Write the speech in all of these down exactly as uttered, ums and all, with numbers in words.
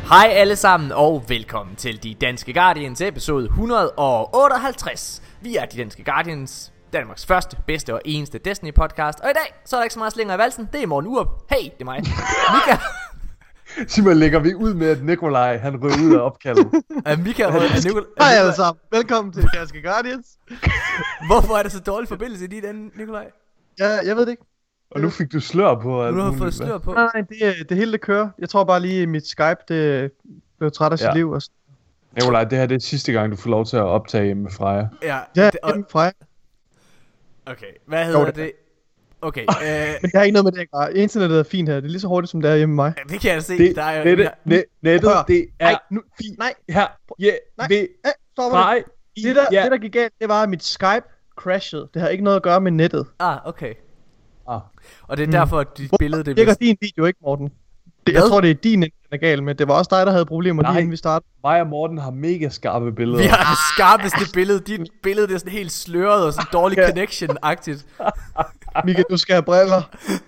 Hej alle sammen og velkommen til De Danske Guardians episode et hundrede otteoghalvtreds. Vi er De Danske Guardians, Danmarks første, bedste og eneste Destiny podcast. Og i dag, så er der ikke så meget slinger i valsen. Det er Morten Urup. Hey, det er mig, Mika. Simpelthen lægger vi ud med, at Nikolaj, han ryger ud af opkaldet. uh, Mika og Nikolaj. Hej alle sammen, velkommen til De Danske Guardians. Hvorfor er der så dårlig forbindelse i din ende, Nikolaj? Ja, jeg ved det ikke. Og nu fik du slør på. Nu har du fået slør på. Nej, nej, det, det hele det kører. Jeg tror bare lige, mit Skype, det blev træt af sit ja. liv. Og... Nikolaj, det her det er sidste gang, du får lov til at optage hjemme med Freja. Ja, ja det, og... hjemme Freja. Okay, hvad hedder jo, det? det? Okay, øh... Men det har ikke noget med det at gøre. Internettet er fint her. Det er lige så hurtigt, som det er hjemme med mig. Ja, det kan jeg se. Det, der er jo... det, det, nettet, det er nej, nu, fint. Nej, her. Ja, nej, ved nej, stop Freja. Det. Det, der, ja. det, der gik galt, det var, at mit Skype crashede. Det har ikke noget at gøre med nettet. Ah, okay. Ah. Og det er derfor, at dit Hvor billede... Det virker din video ikke, Morten? Det, jeg tror, det er din, der er gal med. Det var også dig, der havde problemer lige inden vi startede. Mig og Morten har mega skarpe billeder. Vi har det skarpeste billede. Dit billede, det er sådan helt sløret og sådan dårlig connection-agtigt. Mika, du skal have briller.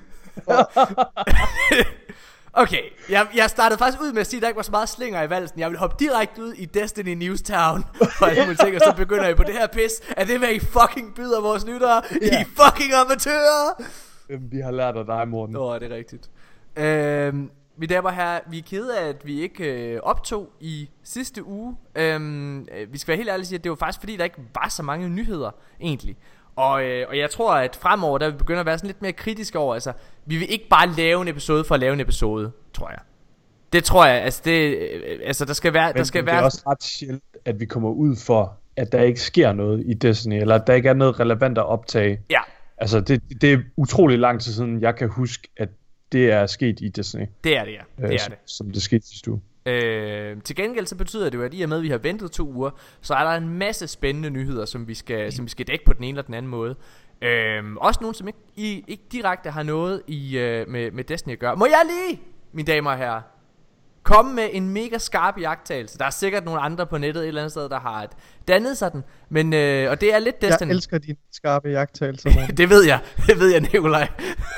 Okay, jeg, jeg startede faktisk ud med at sige, at der ikke var så meget slinger i valsen. Jeg vil hoppe direkte ud i Destiny News Town og alle mulige ting, og så begynder I på det her pis. Er det, hvad I fucking byder vores lyttere? Yeah. I fucking amatører! Vi har lært af dig, Morten. Åh, oh, det er rigtigt. Øhm, mine damer og herrer, vi er kede af, at vi ikke øh, optog i sidste uge. Øhm, vi skal være helt ærlige og sige, at det var faktisk fordi, der ikke var så mange nyheder, egentlig. Og, øh, og jeg tror, at fremover, der vil vi begynde at være sådan lidt mere kritiske over, altså, vi vil ikke bare lave en episode for at lave en episode, tror jeg. Det tror jeg, altså, det, øh, altså der skal være... Men der skal det være... er også ret sjældent, at vi kommer ud for, at der ikke sker noget i Destiny, eller at der ikke er noget relevant at optage. Ja. Altså, det, det er utrolig lang tid siden, jeg kan huske, at det er sket i Destiny. Det er det, ja. Det øh, er som, det. Som det skete sidste uge. Øh, til gengæld så betyder det jo, at i og med at vi har ventet to uger, så er der en masse spændende nyheder, som vi skal, som vi skal dække på den ene eller den anden måde. øh, Også nogle, som ikke, i, ikke direkte har noget i, øh, med, med Destiny at gøre. Må jeg lige, mine damer og herrer, komme med en mega skarp jagttagelse. Der er sikkert nogle andre på nettet et eller andet sted, der har et, dannet sig den. Men, øh, og det er lidt Destiny. Jeg elsker dine skarpe jagttagelser. Det ved jeg, det ved jeg, Nikolaj.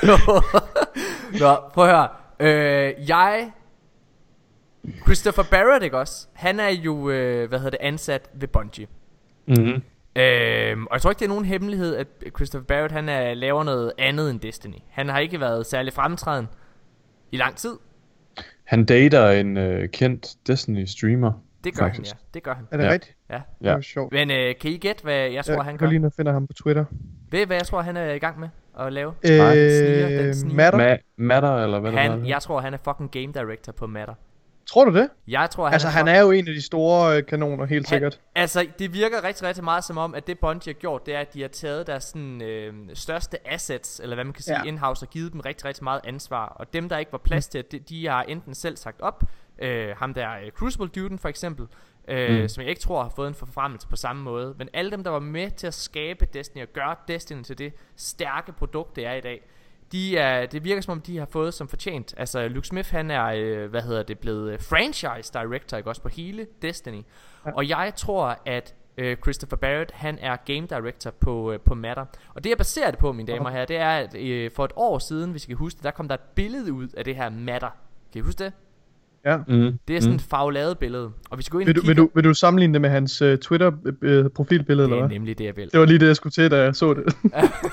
Nå, prøv at høre. øh, Jeg Christopher Barrett, ikke også? Han er jo, øh, hvad hedder det, ansat ved Bungie. Mm-hmm. øhm, Og jeg tror ikke det er nogen hemmelighed, at Christopher Barrett, han er, laver noget andet end Destiny. Han har ikke været særlig fremtræden i lang tid. Han dater en øh, kendt Destiny streamer. Det gør faktisk. han, ja, det gør han. Er det Ja. rigtigt? Ja, Det Ja. var sjovt. men øh, kan I gætte, hvad jeg tror, Jeg han går gør? lige og finder ham på Twitter. Ved I, hvad jeg tror, han er i gang med at lave? Nej. Sniger, den Øh, sniger. Matter? Ma- Matter, eller hvad det han, var? Jeg tror, han er fucking game director på Matter. Tror du det? Jeg tror, han Altså, er han fuck- er jo en af de store øh, kanoner, helt Han- sikkert. Altså, det virker rigtig, rigtig meget som om, at det Bungie har gjort, det er, at de har taget deres sådan, øh, største assets, eller hvad man kan sige, Ja. in-house, og givet dem rigtig, rigtig meget ansvar. Og dem, der ikke var plads til, de, de har enten selv sagt op, øh, ham der øh, Crucible-duden for eksempel, øh, Mm. som jeg ikke tror har fået en forfremmelse på samme måde. Men alle dem, der var med til at skabe Destiny og gøre Destiny til det stærke produkt, det er i dag, De er, det virker som om de har fået som fortjent. Altså Luke Smith, han er øh, hvad hedder det blevet øh, franchise director, ikke også, på hele Destiny. Ja. Og jeg tror at øh, Christopher Barrett, han er game director på, øh, på Matter. Og det jeg baserer det på, mine damer og herrer, det er at øh, for et år siden, hvis I kan huske det, der kom der et billede ud af det her Matter. Kan I huske det? Ja. Mm. Det er sådan mm. et farveladet billede. Og vi skal gå ind Vil og du, kigge. vil, du, vil du sammenligne det med hans uh, Twitter-profilbillede, Det eller er hvad? nemlig det jeg vil. Det var lige det, jeg skulle til, da jeg så det.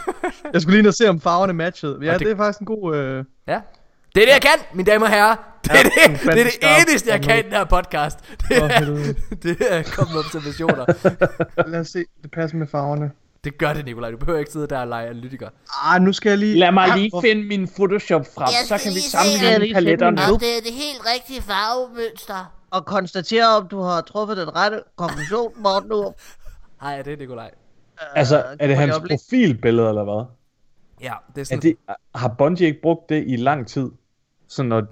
Jeg skulle lige ind og se, om farverne matchede. Ja, Og det, det- det er faktisk en god... Uh... Ja. Det er det jeg kan, mine damer og herrer. Det er Ja, det, en det, er det fandme eneste jeg skarp kan i den her podcast. Det Åh, er, helvede. det er komme med observationer. Lad os se, det passer med farverne. Det gør det, Nikolaj. Du behøver ikke sidde der og lege analytiker. Ah, nu skal jeg lige... Lad mig Ah, lige hvor- finde min Photoshop frem, Jeg så kan skal vi lige se, sammenligne om- paletterne. Om det er det helt rigtige farvemønster. Og konstatere, om du har truffet den rette konklusion, Morten Urup. Hej, er det Nikolaj? Altså, Øh, er det kan hans jeg oplægge? profilbillede, eller hvad? Ja, det er Er sådan. det, har Bungie ikke brugt det i lang tid? Sådan når...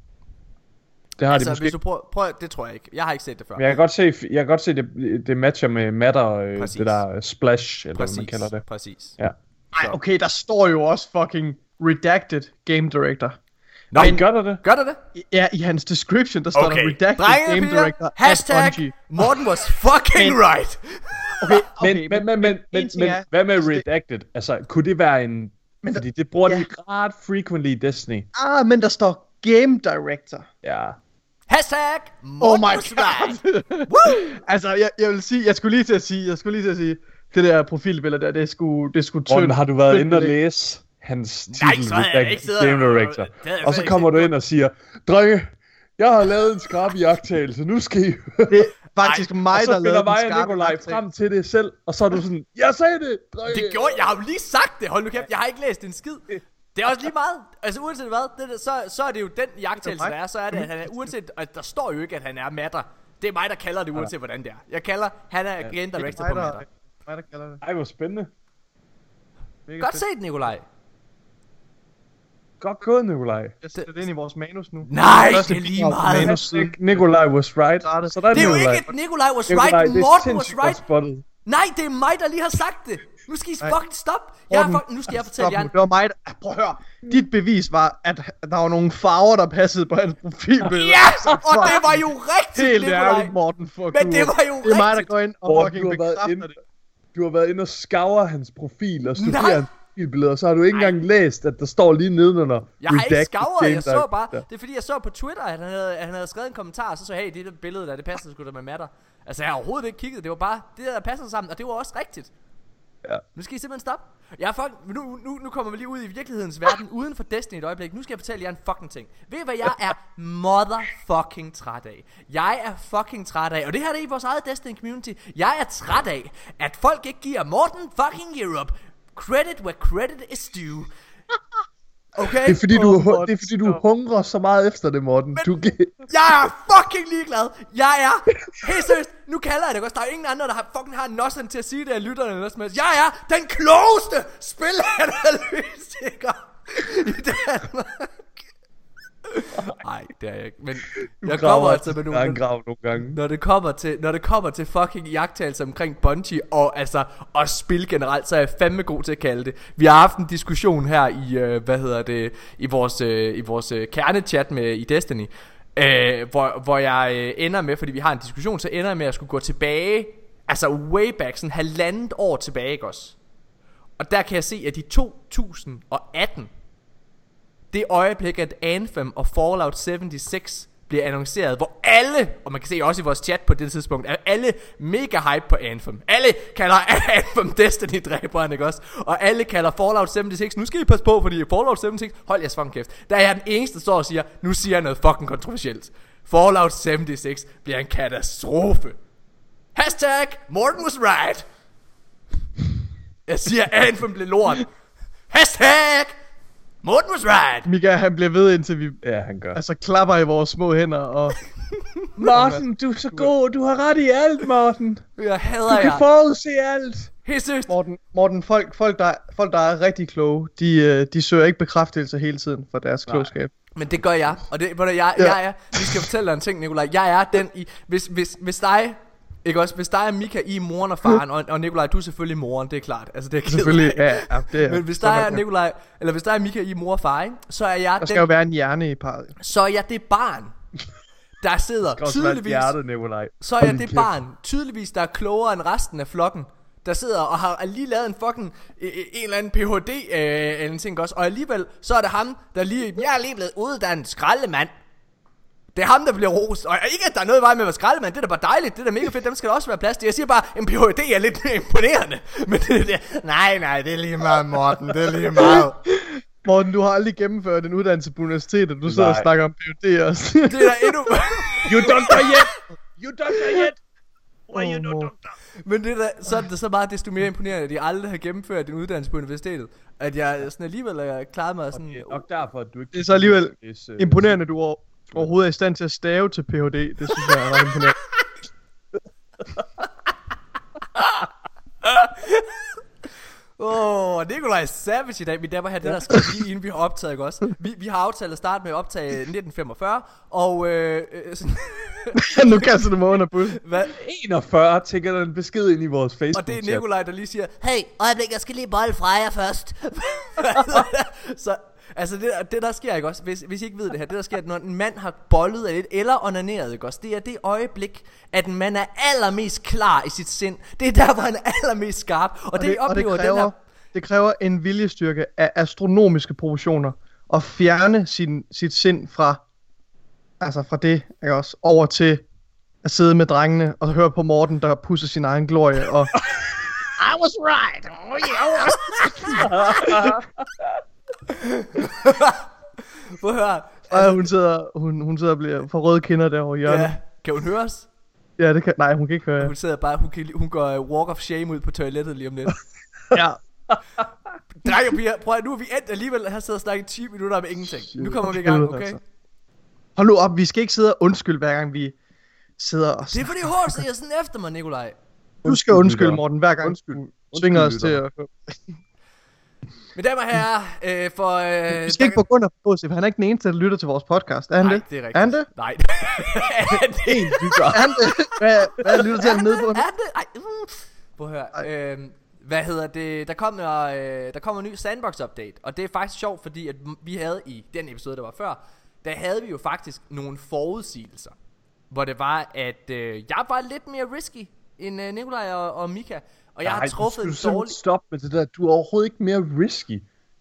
Det har Altså, de måske hvis du prøver, prøv, det tror jeg ikke. Jeg har ikke set det før. Men jeg kan godt se, jeg kan godt se det, det matcher med Matter, øh, Præcis. det der splash, eller præcis, hvad man kalder det. præcis. Ja. Ej, okay, der står jo også fucking redacted game director. Nå, Men gør der det? gør det det? Ja, i hans description, der står der redacted Drenge og game piger, director at hashtag Bungie. Morten was fucking Men- right. Okay, Men, okay, men, men, men, men, en ting men er- hvad med altså, det- redacted? Altså, kunne det være en... Men Fordi det bruger ja. de ret frequently i Destiny. Ah, men der står game director. Ja. Hashtag Oh my Morten's Right. god. Altså, jeg, jeg vil sige, jeg skulle lige til at sige, jeg skulle lige til at sige, det der profilbillede der, det skulle, det skulle Morten, tyndt. har du været tyndt inde og belæg. læse hans Nej, titel så havde jeg ved ikke siddet Game og- Director? det havde jeg Og så faktisk kommer ikke du ind og siger, drenge, jeg har lavet en skrab iagttagelse, nu skal I... Det er faktisk mig, og der så lavede finder den mig og skarpe Nikolaj iagttagelse. frem til det selv, og så er du sådan, jeg sagde det, drenge. Det gjorde jeg. har jo lige sagt det. Hold nu kæft. Jeg har ikke læst en skid. Det er også lige meget. Altså uanset hvad, det, der- så, så er det jo den jagttagelse, der er. Så er det, at han er, uanset, at der står jo ikke, at han er matter. Det er mig, der kalder det, uanset hvordan det er. Jeg kalder, han er game Det er director mig, på der- matter. mig, der kalder det. Ej, hvor spændende. Mega Godt fedt. set, Nikolaj. Godt gået, Nikolaj. Jeg sætter det ind i vores manus nu. Nej, Første det er lige bidrag til meget. manus siden. Nikolaj was right. Startet. Så der er Det er jo Nikolaj. ikke, at Nikolaj was Nikolaj, right. det er Morten was sindssygt godt right. spottet. Nej, det er mig, der lige har sagt det. Nu skal I Nej. fucking stoppe. Jeg er Morten, fucking, nu skal jeg fortælle Stop jer. nu. Det var mig, der... Prøv at høre. Dit bevis var, at der var nogle farver, der passede på hans profilbillede. Ja, og det var jo rigtigt, Helt Nikolaj. ærligt, Morten. Fuck Men du. det var jo Det er mig, der rigtigt. går ind og Morten, fucking du har været bekræfter inde- det. Du har været inde og scour hans profil og studere Nej. hans profilbilleder, og så har du ikke engang læst, at der står lige nedenunder. Jeg har ikke redacted skavret, game jeg så director. bare. Det er fordi, jeg så på Twitter, at han havde, at han havde skrevet en kommentar, og så så hey, det der billede der, det passer sgu da med matter. Altså, jeg har overhovedet ikke kigget, det var bare det, der passer sammen, og det var også rigtigt. Ja. Nu skal I simpelthen stoppe. Jeg er fucking, nu, nu, nu kommer vi lige ud i virkelighedens verden, uden for Destiny et øjeblik. Nu skal jeg fortælle jer en fucking ting. Ved I, hvad jeg er motherfucking træt af? Jeg er fucking træt af, og det her det er i vores eget Destiny community. Jeg er træt af, at folk ikke giver Morten fucking Europe credit where credit is due. Okay? Det er fordi, du, Åh, oh, Morten, det er fordi, du stop. hungrer så meget efter det, Morten. Du, Jeg er fucking ligeglad. Jeg er, helt seriøst, nu kalder jeg det også. Der er ingen andre, der har fucking har nossen til at sige det af lytterne eller noget som helst. Jeg er den klogeste spilanalytiker i Danmark. Nej, det er jeg ikke. Men du jeg graver kommer altså altså med med nogle... en grav nogle gange. Når det kommer til, når det kommer til fucking jagttagelse omkring Bungie og altså og spil generelt, så er jeg fandme god til at kalde det. Vi har haft en diskussion her i øh, hvad hedder det i vores øh, i vores øh, kernechat med i Destiny, øh, hvor hvor jeg øh, ender med, fordi vi har en diskussion, så ender jeg med at skulle gå tilbage, altså way back, sådan halvandet år tilbage, ikke også? Og der kan jeg se, at i to tusind og atten, det øjeblik, at Anthem og Fallout seventy-six bliver annonceret, hvor alle, og man kan se også i vores chat på det tidspunkt, er alle mega hype på Anthem. Alle kalder Anthem Destiny-dræberen, ikke også? Og alle kalder Fallout seventy-six, nu skal I passe på, fordi Fallout seventy-six, hold jeres fucking kæft. Der er jeg den eneste, der står og siger, nu siger jeg noget fucking kontroversielt. Fallout seventy-six bliver en katastrofe. Hashtag Morten was right. Jeg siger, Anthem blev lort. Hashtag Morten was right. Mika, han bliver ved, indtil vi Ja, han gør. altså klapper i vores små hænder og... Morten, du er så god. Du har ret i alt, Morten. Jeg hader Du kan jer. forudse alt. Helt seriøst. Morten, Morten folk, folk, der, folk, der er rigtig kloge, de, øh, de søger ikke bekræftelse hele tiden for deres klogskab. Men det gør jeg. Og det, hvor jeg, Ja. jeg er, vi skal fortælle dig en ting, Nikolaj. Jeg er den i, hvis, hvis, hvis dig, ikke også, hvis dig og Mika, I er moren og faren, og, og Nikolaj, du er selvfølgelig moren, det er klart. Altså, det er Selvfølgelig, ja, ja, det er... Men hvis så der nok, er ja. Nikolaj, eller hvis der er Mika, I er mor og far, ikke? Så er jeg Der skal jo den, være en hjerne i parret. så er jeg det barn, der sidder Det skal også være et tydeligvis, hjerte, Nikolaj. så er Hold jeg det kæft. barn, tydeligvis, der er klogere end resten af flokken, der sidder og har lige lavet en fucking øh, en eller anden P H D øh, eller en ting også, og alligevel så er det ham, der lige, jeg er lige blevet uddannet skraldemand. Det er ham, der bliver rost. Og ikke, at der er noget i vej med at være skraldemand. Det er da bare dejligt. Det er da mega fedt. Dem skal der også være plads til. Jeg siger bare, en P H D er lidt imponerende. Men det er det. Nej, nej, det er lige meget, Morten. Det er lige meget. Morten, du har aldrig gennemført en uddannelse på universitetet. Du sidder Nej. og snakker om P H D også. Det er da endnu... You doctor yet. You doctor yet. Why you Oh, no Morten. doctor? Men det er da, så er det så bare desto mere imponerende, at jeg aldrig har gennemført en uddannelse på universitetet. At jeg sådan alligevel har klaret mig sådan... Det er nok derfor, at du ikke... Det er så alligevel Hvis, øh, Imponerende, at du over, overhovedet er i stand til at stave til P H D. Det synes jeg er ret imponerende. Åh, oh, Nikolaj er savage i dag. Min damer her, det der skal lige inden vi har optaget, ikke også? Vi, vi har aftalt at starte med at optage nitten femogfyrre, og øh, øh, sådan, Nu kaster du mig under bussen. hvad? enogfyrre tænker der en besked ind i vores Facebook-chat. Og det er Nikolaj, der lige siger, Hey, øjeblik, jeg skal lige bolle fra jer først. så, altså det, der- det der sker, ikke også, hvis, hvis I ikke ved det her, det der sker, at når en mand har bollet af lidt, eller onaneret, ikke også, det er det øjeblik, at en mand er allermest klar i sit sind. Det er der, hvor han er allermest skarp, og, og det, det og det oplever kræver, den her... det kræver en viljestyrke af astronomiske proportioner at fjerne sin, sit sind fra Altså fra det, ikke også, over til at sidde med drengene og høre på Morten, der pusser sin egen glorie, og I was right! Oh, yeah. Prøv at høre. Og hun sidder, hun, hun sidder og bliver for røde kinder derovre i hjørnet. Ja, kan hun høre os? Ja, det kan, nej, hun kan ikke høre. Hun sidder bare, hun, kan, hun går uh, walk of shame ud på toilettet lige om lidt. Ja. Drenge og piger, prøv at nu er vi endt alligevel her sidder og snakke ti minutter om ingenting. Nu kommer vi i gang, okay? Hold nu op, vi skal ikke sidde og undskylde hver gang vi sidder og Det er fordi Horst siger sådan efter mig, Nikolaj. Du skal undskylde, Morten, hver gang Undskyld. du tvinger os til at... Mine damer og herrer, øh, for... Øh, vi skal ikke på grund af H C, for han er ikke den eneste, der lytter til vores podcast. Er han Nej, det? det er rigtigt. Er han det? Nej. Er han det? Er han det? Hvad, hvad lytter til han nede på? Er han det? Ej. Mm. Prøv at høre. Øh, hvad hedder det? Der kommer, øh, der kommer en ny Sandbox-update. Og det er faktisk sjovt, fordi at vi havde i den episode, der var før, der havde vi jo faktisk nogle forudsigelser. Hvor det var, at øh, jeg var lidt mere risky end øh, Nikolaj og, og Mika. Og jeg Nej, har truffet en du dårlig... Stop med det der. Du er overhovedet ikke mere risky.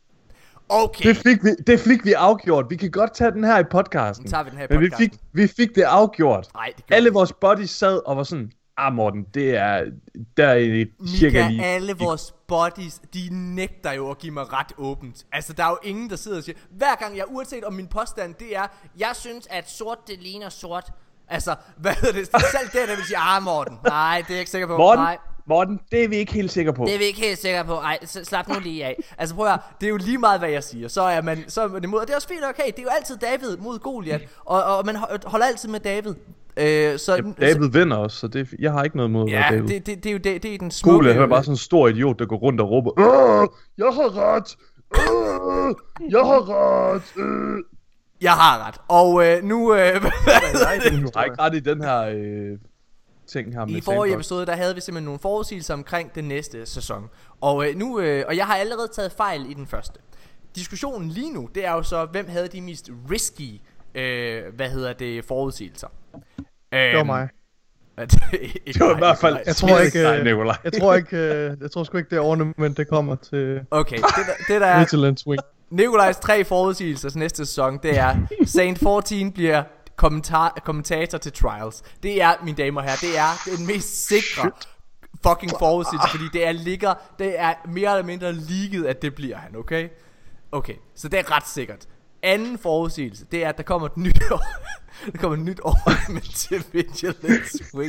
Okay. Det fik vi, det fik vi afgjort. Vi kan godt tage den her i podcasten. Nu tager vi den her i Men vi podcasten. fik, vi fik det afgjort. Nej, det gjorde Alle vi vores buddies sad og var sådan, ah Morten, det er, der er cirka Mika, lige... alle vores buddies, de nægter jo at give mig ret åbent. Altså, der er jo ingen, der sidder og siger, hver gang jeg, uanset om min påstand, det er, jeg synes, at sort, det ligner sort. Altså, hvad hedder det? Selv det, der vil sige, ah Morten, nej, det er jeg ikke sikker på. Morten, Nej. Morten, det er vi ikke helt sikre på. Det er vi ikke helt sikre på. Ej, slap nu lige af. Altså prøv at høre, det er jo lige meget hvad jeg siger. Så er man så er man imod. Og det er også fint, okay. Det er jo altid David mod Goliat. Og, og man holder altid med David. Øh, så, ja, David så, vinder også, så det, jeg har ikke noget mod ja, David. det, det, det er jo det, det er den smukke. Goliat er bare sådan en stor idiot, der går rundt og råber, Åh, jeg har ret. Åh, jeg har ret. Øh. Jeg har ret. Og øh, nu øh, hvad Du har ikke ret i den her øh, ting her med I forrige Sandbox. episode, der havde vi simpelthen nogle forudsigelser omkring den næste sæson. Og øh, nu øh, og jeg har allerede taget fejl i den første. Diskussionen lige nu, det er jo så, hvem havde de mest risky, øh, hvad hedder det, forudsigelser. Det var mig. Det, Det var i hvert fald. Jeg tror ikke, Nej, øh, Nikolaj. jeg tror ikke, øh, jeg tror sgu ikke det ornament det kommer til Okay, det der, det der er Vigilant Swing. Nikolajs tre forudsigelser til næste sæson, det er Saint fjorten bliver kommentar, kommentator til Trials. Det er, mine damer og herrer, det er den mest sikre fucking forudsigelse, fordi det er ligger, det er mere eller mindre leaget, at det bliver han, okay? Okay, så det er ret sikkert. Anden forudsigelse, det er, at der kommer et nyt år. Der kommer et nyt ornament til Vigilant Swing.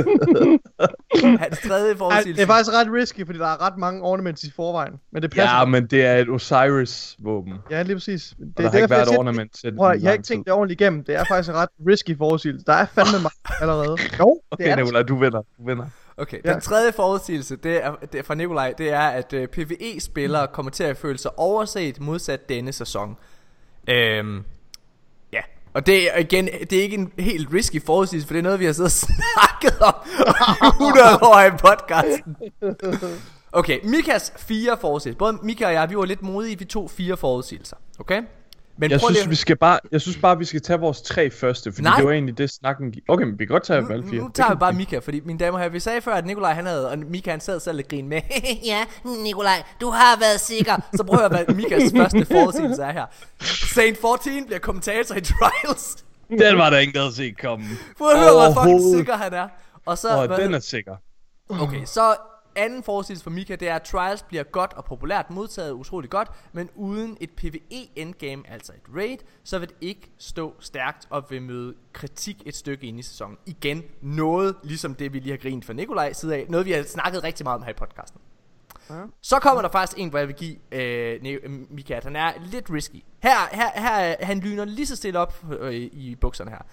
Hans tredje Ej, forudsigelse. det er faktisk ret risky, fordi der er ret mange ornaments i forvejen. Men det passer. Ja, men det er et Osiris-våben. Ja, lige præcis. Det, Og der har ikke været et ornament til det. Prøv, jeg har ikke tænkt det ordentligt igennem. Det er faktisk en ret risky forudsigelse. Der er fandme meget allerede. Jo, det Okay, er Nikolaj, du vinder. Du vinder. Okay, Ja. den tredje forudsigelse, det er, det er fra Nikolaj, det er, at uh, PvE-spillere kommer til at føle sig overset modsat denne sæson. Øhm, ja, og det er igen, det er ikke en helt risky forudsigelse, for det er noget, vi har siddet og snakket om hundrede år i podcasten. Okay, Mikas fire forudsigelser. Både Mika og jeg, vi var lidt modige, vi tog fire forudsigelser, okay? Men Jeg prøv synes, lige- vi skal bare, jeg synes bare, vi skal tage vores tre første, fordi Nej. det var egentlig det snakken gik. Okay, men vi kan godt tage nu, alle fire. nu Det tager kan vi bare Mika, fordi mine damer og herrer, vi sagde før, at Nikolaj han havde, og Mika han sad selv og grin med. Ja, Nikolaj, du har været sikker. Så prøv at høre, hvad Mikas første forudsigelse er her. Saint fjorten bliver kommentator i Trials. Den var der ingen, der havde set komme. Prøv at høre, hvor fucking Overhovedet. sikker han er. Og så, Åh, hvad, den er sikker. okay, så anden forudsigelse for Mika, det er, at Trials bliver godt og populært modtaget utrolig godt, men uden et PvE endgame, altså et raid, så vil det ikke stå stærkt og vil møde kritik et stykke ind i sæsonen. Igen, noget ligesom det, vi lige har grint for Nikolaj side af, noget vi har snakket rigtig meget om her i podcasten. Ja. Så kommer der faktisk en, hvor jeg vil give øh, Ne- Mika, at han er lidt risky. Her, her, her er- han lyner lige så stille op øh, i bukserne her.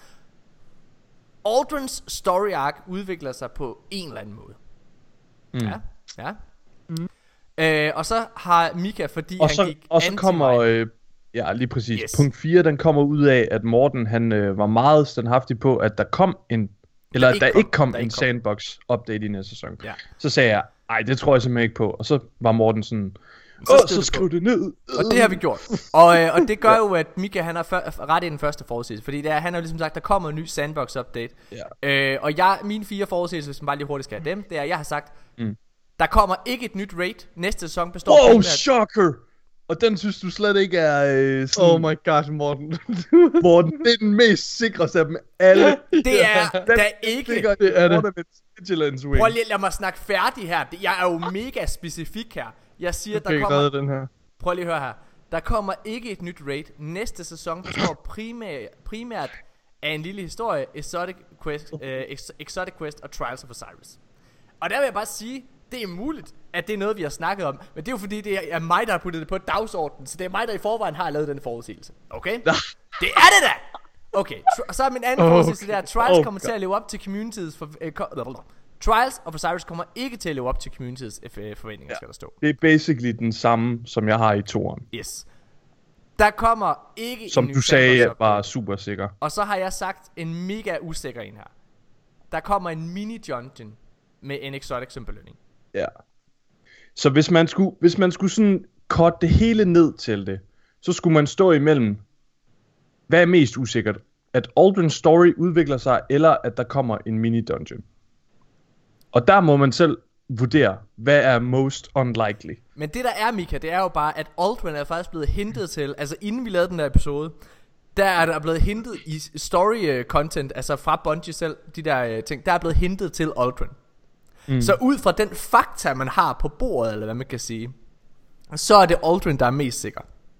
Aldrins story arc udvikler sig på en eller anden måde. Mm. Ja, ja. Mm. Øh, og så har Mika, fordi Og han så, gik og så anti-mig- kommer, øh, ja lige præcis, Yes. punkt fire, den kommer ud af, at Morten han øh, var meget standhaftig på, at der kom en, eller at ikke der kom. ikke kom Der en ikke kom. sandbox-update i næste sæson. Ja. Så sagde jeg, ej det tror jeg simpelthen ikke på, og så var Morten sådan, Så åh, skriv så det skriv det ned. Og det har vi gjort. Og, øh, og det gør jo, at Mika han har før, ret i den første forudsigelse. Fordi det er, han har jo ligesom sagt, der kommer en ny sandbox update. Ja. øh, Og jeg, mine fire forudsigelser, hvis man bare lige hurtigt skal have dem, det er, jeg har sagt, Mm. der kommer ikke et nyt raid. Næste sæson består Wow, primært- shocker! Og den synes du slet ikke er øh, sådan... Oh my god, Morten. Morten, det er den mest sikre af dem alle. Det er Den da ikke... sikker, Det er det. Ornaments Vigilance Wing. Prøv lige at lade mig snakke færdig her. Det- Jeg er jo mega specifik her. Jeg siger, Okay, der kommer... redde den her. Prøv lige at høre her. Der kommer ikke et nyt raid. Næste sæson består primært, primært af en lille historie, Exotic Quest, øh, Ex- Exotic Quest og Trials of Osiris. Og der vil jeg bare sige, det er muligt, at det er noget, vi har snakket om. Men det er jo fordi, det er mig, der har puttet det på dagsordenen. Så det er mig, der i forvejen har lavet den forudsigelse. Okay? Det er det da! Okay, tr- og så er min anden Okay. forudsigelse der. Trials Oh kommer God. til at leve op til community's for, øh, ko- Trials of Osiris kommer ikke til at leve op til community's øh, forventninger, skal der stå. Det er basically den samme, som jeg har i toeren. Yes. Der kommer ikke Som en ny du sagde sandbox-update. var super sikker. Og så har jeg sagt en mega usikker en her. Der kommer en mini dungeon med en exotic som belønning. Ja. Så hvis man skulle, hvis man skulle sådan korte det hele ned til det, så skulle man stå imellem, hvad er mest usikkert? At Aldrin's story udvikler sig, eller at der kommer en mini dungeon. Og der må man selv vurdere, hvad er most unlikely. Men det der er, Mika, det er jo bare, at Aldrin er faktisk blevet hentet til, altså inden vi lavede den der episode, der er der blevet hentet i story uh, content, altså fra Bungie selv, de der uh, ting, der er blevet hentet til Aldrin. Mm. Så ud fra den fakta, man har på bordet, eller hvad man kan sige, så er det Aldrin, der er mest sikker.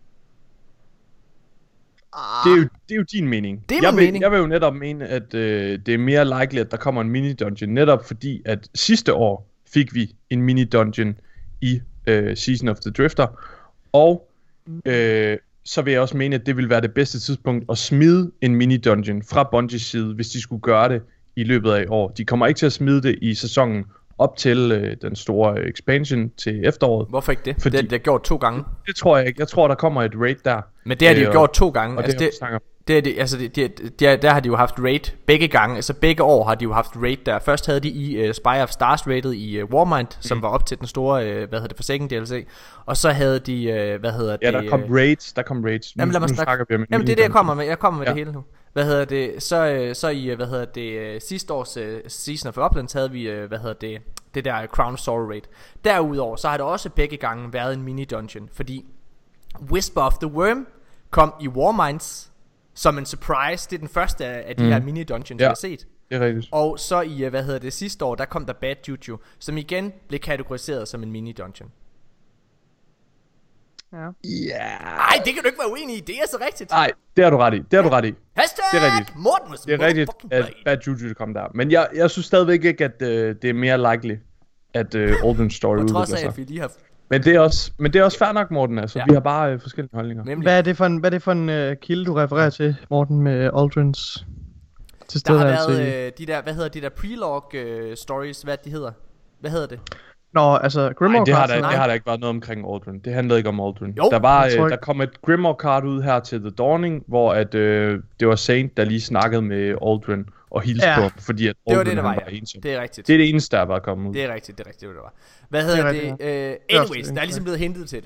Det er jo, det er jo din mening. Det er jeg min vil, mening. Jeg vil jo netop mene, at øh, det er mere likely, at der kommer en mini dungeon, netop fordi, at sidste år fik vi en mini dungeon i øh, Season of the Drifter, og øh, så vil jeg også mene, at det vil være det bedste tidspunkt at smide en mini dungeon fra Bungies side, hvis de skulle gøre det i løbet af i år. De kommer ikke til at smide det i sæsonen op til øh, den store øh, expansion til efteråret. Hvorfor ikke det? Fordi- Det har de gjort to gange. Det tror jeg ikke. Jeg tror, der kommer et raid der. Men det har de jo Øh, gjort to gange. Og Altså, det, det, det, snakker. det er det, altså det, det, det, der har de jo haft raid begge gange. Altså begge år har de jo haft raid der. Først havde de i uh, Spire of Stars raidet i uh, Warmind, mm. som var op til den store, uh, hvad hedder det, Forsaken D L C. Og så havde de, uh, hvad hedder Ja, det... der kom øh, raids. Der kom raids. Jamen lad mig nu snakke. snakker vi om en Jamen det er det, jeg mini-dungeon. kommer med. Jeg kommer med Ja. det hele nu. Hvad hedder det? Så, øh, så i, øh, hvad hedder det, øh, sidste års øh, Season of Uplands havde vi, øh, hvad hedder det, det der Crown of Sorrow raid. Derudover, så har der også begge gange været en mini-dungeon, fordi Whisper of the Worm kom i Warminds som en surprise. Det er den første af, af de Mm. her mini-dungeons, Ja. jeg har set. Det er rigtigt. Og så i, øh, hvad hedder det, sidste år, der kom der Bad Juju, som igen blev kategoriseret som en mini-dungeon. Ja. Ja. Ej, det kan du ikke være uenig i, det er så rigtigt. Nej, det har du ret i. Det har du ret i. Hashtag det er rigtigt. Morten was Det er rigtigt, motherfucking at right. Bad Juju det kom der. Men jeg, jeg synes stadigvæk ikke, at øh, det er mere likely, at øh, Aldrin's story På udvikler trods af, sig. at vi lige har... Men det er også, men det er også fair nok, Morten. Altså, Ja. vi har bare øh, forskellige holdninger. Nemlig. Hvad er det for en, hvad er det for en uh, kilde, du refererer til, Morten, med Aldrins Der har tilstedeværelse? været øh, de der, hvad hedder de der prelog øh, stories, hvad de hedder? Hvad hedder det? Nå, altså, Nej, Grimoire det har, Cards, der, nej. det har der ikke været noget omkring Aldrin. Det handlede ikke om Aldrin. Jo, der, var, jeg tror øh, der ikke- kom et Grimoire card ud her til The Dawning, hvor at, øh, det var Saint, der lige snakkede med Aldrin og hilste Ja. på ham, fordi at Det var Aldrin det, der han var, var ja. ensom. Det er rigtigt. Det er det eneste, der er været kommet ud. Det er rigtigt, det er rigtigt, det var det var. Hvad hedder det? rigtigt, det ja. uh, Det er også anyways, det, der er ligesom ja. blevet hentet til det.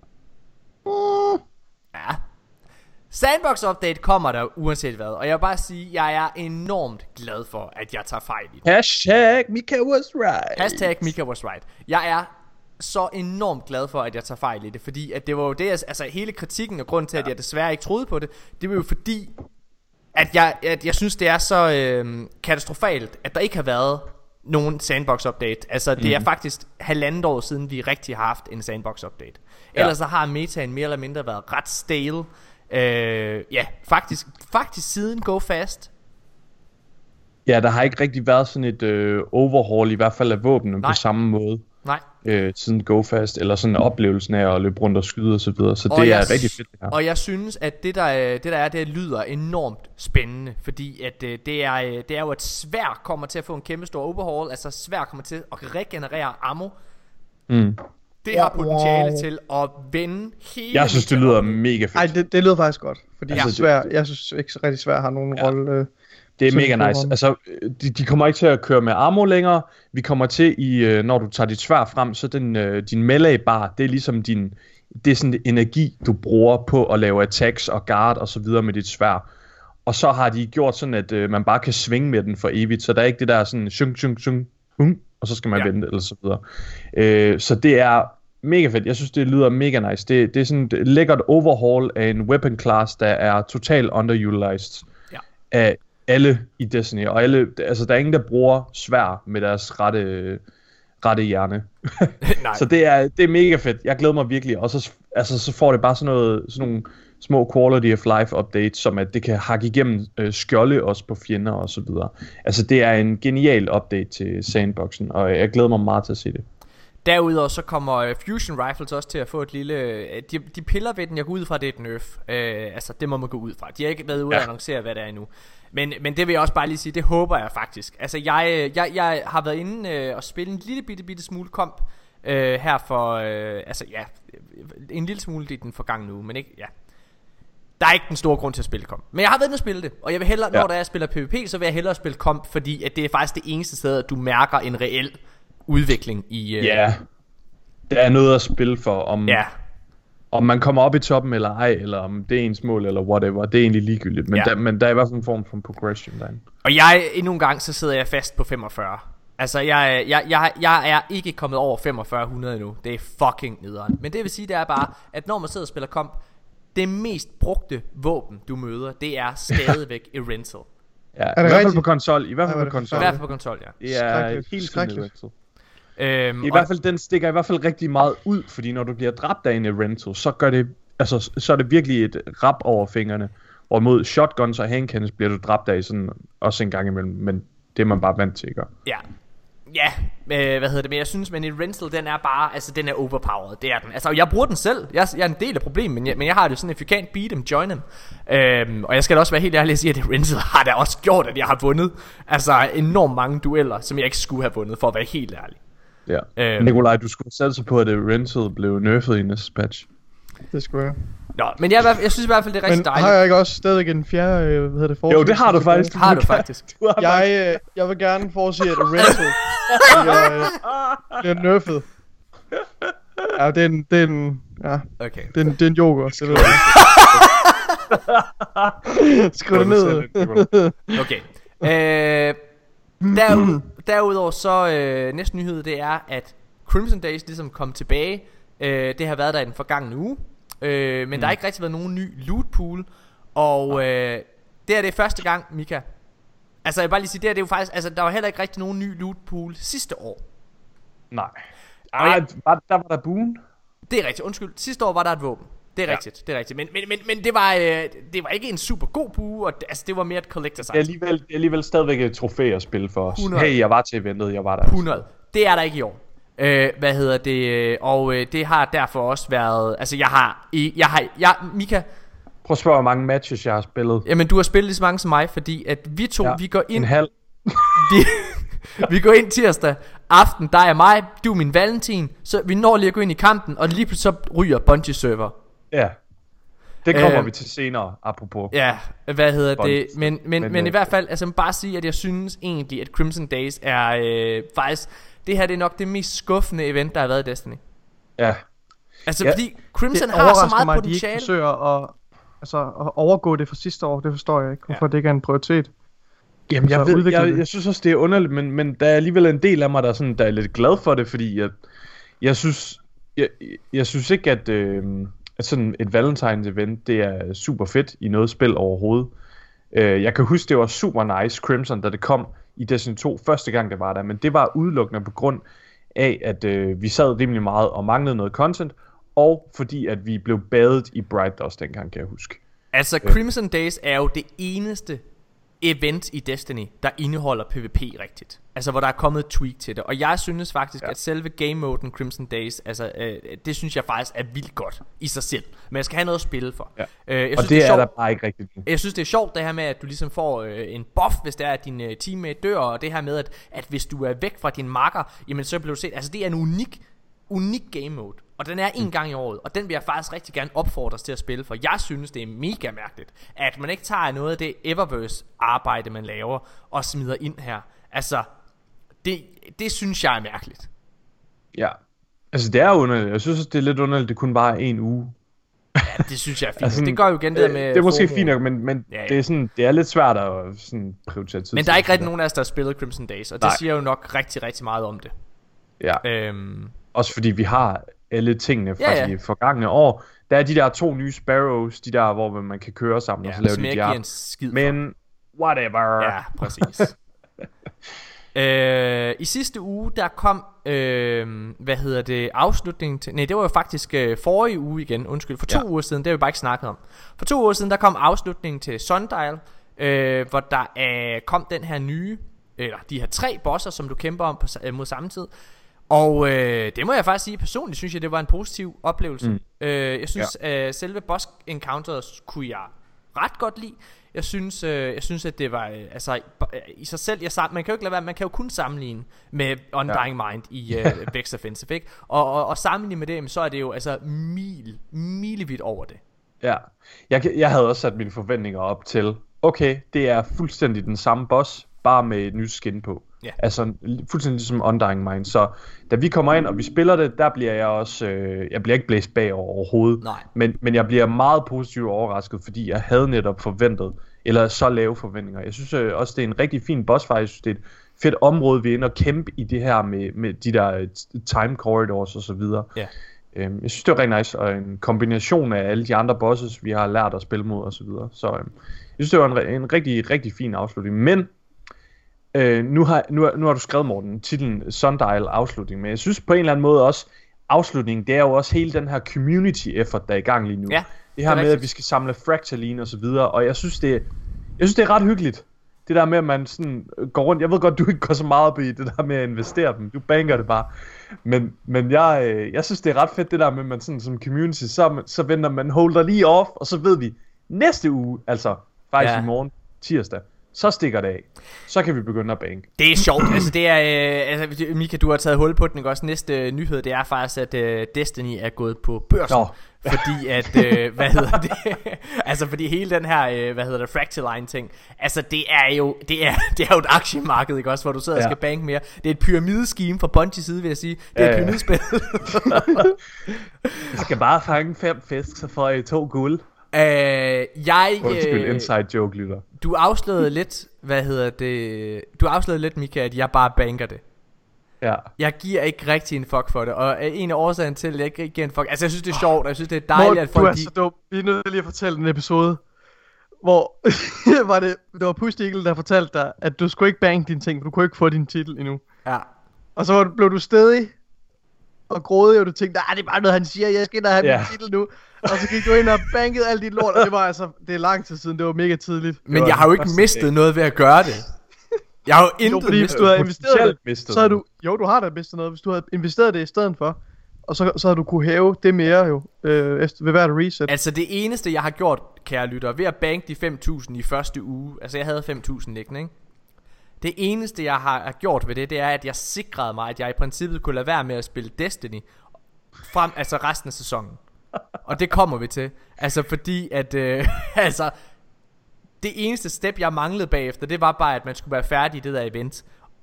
Ja. Sandbox update kommer der uanset hvad. Og jeg vil bare sige, jeg er enormt glad for, at jeg tager fejl i det. Hashtag Mika was right. Hashtag Mika was right. Jeg er så enormt glad for, at jeg tager fejl i det. Fordi at det var jo det, altså hele kritikken og grund til, at jeg desværre ikke troede på det, det var jo fordi, at jeg, at jeg synes, det er så øh, katastrofalt, at der ikke har været nogen sandbox-update. Altså, det mm. er faktisk halvandet år siden, vi rigtig har haft en sandbox-update. Ja. Ellers så har metaen mere eller mindre været ret stale. Øh, ja, faktisk, faktisk siden Go Fast. Ja, der har ikke rigtig været sådan et øh, overhaul, i hvert fald af våbnene Nej. på samme måde, Nej. øh, siden Go Fast, eller sådan oplevelsen af at løbe rundt og skyde og så videre. Så Og det jeg er s- rigtig fedt, det her. Og jeg synes, at det der, øh, det der er, det lyder enormt spændende. Fordi at øh, det, er, øh, det er jo, at svær kommer til at få en kæmpe stor overhaul. Altså svær kommer til at regenerere ammo. Mm. Det har potentiale til at vende hele... Jeg synes, det lyder mega fedt. Ej, det, det lyder faktisk godt. Fordi Altså, altså, svær, jeg synes ikke så rigtig svært har nogen Ja. rolle. Øh, Det er Sådan mega en nice. forhånd. Altså, de, de kommer ikke til at køre med armor længere. Vi kommer til, i, øh, når du tager dit sværd frem, så den, øh, din melee bar, det er ligesom din, det er sådan en energi, du bruger på at lave attacks og guard og så videre med dit sværd. Og så har de gjort sådan, at øh, man bare kan svinge med den for evigt, så der er ikke det der sådan, shung, shung, shung, hung, og så skal man Ja. ja. vente, eller så videre. Øh, så det er mega fedt. Jeg synes, det lyder mega nice. Det, det er sådan et lækkert overhaul af en weapon class, der er totalt underutilized Ja. af alle i Destiny. Og alle, altså, der er ingen, der bruger svær med deres rette, rette hjerne. Nej. Så det er, det er mega fedt. Jeg glæder mig virkelig. Og så, altså, så får det bare sådan, noget, sådan nogle små quality of life updates, som at det kan hakke igennem øh, skjolde også på fjender og så videre. Altså det er en genial update til sandboxen, og jeg glæder mig meget til at se det. Derudover så kommer Fusion Rifles også til at få et lille... De, de piller ved den, jeg går ud fra, det er et nerf. øh, Altså det må man gå ud fra. De har ikke været ude ja. at annoncere, hvad det er endnu. Men, men det vil jeg også bare lige sige, det håber jeg faktisk. Altså jeg, jeg, jeg har været inde øh, og spille en lille bitte bitte smule komp øh, her for... Øh, altså ja, en lille smule i den forgangne uge, men ikke... Ja. Der er ikke den store grund til at spille komp. Men jeg har været inde og spille det. Og jeg vil hellere, ja. når der er spiller PvP, så vil jeg hellere spille komp, fordi at det er faktisk det eneste sted, at du mærker en reel udvikling i... Ja, øh... yeah. Der er noget at spille for, om, ja. om man kommer op i toppen eller ej, eller om det er ens mål, eller whatever. Det er egentlig ligegyldigt, men, ja. der, men der er i hvert fald en form for progression derinde. Og jeg, endnu en gang, så sidder jeg fast på femogfyrre. Altså, jeg, jeg, jeg, jeg er ikke kommet over femogfyrre hundrede endnu. Det er fucking nederen. Men det vil sige, det er bare, at når man sidder og spiller komp, det mest brugte våben, du møder, det er stadigvæk i rental. Ja, i hvert fald på konsol. I hvert fald på konsol. I hvert fald på konsol, ja. Det er helt skrækkeligt. Øhm, I hvert fald, den stikker i hvert fald rigtig meget ud, fordi når du bliver dræbt af en i rental, så gør det, altså, så er det virkelig et rap over fingrene. Og mod shotguns og handcannons bliver du dræbt af sådan også en gang imellem, men det er man bare vant til, ikke? Ja. Ja, øh, hvad hedder det, men jeg synes, men en rental, den er bare, altså den er overpowered, det er den. Altså, jeg bruger den selv, jeg, jeg er en del af problemet, men jeg, men jeg har det sådan, if you can't beat them, join them. øhm, Og jeg skal da også være helt ærlig at sige, at en rental har da også gjort, at jeg har vundet altså enormt mange dueller, som jeg ikke skulle have vundet, for at være helt ærlig. Ja, øhm. Nikolaj, du skulle satse på, at rental blev nerfed i næste patch. Det skulle jeg. Nå, men jeg, jeg synes i hvert fald, det er rigtig men dejligt. Men har jeg ikke også stadig en fjerde, hvad hedder det, Jo, det har du faktisk. Har du faktisk. Du har jeg, øh, jeg vil gerne forudsige, at rental bliver, øh, bliver nerfed. Ja, det er en, det er en, ja, okay. det er en, det er en yoghurt, det ved jeg. Skriv det ned. Okay. Øh, derud, derudover så, øh, næste nyhed, det er, at Crimson Days ligesom kom tilbage. øh, Det har været der i den forgangne uge. Øh, men mm. der har ikke rigtig været nogen ny loot pool. Og øh, det er det første gang, Mika. Altså jeg vil bare lige sige, det, er, det er jo faktisk, altså der var heller ikke rigtig nogen ny loot pool sidste år. Nej. Ej, var, der var der boon. Det er rigtigt, undskyld. Sidste år var der et våben. Det er ja. rigtigt, det er rigtigt. Men, men, men, men det, var, øh, det var ikke en super god bue, og altså, det var mere et collector's item. Det er alligevel, det er alligevel stadigvæk et trofæ at spille for os. hundrede Hey, jeg var til eventet, jeg var der. hundrede Det er der ikke i år. Øh, hvad hedder det? Og øh, det har derfor også været. Altså jeg har Jeg har jeg, Mika, prøv at spørge, hvor mange matches jeg har spillet. Jamen du har spillet lige så mange som mig, fordi at vi to, ja, vi går ind en halv vi, vi går ind tirsdag aften, der er mig, du er min Valentin. Så vi når lige at gå ind i kampen, og lige pludselig så ryger Bungie server. Ja, det kommer øh, vi til senere, apropos. Ja, hvad hedder Bungie. det? Men, men, men, men i hvert fald, altså jeg må bare sige, at jeg synes egentlig, at Crimson Days er øh, faktisk, det her det er nok det mest skuffende event, der har været i Destiny. Ja. Altså ja. fordi Crimson det har så meget mig, potentiale. De ikke forsøger at, altså, at overgå det fra sidste år. Det forstår jeg ikke, hvorfor ja. det ikke er en prioritet. Jamen jeg, ved, jeg, jeg synes også det er underligt, men, men der er alligevel en del af mig der, sådan, der er lidt glad for det. Fordi jeg, jeg synes jeg, jeg synes ikke at, øh, at sådan et Valentines event, det er super fedt i noget spil overhovedet. øh, Jeg kan huske det var super nice Crimson, da det kom i Destiny to første gang det var der. Men det var udelukkende på grund af at øh, vi sad rimelig meget og manglede noget content, og fordi at vi blev badet i Bright Dust dengang, kan jeg huske. Altså Crimson Days er jo det eneste event i Destiny, der indeholder PvP rigtigt. Altså hvor der er kommet et tweak til det. Og jeg synes faktisk, ja. at selve game-moden Crimson Days, altså øh, det synes jeg faktisk er vildt godt i sig selv. Men jeg skal have noget at spille for. Ja. øh, jeg Og synes, det, det er, er sjovt. der bare ikke rigtigt. Jeg synes det er sjovt det her med, at du ligesom får øh, en buff, hvis det er at din øh, teammate dør. Og det her med at, at hvis du er væk fra din makker, jamen så bliver du set. Altså det er en unik Unik game mode. Og den er en mm. gang i året. Og den vil jeg faktisk rigtig gerne opfordres til at spille. For jeg synes det er mega mærkeligt, at man ikke tager noget af det Eververse arbejde man laver og smider ind her. Altså Det, det synes jeg er mærkeligt. Ja, altså det er underligt. Jeg synes også det er lidt underligt. Det kun bare er en uge. Ja, det synes jeg er fint. Altså, det gør jo igen det der med det er måske FOMO. fint nok, men, men ja, ja. Det er sådan, det er lidt svært at sådan prioritere tid. Men der er ikke rigtig nogen af os der har spillet Crimson Days. Og det Nej. siger jo nok rigtig rigtig meget om det. Ja. øhm, Også fordi vi har alle tingene fra Ja, ja. de forgangne år. Der er de der to nye Sparrows, de der, hvor man kan køre sammen, Ja, og så lave som de jeg de giver en skid for. Men, whatever. Ja, præcis. øh, I sidste uge, der kom, øh, hvad hedder det, afslutningen til... Nej, det var jo faktisk øh, forrige uge igen, undskyld. For to Ja. uger siden, det har vi bare ikke snakket om. For to uger siden, der kom afslutningen til Sundial, øh, hvor der øh, kom den her nye, eller de her tre bosser, som du kæmper om på, øh, mod samme tid. Og øh, det må jeg faktisk sige, personligt synes jeg, det var en positiv oplevelse. Mm. øh, Jeg synes, ja. øh, selve boss encounters kunne jeg ret godt lide. Jeg synes, øh, jeg synes at det var øh, altså øh, i sig selv, jeg sam- man kan jo ikke lade være, man kan jo kun sammenligne med Undying ja. Mind i øh, Vex Offensive, ikke? Og, og, og sammenligne med det, så er det jo altså mil, milevidt over det. Ja, jeg, jeg havde også sat mine forventninger op til, okay, det er fuldstændig den samme boss, bare med et nyt skin på. Ja. Altså fuldstændig som Undying Mind. Så da vi kommer ind, og vi spiller det, der bliver jeg også, øh, jeg bliver ikke blæst bag overhovedet. Nej. Men, men jeg bliver meget positivt overrasket, fordi jeg havde netop forventet, eller så lave forventninger. Jeg synes øh, også, det er en rigtig fin boss fight. Jeg synes, det er et fedt område, vi er inde og kæmpe i det her med, med de der øh, time corridors og så videre. Ja. Øhm, jeg synes, det var rigtig nice, og en kombination af alle de andre bosses, vi har lært at spille mod og så videre. Så øhm, jeg synes, det var en, en rigtig, rigtig fin afslutning. Men øh, nu, har, nu, nu har du skrevet, Morten, titlen Sundial afslutning, men jeg synes på en eller anden måde også, afslutningen, det er jo også hele den her community effort, der er i gang lige nu. Ja, det her det er med, rigtigt. at vi skal samle Fractaline og så videre, og jeg synes, det, jeg synes, det er ret hyggeligt. Det der med, at man sådan går rundt. Jeg ved godt, du ikke går så meget op i det der med at investere dem. Du banker det bare. Men, men jeg, øh, jeg synes, det er ret fedt, det der med, at man sådan som community, så, så venter man holder lige off, og så ved vi, næste uge, altså faktisk Ja. i morgen, tirsdag, så stikker det af. Så kan vi begynde at banke. Det er sjovt, altså det er, øh, altså Mika, du har taget hul på den, ikke også? Næste øh, nyhed, det er faktisk, at øh, Destiny er gået på børsen. Nå. Fordi at, øh, hvad hedder det, altså fordi hele den her, øh, hvad hedder det, Fractaline ting, altså det er jo, det er, det er jo et aktiemarked, ikke også, hvor du sidder ja. og skal banke mere. Det er et pyramideskeme fra Bungies side, vil jeg sige. Det er Ja, et ja. pyramidespil. Jeg skal bare fange fem fisk, så får I to guld. øh, jeg, Undskyld, øh, inside joke, lytter. du afslørede lidt, hvad hedder det, du afslørede lidt, Mika, at jeg bare banker det. Ja. Jeg giver ikke rigtig en fuck for det. Og en af årsagen til, at jeg ikke giver en fuck, altså jeg synes det er sjovt, og jeg synes det er dejligt, at du folk er så dum. Vi er nødt til lige at fortælle en episode, hvor var det, det var Push Eagle, der fortalte dig, at du skulle ikke banke dine ting, for du kunne ikke få din titel endnu. Ja. Og så var du- blev du stedig og grådig, og du tænkte, nej, det er bare noget, han siger, jeg skal da have Ja. min titel nu. Og så gik du ind og bankede alt dit lort, og det var altså, det er lang tid siden, det var mega tidligt. Men var jeg har jo ikke første mistet dag. noget ved at gøre det. Jeg har jo Jo, intet fordi hvis mistet. du havde investeret potentielt det, mistet så havde noget. du, jo, du har da mistet noget, hvis du havde investeret det i stedet for, og så, så havde du kunne hæve det mere jo, øh, efter, ved hvert reset. Altså det eneste jeg har gjort, kære lytter, ved at banke de fem tusind i første uge, altså jeg havde fem tusind liggende, ikke? Det eneste jeg har har gjort ved det, det er at jeg sikrede mig, at jeg i princippet kunne lade være med at spille Destiny frem, altså resten af sæsonen. Og det kommer vi til. Altså fordi at øh, altså det eneste step jeg manglede bagefter, det var bare at man skulle være færdig i det der event.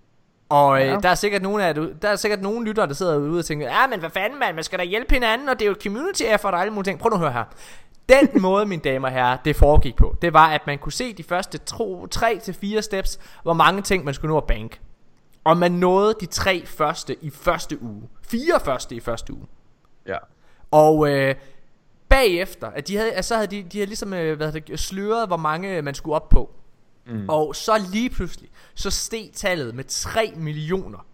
Og øh, Ja. der er sikkert nogen af der er sikkert nogen lyttere der sidder ude og tænker, ja, men hvad fanden mand, man skal da hjælpe hinanden, og det er jo et community effort og alle mulige ting. Prøv nu at høre her. Den måde, mine damer og herrer, det foregik på, det var at man kunne se de første tre til fire steps, hvor mange ting man skulle nå at banke. Og man nåede de tre første i første uge. Fire første i første uge. Ja. Og øh, bagefter, at de havde, altså, så havde de, de havde ligesom øh, hvad hedder det, sløret, hvor mange man skulle op på. Mm. Og så lige pludselig, så steg tallet med tre millioner.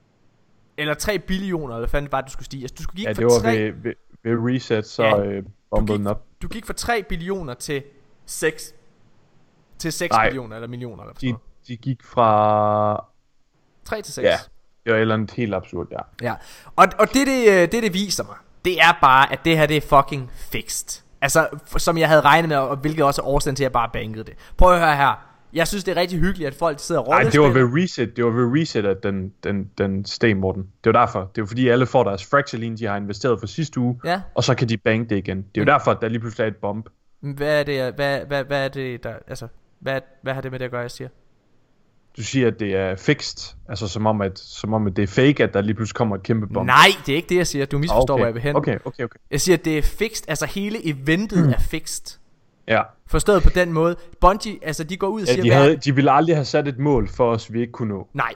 Eller tre billioner, eller hvad fanden var det, du skulle stige. Altså, du skulle gik Ja, fra det var tre, ved, ved, ved reset, så Ja. øh, du bombede gik, den op. du gik fra tre billioner til seks til seks Nej. millioner, eller millioner, eller sådan De, noget. de gik fra... tre til seks. Ja, det var et eller andet helt absurd, ja. Ja, og, og det, det, øh, det det viser mig, det er bare, at det her det er fucking fixed. Altså, f- som jeg havde regnet med, og hvilket også er årsagen til, at jeg bare bankede det. Prøv at høre her. Jeg synes, det er rigtig hyggeligt, at folk sidder og Nej, det var rollespiller. ved reset, det var ved reset, at den, den, den steg, Morten. Det var derfor. Det var fordi, alle får deres Fractaline, de har investeret for sidste uge, Ja. og så kan de banke det igen. Det er jo derfor, at der lige pludselig er et bomb. Hvad er det, hvad, hvad, hvad er det der, altså, hvad, hvad har det med det at gøre, jeg siger? Du siger, at det er fixed, altså som om, at, som om, at det er fake, at der lige pludselig kommer et kæmpe bomb. Nej, det er ikke det, jeg siger. Du misforstår, okay. hvor jeg vil hen. Okay, okay, okay. Jeg siger, at det er fixed, altså hele eventet mm. er fixed. Ja. Forstået på den måde. Bungie, altså de går ud og Ja, siger, de, hvad- havde, de ville aldrig have sat et mål for os, vi ikke kunne nå. Nej.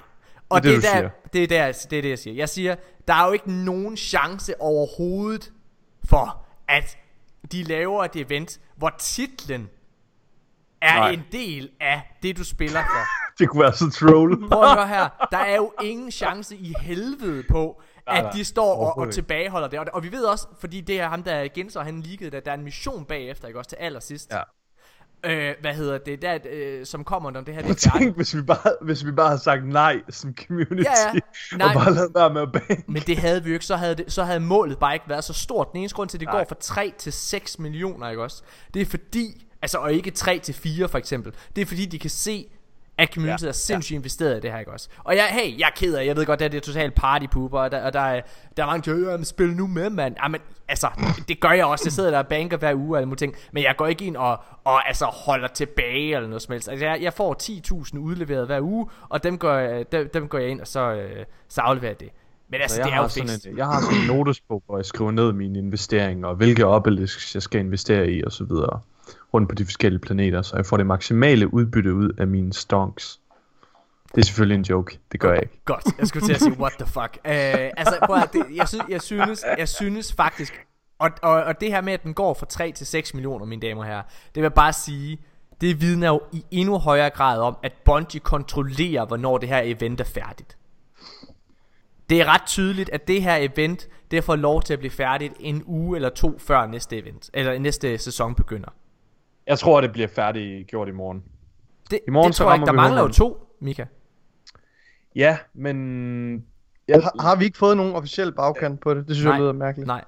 Og det, det, det, det, er du der, det, er der, det er det, jeg siger. Jeg siger, der er jo ikke nogen chance overhovedet for, at de laver et event, hvor titlen er Nej. en del af det, du spiller for. Det kunne være så troll. Prøv at høre her. Der er jo ingen chance i helvede på, Nej, at nej. de står og, og Overhovedet ikke. tilbageholder det. Og, og vi ved også, fordi det er ham, der er Genser, han leakede det, der er en mission bagefter, ikke også, til allersidst. Ja. Øh, hvad hedder det, der, øh, som kommer, når det her det Prøv er at færdigt. tænk, hvis vi bare, hvis vi bare havde sagt nej som community, Ja, ja. Nej. og bare lavet være med at banke. Men det havde vi jo ikke, så havde, det, så havde målet bare ikke været så stort. Den eneste grund til, at det Nej. går fra tre til seks millioner, ikke også? Det er fordi, altså, og ikke tre til fire for eksempel. Det er fordi, de kan se, at communityet Ja, er sindssygt investeret i det her, ikke også? Og jeg, hey, jeg er ked af, jeg ved godt, det er, det er totalt partypooper, og der, og der, er, der er mange, der siger, ja, spil nu med, mand. Jamen, altså, det gør jeg også. Jeg sidder der og banker hver uge og alle mulige ting. Men jeg går ikke ind og, og altså, holder tilbage eller noget som helst. Altså, jeg, jeg får ti tusind udleveret hver uge, og dem går, jeg- dem, dem går jeg ind, og så, øh, så afleverer jeg det. Men altså, Så jeg, det er har jo sådan fikst. en, jeg har sådan en notesbog, hvor jeg skriver ned mine investeringer, og hvilke obelisks jeg skal investere i, og så videre, rundt på de forskellige planeter, så jeg får det maksimale udbytte ud af mine stonks. Det er selvfølgelig en joke, det gør jeg ikke. Godt, jeg skulle til at sige, what the fuck. uh, Altså, prøv at, det, jeg, synes, jeg, synes, jeg synes faktisk, og, og, og det her med, at den går fra tre til seks millioner, mine damer og herrer, det vil jeg bare sige, det vidner jo i endnu højere grad om, at Bungie kontrollerer, hvornår det her event er færdigt. Det er ret tydeligt, at det her event, det får lov til at blive færdigt en uge eller to før næste event, eller næste sæson begynder. Jeg tror, det bliver færdigt gjort i morgen. Det, I morgen det så tror jeg ikke, rammer der vi mangler jo hundrede. to, Mika. Ja, men... Jeg, Har, har vi ikke fået nogen officiel bagkant på det? Det synes Nej. jeg lyder mærkeligt. Nej.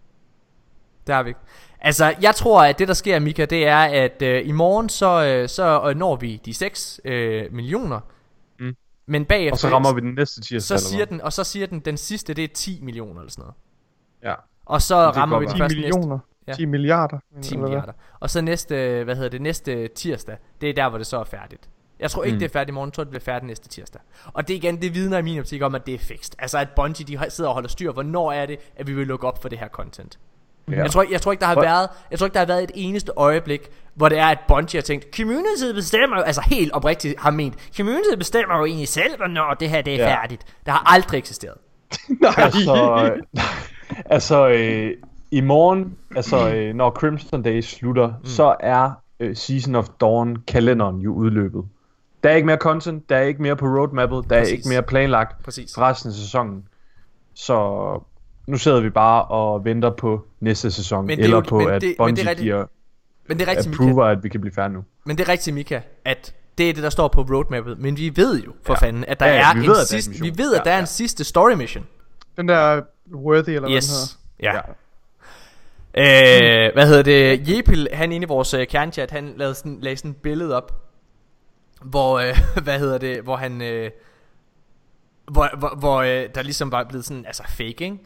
Det har vi ikke. Altså, jeg tror, at det der sker, Mika, det er, at øh, i morgen, så, øh, så øh, når vi de seks øh, millioner. Mm. Men bagefter, og så rammer vi den næste tirsdag. så siger den, og så siger den, den sidste, det er ti millioner eller sådan noget. Ja. Og så kan rammer godt vi være. den ti først næste, millioner. Ja. ti milliarder. ti eller hvad? milliarder. Og så næste, hvad hedder det, næste tirsdag, det er der, hvor det så er færdigt. Jeg tror ikke, Mm. det er færdigt i morgen, jeg tror, det bliver færdigt næste tirsdag. Og det igen, det vidner i min optik om, at det er fikst. Altså, at Bungie, de har- sidder og holder styr, hvornår er det, at vi vil lukke op for det her content. Ja. Jeg tror, ikke- jeg tror ikke der har Hvor- været Jeg tror ikke der har været et eneste øjeblik, hvor det er at Bungie har tænkt, community bestemmer jo, altså helt oprigtigt har ment, community bestemmer jo egentlig selv, hvornår det her det er Ja. færdigt. Det har aldrig eksisteret. Nej. Altså, altså øh, i morgen, altså øh, når Crimson Days slutter, mm. så er øh, Season of Dawn kalenderen jo udløbet. Der er ikke mere content, der er ikke mere på roadmappet, der Præcis. er ikke mere planlagt Præcis. for resten af sæsonen. Så nu sidder vi bare og venter på næste sæson, Men det er eller jo- på men at det- men det er Bungie rigtigt, giver Men det er rigtigt, Mika. approver, at vi kan blive færdige nu. Men det er rigtigt, Mika, at det er det, der står på roadmappet. Men vi ved jo, for Ja. fanden, at der Ja, ja, er vi en ved, at der er en sidste, mission. vi ved, at Ja, der er ja. en sidste story mission. Den der Worthy, eller hvad den Yes. hedder. Ja. Øh, hvad hedder det? Jepil, han inde i vores uh, kernchat, han lavede sådan, lagde sådan et billede op, hvor, øh, hvad hedder det, hvor han, øh, hvor, hvor, hvor øh, der ligesom var blevet sådan, altså fake, ikke?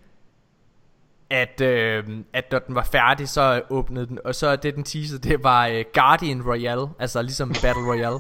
At, øh, at når den var færdig, så åbnede den, og så det den teasede, det var øh, Guardian Royale, altså ligesom Battle Royale.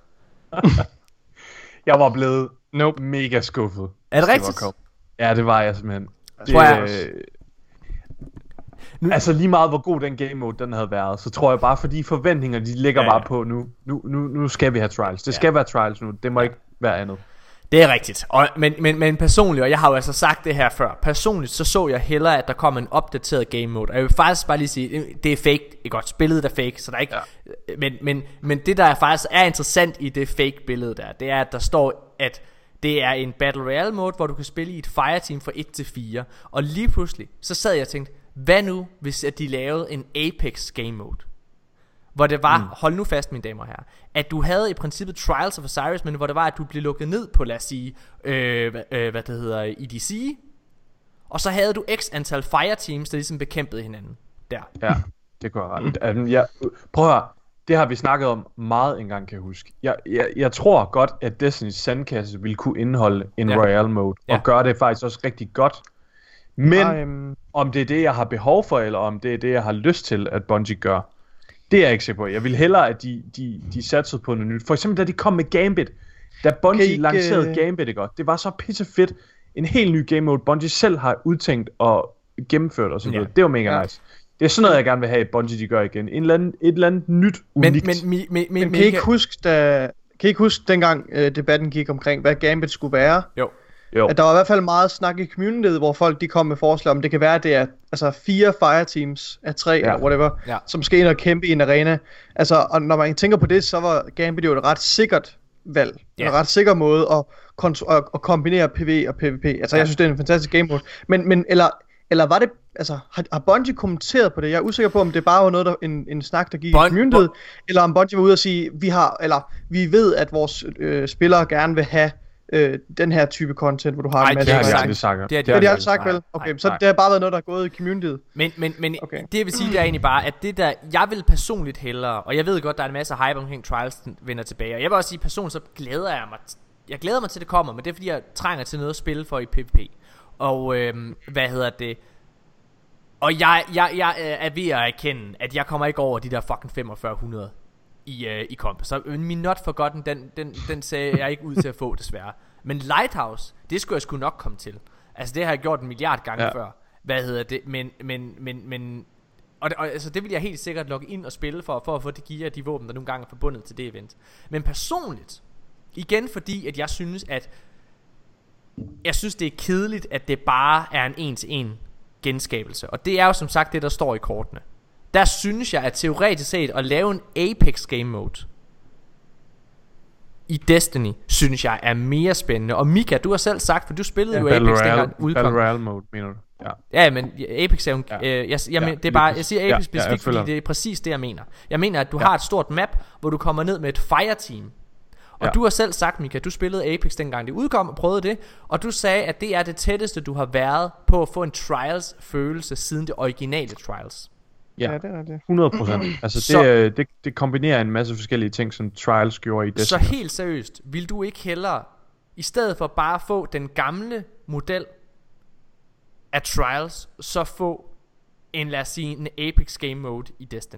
Jeg var blevet Nope. mega skuffet. Er det hvis rigtigt? var kommet. Ja, det var jeg simpelthen. Det, tror jeg også. øh, Nu- Altså lige meget hvor god den game mode den havde været, så tror jeg bare fordi forventninger de ligger Ja, ja, ja. bare på nu, nu, nu, nu skal vi have trials. Det skal være trials nu, det må ikke være andet. Det er rigtigt, og, men, men, men personligt, og jeg har jo altså sagt det her før, personligt så så jeg hellere, at der kom en opdateret game mode. Og jeg vil faktisk bare lige sige, det er fake, ikke godt, spillet er fake, så der er ikke, ja. men, men, men det der faktisk er interessant i det fake billede der, det er at der står, at det er en Battle Royale mode, hvor du kan spille i et fireteam fra et til fire. Og lige pludselig, så sad jeg og tænkte, hvad nu hvis at de lavede en Apex game mode? Hvor det var, mm. hold nu fast mine damer og herrer, at du havde i princippet Trials of Osiris, men hvor det var at du blev lukket ned på, lad os sige, øh, hvad, øh, hvad det hedder, E D C. Og så havde du x antal fireteams, der ligesom bekæmpede hinanden der. Ja, det kunne jeg ret. Altså, jeg, prøv at høre, det har vi snakket om meget engang, kan jeg huske. Jeg, jeg, jeg tror godt, at Destiny's sandkasse ville kunne indeholde en Ja. ja. Royale mode, Ja. og gøre det faktisk også rigtig godt. Men Ej, øhm, om det er det, jeg har behov for, eller om det er det, jeg har lyst til, at Bungie gør, det er jeg ikke sikker på. Jeg vil hellere, at de, de, de satsede på noget nyt. For eksempel, da de kom med Gambit. Da Bungie Kan I ikke, lancerede øh, Gambit, ikke? Det var så pissefedt. En helt ny game mode, Bungie selv har udtænkt og gennemført og så videre. Ja. Det var mega Ja. nice. Det er sådan noget, jeg gerne vil have, at Bungie de gør igen. En eller anden, et eller andet nyt, Men, unikt. men, mi, mi, mi, men kan I ikke huske, da, kan I ikke huske dengang øh, debatten gik omkring, hvad Gambit skulle være? Jo. Jo. At der var i hvert fald meget snak i communityet, hvor folk de kom med forslag om, det kan være, at det er altså fire fireteams af tre, ja. eller whatever, Ja. som skal ind og kæmpe i en arena. Altså, og når man tænker på det, så var Gambit jo et ret sikkert valg. Ja. En ret sikker måde at, kont- at, at kombinere PvE og PvP. Altså, Ja. jeg synes, det er en fantastisk game mode. Men, men eller, eller var det, altså, har, har Bungie kommenteret på det? Jeg er usikker på, om det bare var noget, der, en, en snak, der gik Bun- i communityet, eller om Bungie var ude og sige, vi har, eller vi ved, at vores øh, spillere gerne vil have øh, den her type content, hvor du har Ej, en masse Det har de sagt. aldrig sagt. Det har de det har de aldrig aldrig sagt, Nej, vel? Okay, nej, så nej. det har bare været noget, der er gået i communityet. Men, men, men Okay. det jeg vil sige, det er egentlig bare, at det der, jeg vil personligt hellere, og jeg ved godt, der er en masse hype omkring Trials den vender tilbage, og jeg vil også sige, personligt så glæder jeg mig, t- jeg glæder mig til det kommer, men det er fordi, jeg trænger til noget at spille for i PvP. Og øhm, hvad hedder det? Og jeg, jeg, jeg øh, er ved at erkende, at jeg kommer ikke over de der fucking fyrre hundrede i, øh, i komp. Så øh, min not forgotten, den, den, den sagde jeg ikke ud til at få, desværre. Men Lighthouse, det skulle jeg sgu nok komme til. Altså det har jeg gjort en milliard gange Ja. før. Hvad hedder det? Men, men, men, men og, det, og altså, det vil jeg helt sikkert logge ind og spille for, for at få de gear og de våben, der nogle gange er forbundet til det event. Men personligt, igen fordi, at jeg synes, at jeg synes, det er kedeligt, at det bare er en en-til-en genskabelse. Og det er jo som sagt det, der står i kortene. Der synes jeg, at teoretisk set at lave en Apex game mode i Destiny, synes jeg er mere spændende. Og Mika, du har selv sagt, for du spillede jo Battle Apex Royale, dengang udkom. Battle Royale mode, mener du? Ja. Ja, men Apex er jo en, Ja. øh, jeg, jeg, Ja, men, det er lige bare, præcis. jeg siger Ja, Apex ja, specifikt, jeg følger fordi det er præcis det, jeg mener. Jeg mener, at du Ja. har et stort map, hvor du kommer ned med et fireteam. Og Ja. du har selv sagt, Mika, du spillede Apex dengang det udkom og prøvede det, og du sagde, at det er det tætteste, du har været på at få en Trials-følelse siden det originale Trials. Ja, Ja, det er det. hundrede procent. Altså Så- det, øh, det, det kombinerer en masse forskellige ting, som Trials gjorde i Så Destiny. helt seriøst, vil du ikke hellere, i stedet for bare at få den gamle model af Trials, så få en, lad os sige, en Apex game mode i Destiny?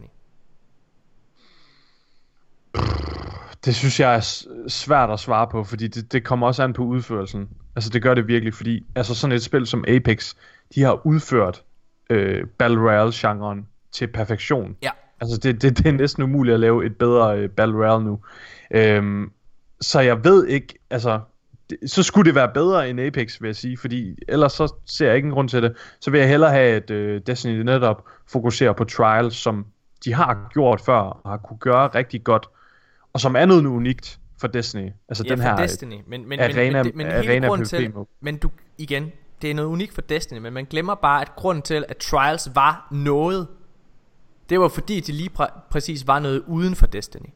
Det synes jeg er s- svært at svare på, fordi det, det kommer også an på udførelsen. Altså det gør det virkelig, fordi altså sådan et spil som Apex, de har udført øh, Battle Royale-genren til perfektion. Ja. Altså det, det, det er næsten umuligt at lave et bedre øh, Battle Royale nu. Øhm, så jeg ved ikke, altså det, så skulle det være bedre end Apex, vil jeg sige, fordi ellers så ser jeg ikke en grund til det. Så vil jeg hellere have, at øh, Destiny netop fokuserer på Trials, som de har gjort før, og har kunne gøre rigtig godt, og som er noget unikt for Destiny. Altså Ja, den for her Destiny. Men, men, arena, men, men, men hele arena grunden PvP til, mode. men du, igen, det er noget unikt for Destiny, men man glemmer bare, at grunden til, at Trials var noget, det var fordi, de lige præ- præcis var noget uden for Destiny.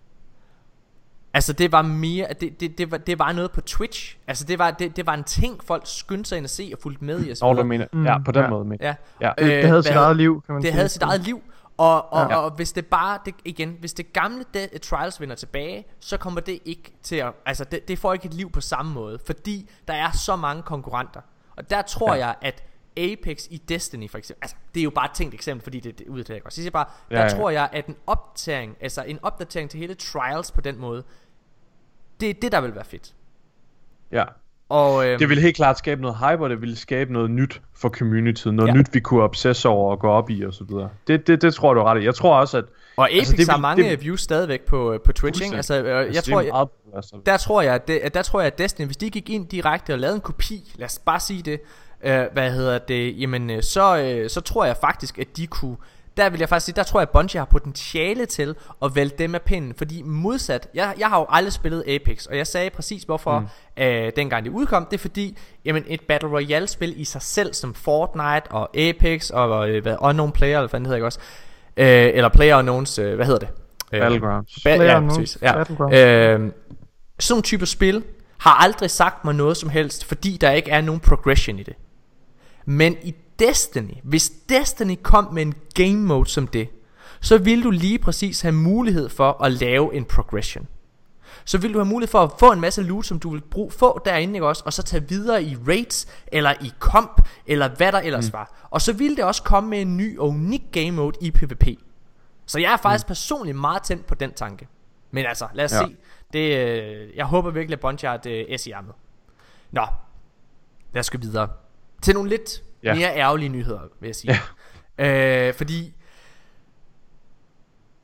Altså det var mere, det, det, det, var, det var noget på Twitch. Altså det var, det, det var en ting, folk skyndte sig ind at se og fulgte med i og så Når du videre. mener, Mm, ja, på den ja. måde. Men. Ja. Ja. Det, det Øh, havde sit hvad- eget liv, kan man Det sige. havde sit eget liv. Og, og, Ja. og hvis det bare, det, igen, hvis det gamle de, Trials vender tilbage, så kommer det ikke til at, altså det, det får ikke et liv på samme måde, fordi der er så mange konkurrenter. Og der tror Ja. jeg, at Apex i Destiny for eksempel, altså det er jo bare et tænkt eksempel, fordi det, det ud til jeg godt. Så siger jeg bare, Ja, der ja. tror jeg, at en opdatering, altså en opdatering til hele Trials på den måde, det er det, der vil være fedt. Ja. Og øhm, Det ville helt klart skabe noget hype, og det ville skabe noget nyt for communityet. Noget Ja. ja. nyt, vi kunne obsesse over og gå op i, og så videre. Det, det, det tror jeg, du har ret i. Jeg tror også, at og Apex altså, det har vil- mange det- views stadigvæk på, på Twitch, ikke? Altså, øh, jeg altså, tror, det er meget populært. der tror jeg, at det, der tror jeg, at Destiny, hvis de gik ind direkte og lavede en kopi, lad os bare sige det, øh, hvad hedder det, jamen øh, så, øh, så tror jeg faktisk, at de kunne, der vil jeg faktisk sige, der tror jeg, at Bungie har potentiale til at vælge dem af pinden, fordi modsat, jeg, jeg har jo aldrig spillet Apex, og jeg sagde præcis hvorfor, mm. øh, dengang det udkom, det er fordi, jamen et Battle Royale spil i sig selv, som Fortnite og Apex og øh, hvad, Unknown Player, eller hvad det hedder ikke også, øh, eller Player Unknowns, øh, hvad hedder det? Øh, Battlegrounds. Ba- Player ja, Unknowns, præcis. Ja. Battlegrounds. Øh, sådan en type spil har aldrig sagt mig noget som helst, fordi der ikke er nogen progression i det. Men i Destiny, hvis Destiny kom med en game mode som det, så vil du lige præcis have mulighed for at lave en progression. Så vil du have mulighed for at få en masse loot, som du vil bruge, få derinde, ikke også? Og så tage videre i raids, eller i comp, eller hvad der ellers mm. var. Og så vil det også komme med en ny og unik game mode i PvP. Så jeg er faktisk mm. personligt meget tændt på den tanke. Men altså, lad os ja. se. Det, øh, jeg håber virkelig, at Bungie har et øh, S i ærmet. Nå, lad os gå videre til nogle lidt Ja. mere ærgerlige nyheder, vil jeg sige. Ja. Øh, fordi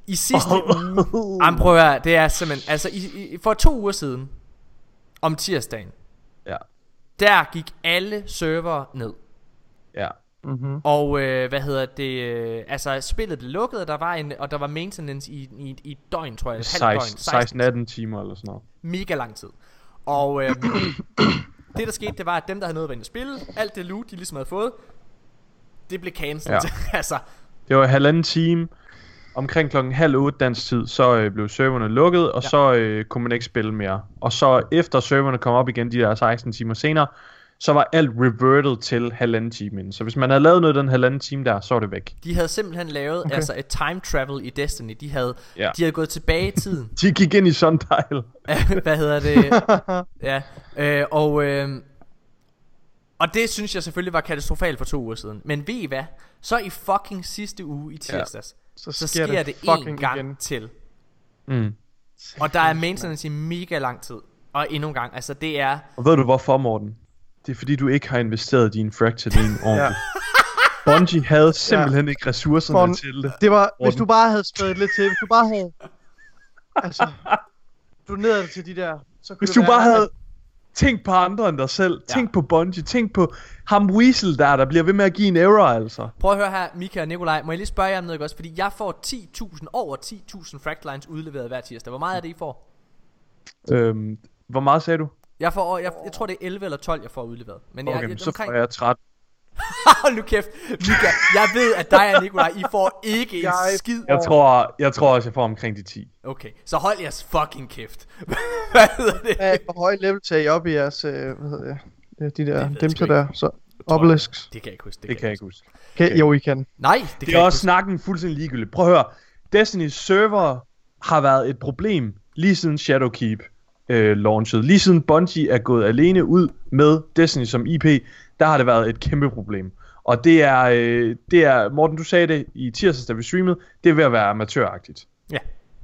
I sidste uge, jamen prøv at høre, det er simpelthen, altså i, i, for to uger siden, om tirsdagen, Ja. der gik alle server ned. Ja. Mm-hmm. Og øh, hvad hedder det, øh, altså spillet blev lukket, og der var en, og der var maintenance i, i, i et døgn, tror jeg, et halvt døgn, seksten atten timer eller sådan noget. mega lang tid. Og øh, det der skete, det var, at dem der havde noget at vende at spille, alt det loot de ligesom havde fået, det blev cancelled. Ja. Altså Det var halvanden time. Omkring klokken halv otte dansk tid, så øh, blev serverne lukket, og Ja. ja. så øh, kunne man ikke spille mere. Og så efter serverne kom op igen, de der seksten timer senere, så var alt reverted til halvanden time inden. Så hvis man havde lavet noget den halvanden time der, så var det væk. de havde simpelthen lavet Okay. okay. altså et time travel i Destiny. De havde, Ja. de havde gået tilbage i tiden. De gik ind i Sundial. Hvad hedder det? Ja. Øh, og øh, og det synes jeg selvfølgelig var katastrofalt for to uger siden. Men ved I hvad? Så i fucking sidste uge i tirsdags, Så så sker, sker det, det fucking en gang igen. til. Mm. Og der er maintenance i mega lang tid. Og endnu en gang, altså det er Og ved du hvorfor, Morten? Det er fordi, du ikke har investeret din Fractal Lane ordentligt. Bungie havde simpelthen ja. ikke ressourcerne Morten, til det. Det var, hvis Morten. du bare havde spredt lidt til, hvis du bare havde, altså, doneret til de der, så kunne Hvis det du være, bare havde at- tænkt på andre end dig selv, Ja. tænk på Bungie, tænk på ham Weasel der, der bliver ved med at give en error, altså. Prøv at høre her, Mika og Nikolaj. Må jeg lige spørge jer om noget, ikke også? Fordi jeg får ti tusind, over ti tusind Fractalines udleveret hver tirsdag. Hvor meget er det, I får? Øhm, hvor meget sagde du? Jeg får, jeg, jeg tror det er elleve eller tolv, jeg får udleveret. Men jeg, Okay, jeg, så får jeg tretten. Hold nu kæft, Mika. Jeg ved, at dig og Nikolaj, I får ikke en Jeg skid. Jeg tror, jeg tror også, jeg får omkring de ti. Okay, så hold jeres fucking kæft. Hvad hedder det? Ja, hvor høj level tager I op i jeres, øh, hvad hedder det, ja, de der ved jeg dimser sgu ikke. der, så obelisks. Det kan jeg ikke huske. Det kan jeg ikke huske. Okay, jo, I kan. Nej, det, Det kan er jeg også ikke snakken fuldstændig ligegyldigt. Prøv at høre. Destiny's server har været et problem lige siden Shadowkeep øh, launchet. Lige siden Bungie er gået alene ud med Destiny som I P, der har det været et kæmpe problem. Og det er, øh, det er, Morten, du sagde det i tirsdags, da vi streamede, det er ved at være amatøragtigt. Ja.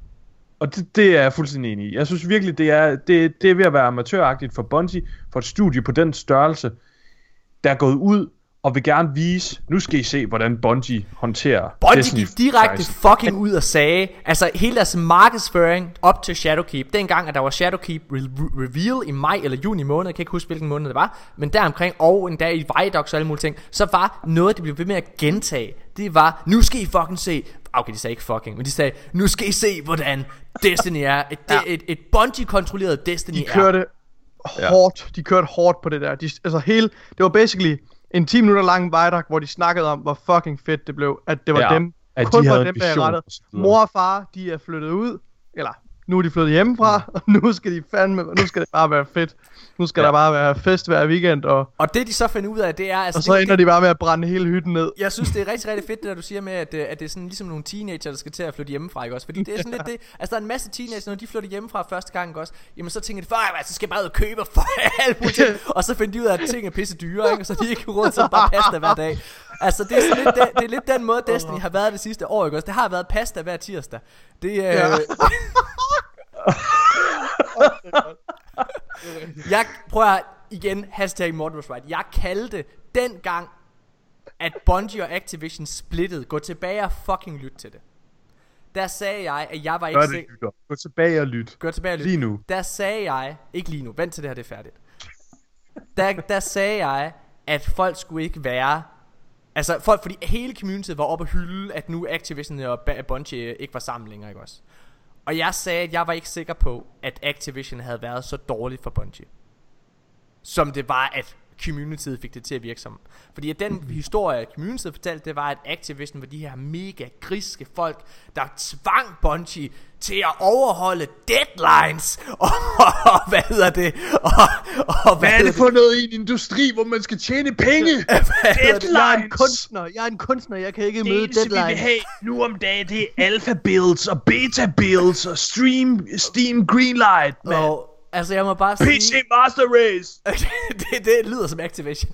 Og det, det er jeg fuldstændig enig i. Jeg synes virkelig, det er, det, det er ved at være amatøragtigt for Bungie, for et studie på den størrelse, der er gået ud og vil gerne vise, nu skal I se, hvordan Bungie håndterer Bungie Destiny gik direkte seksten. fucking ud og sagde, altså hele deres markedsføring op til Shadowkeep, dengang at der var Shadowkeep re- reveal i maj eller juni måned, jeg kan ikke huske hvilken måned det var, men deromkring, og endda i Vidox og alle mulige ting, så var noget, de blev ved med at gentage, det var, nu skal I fucking se, okay, de sagde ikke fucking, men de sagde, nu skal I se, hvordan Destiny er, et, ja. et, et, et Bungie-kontrolleret Destiny De er. kørte hårdt, de kørte hårdt på det der. De, altså hele, det var basically en ti minutter lang Vidoc, hvor de snakkede om, hvor fucking fedt det blev, at det var Ja, dem, at kun de var havde dem, en der er vision rettet. og så videre. Mor og far, de er flyttet ud, eller nu er de flyttet hjemmefra, og nu skal de fandme, nu skal det bare være fedt. Nu skal Ja. der bare være fest hver weekend, og, Og det de så finder ud af, det er altså, og så det, ender de bare med at brænde hele hytten ned. Jeg synes det er rigtig rigtig fedt det der du siger med at, øh, at det er sådan ligesom nogle teenager der skal til at flytte hjemmefra, ikke også? Fordi det er sådan lidt det. Altså der er en masse teenager når de flytter hjemmefra første gang, ikke også? Jamen så tænker de, fuck, altså skal jeg bare ud og købe for alt muligt ting. Og så finder de ud af at ting er pisse dyre, ikke? Og så de ikke har råd til at bare pasta hver dag. Altså det er sådan lidt den, det er lidt den måde Destiny har været det sidste år, ikke også? Det har været pasta hver tirsdag. Det øh, Ja. Jeg prøver igen hashtag Morten was right. Jeg kaldte dengang at Bungie og Activision splittede. Gå tilbage og fucking lyt til det. Der sagde jeg at jeg var ikke Gør det, sikker. lytter. Gå tilbage og lyt. Gå tilbage og lyt. Lige nu. Der sagde jeg ikke lige nu. Vent til det her det er færdigt. Der, der sagde jeg at folk skulle ikke være. Altså folk, fordi hele communityet var oppe at hylde at nu Activision og Bungie ikke var sammen længere, ikke også? Og jeg sagde at jeg var ikke sikker på at Activision havde været så dårligt for Bungie som det var at communityet fik det til at virke som. Fordi at den historie communityet fortalte, det var at Activision var de her mega griske folk der tvang Bungie til at overholde deadlines. Og, og hvad hedder det? Og, og Hvad er det for noget i en industri, hvor man skal tjene penge? Jeg er en kunstner, jeg er en kunstner, jeg kan ikke møde deadline. have nu om dagen, det er alpha builds og beta builds og stream, Steam Greenlight, Og altså jeg må bare sige Master Race. det, det lyder som Activision.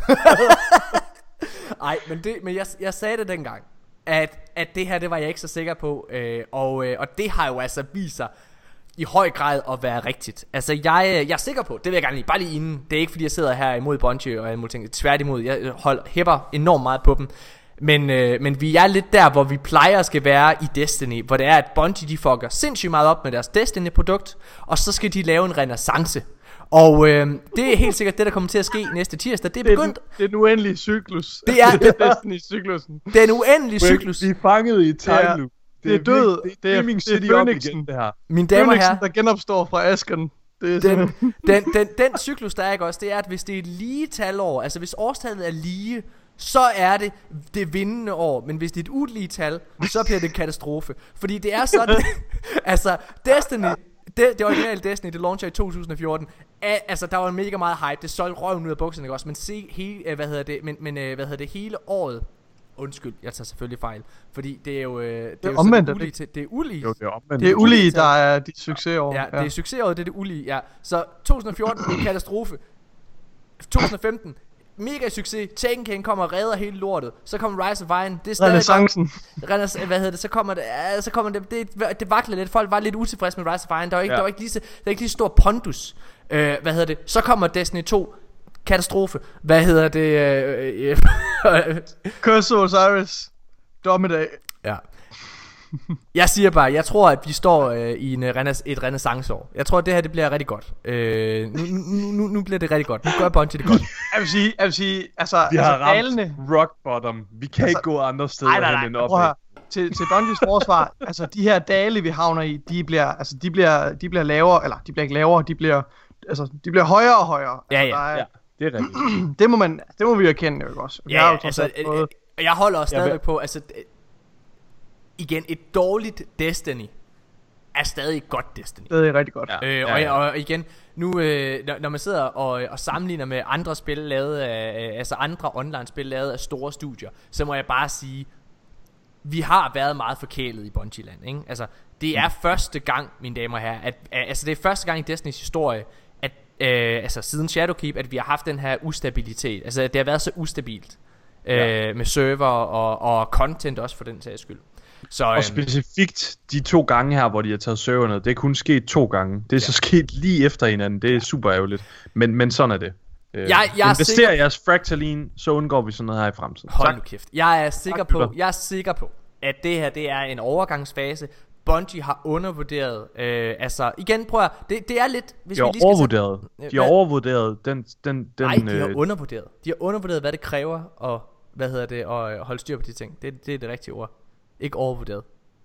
Ej, men, det, men jeg, jeg sagde det dengang at, at det her, det var jeg ikke så sikker på øh, og, øh, og det har jo altså vist sig i høj grad at være rigtigt. Altså jeg, jeg er sikker på, det vil jeg gerne lige, bare lige inden. Det er ikke fordi jeg sidder her imod Bungie og imod ting. Tværtimod, jeg hold, hæpper enormt meget på dem. men, øh, men vi er lidt der, hvor vi plejer at skal være i Destiny, hvor det er, at Bungie de fucker sindssygt meget op med deres Destiny-produkt, og så skal de lave en renaissance. Og øh, det er helt sikkert det, der kommer til at ske næste tirsdag. Det er begyndt. Det, det er den uendelige cyklus. Det er, det er Destiny-cyklusen. Det er en uendelig cyklus. Vi er fanget i time loop. Det er død. Det er, det er Gaming City op igen, det her. Mine damer og herrer, der genopstår fra asken. Det er den, den, den, den cyklus, der er, ikke også, det er, at hvis det er et lige talår, altså hvis årstallet er lige, så er det det vindende år. Men hvis det er et ulige tal, så bliver det en katastrofe. Fordi det er sådan, altså Destiny, det, det originale Destiny, det launcher i to tusind og fjorten. A, altså der var mega meget hype, det solgte røven ud af bukserne, ikke også. Men se hele, hvad hedder det, men, men hvad hedder det, hele året. Undskyld, jeg tager selvfølgelig fejl. Fordi det er jo øh, det, det er jo omvendt, ulige til, det er ulige. Jo, det er omvendt. Det er ulige, der er dit succesår. Ja, det er succesåret, det er det ulige. Ja. Så to tusind og fjorten katastrofe. to tusind og femten mega succes. Taken King kommer og redder hele lortet. Så kommer Rise of Iron. Det er stadig Renaissancen. Rennes, hvad hedder det? Så kommer det, ja, så kommer det, det, det vakler lidt. Folk var lidt utilfredse med Rise of Iron. Der var ikke, ja. der var ikke lige så, der var ikke lige så stor pondus. Øh, hvad hedder det? Så kommer Destiny to. Katastrofe. Hvad hedder det? Øh, øh, Curse of Osiris. Dommedag. Ja. Jeg siger bare, jeg tror at vi står øh, i en, øh, renas- et renaissanceår. Jeg tror at det her det bliver rigtig godt. øh, nu, nu, nu, nu bliver det rigtig godt. Nu gør Bungie det godt. Jeg vil sige, jeg vil sige altså, vi altså har ramt alene, rock bottom. Vi kan altså, ikke gå andre steder nej, nej, nej, hen end op. prøv at høre. Til, til Bungies forsvar, altså de her dale vi havner i, de bliver, altså de bliver, de bliver lavere, eller de bliver ikke lavere, de bliver, altså de bliver højere og højere. Ja, altså, ja, er, ja. Det er rigtigt. det må man, det må vi jo erkende jo også. Ja, ja altså, øh, øh, jeg holder også stadigvæk på, altså øh, igen, et dårligt Destiny er stadig et godt Destiny. Det er rigtig godt. Ja. Øh, og, ja, ja. Og igen, nu øh, når, når man sidder og, og sammenligner med andre spil lavet af, øh, altså andre online spil lavet af store studier, så må jeg bare sige, vi har været meget forkælet i Bungie-land, ikke? Altså, det er mm. første gang, mine damer og herrer, at, altså det er første gang i Destinys historie, at øh, altså siden Shadowkeep, at vi har haft den her ustabilitet. Altså det har været så ustabilt øh, ja. med server og, og content også for den sags skyld. Så, og øhm, specifikt de to gange her, hvor de har taget serverne, det er kun sket to gange. Det er ja. så sket lige efter hinanden. Det er super ærgerligt. Men, men sådan er det. Øh, jeg, jeg Invester sikker... jeres Fractaline, så undgår vi sådan noget her i fremtiden. Hold nu kæft. Jeg er sikker tak, på, jeg er sikker på, at det her det er en overgangsfase. Bungie har undervurderet, øh, altså igen prøv at, det, det er lidt, hvis de vi har lige skal overvurderet. Sætte, de har overvurderet den, den, den. Nej, de har øh... undervurderet. De har undervurderet, hvad det kræver og hvad hedder det, at holde styr på de ting. Det, det er det rigtige ord. Ikke overvurderet.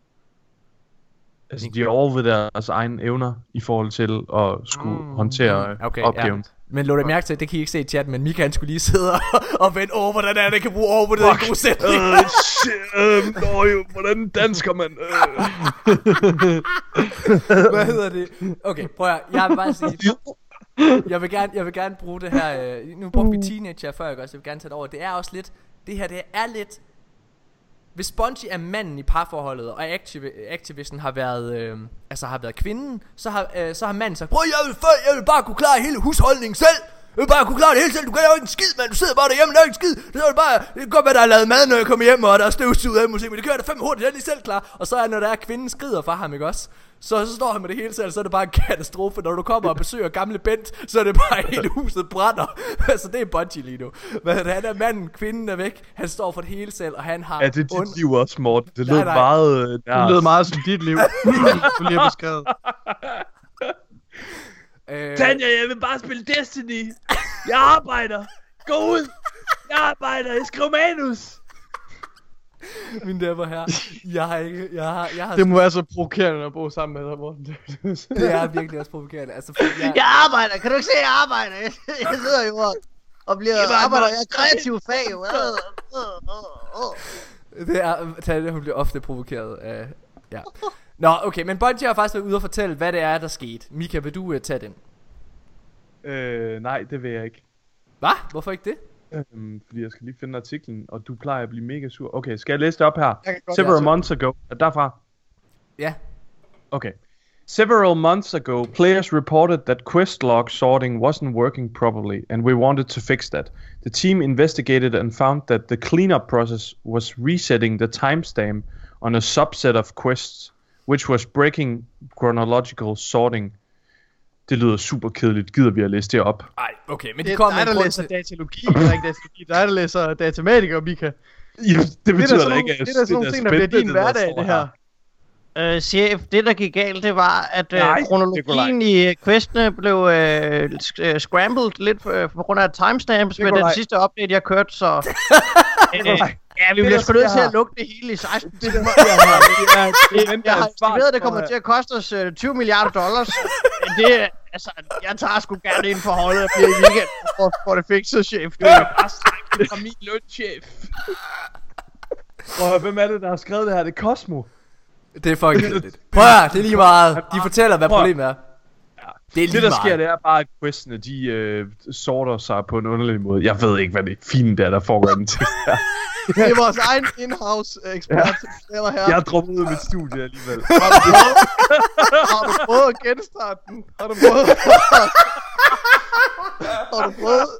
Altså de har overvurderet deres egne evner i forhold til at skulle mm, håndtere okay, opgaven. Ja. Men lå det mærke til, det kan I ikke se i chatten, men Mika han skulle lige sidde og, og vende over, hvordan er det kan bruge overvurderet i god sætning. Uh, shit, uh, nå jo, hvordan dansker man? Uh. Hvad hedder det? Okay, prøv at, jeg vil bare sige, jeg vil gerne, jeg vil gerne bruge det her, øh, nu brugte vi teenager før, ikke også, jeg vil gerne tage det over. Det er også lidt, det her det er lidt, hvis Bungie er manden i parforholdet, og Activ- Activision har været, øh, altså har været kvinden, så har, øh, så har manden sagt, prøv, jeg vil, jeg vil bare kunne klare hele husholdningen selv. Jeg vil bare kunne klare det hele selv. Du kan jo ikke en skid, mand. Du sidder bare derhjemme og laver ikke en skid. Det er bare, det kan godt være, der er lavet mad, når jeg kommer hjem, og der er støvsuget af musik, men det kører da fem hurtigt, det er lige selv klar. Og så er når der er kvinden skrider fra ham, ikke også? Så, så står han med det hele selv, så er det bare en katastrofe. Når du kommer og besøger gamle Bent, så er det bare hele huset brænder. Altså det er Bungie lige nu. Men han er manden, kvinden er væk. Han står for det hele selv, og han har... Ja, det er dit und... liv også, Morten. Det lød nej, nej. meget... Det lød meget som dit liv. Du lige har beskrevet. Øh... Tanja, jeg vil bare spille Destiny. Jeg arbejder. Gå ud. Jeg arbejder. Jeg skriver manus. Mine damer her, jeg har ikke, jeg har, jeg har det må være så provokerende at bo sammen med dig, Morten. Det er virkelig også provokerende. Altså, jeg... jeg arbejder. Kan du ikke se, jeg arbejder? Jeg sidder jo og, og bliver arbejder. Jeg er kreativ fag. Jo. Det er, Tanja, hun bliver ofte provokeret af, ja. Nå, okay, men Bungie har faktisk været ude og fortælle, hvad det er, der skete. Mika, vil du uh, tage den? Øh, nej, det vil jeg ikke. Hvad? Hvorfor ikke det? Øhm, fordi jeg skal lige finde artiklen, og du plejer at blive mega sur. Okay, skal jeg læse det op her? Several months ago. Derfra? Ja. Okay. Several months ago, players reported that quest log sorting wasn't working properly, and we wanted to fix that. The team investigated and found that the cleanup process was resetting the timestamp on a subset of quests, which was breaking chronological sorting. det lyder super kedeligt, gider vi at læse det op? Nej, okay, men de Det er kommer dig, med en der grund læser til... datalogi, det er ikke datalogi. Det er dig, der læser datamatiker, Mika. Ja, det betyder sådan da ikke, nogle- det er da sådan nogle ting, der bliver din hverdag, det her. Øh, chef, det der gik galt, det var, at øh, Nej, kronologien i questene blev øh, sk- øh, scrambled lidt øh, på grund af timestamps med den Nikolaj. sidste update, jeg kørte, så... øh, ja, vi Det, bliver der sgu nødt sker til her. at lukke det hele i seksten Det, timer. der sker her, det er, det er Jeg har svar estimeret, at det på, kommer til at koste os øh, tyve milliarder dollars. Men det, altså, jeg tager sgu gerne ind for holdet og bliver i weekend for, for det fikset, chef. Det er bare strengt fra min lønchef. Og hvem er det, der har skrevet det her? Det er Cosmo. Det er fucking kedeligt. Prøv at høre, det er lige meget. De fortæller, hvad Prøv at- problemet er. Det er lige Det der sker, meget. det er bare, at questene, de øh, sorter sig på en underlig måde. Jeg ved ikke, hvad det fine der, der foregår i den tekst her. Det er vores egen in-house ekspert, som fortæller her. Jeg er droppet ud af mit studie alligevel. Har du prøvet, har du prøvet at genstarte den? Har du prøvet? Har du prøvet?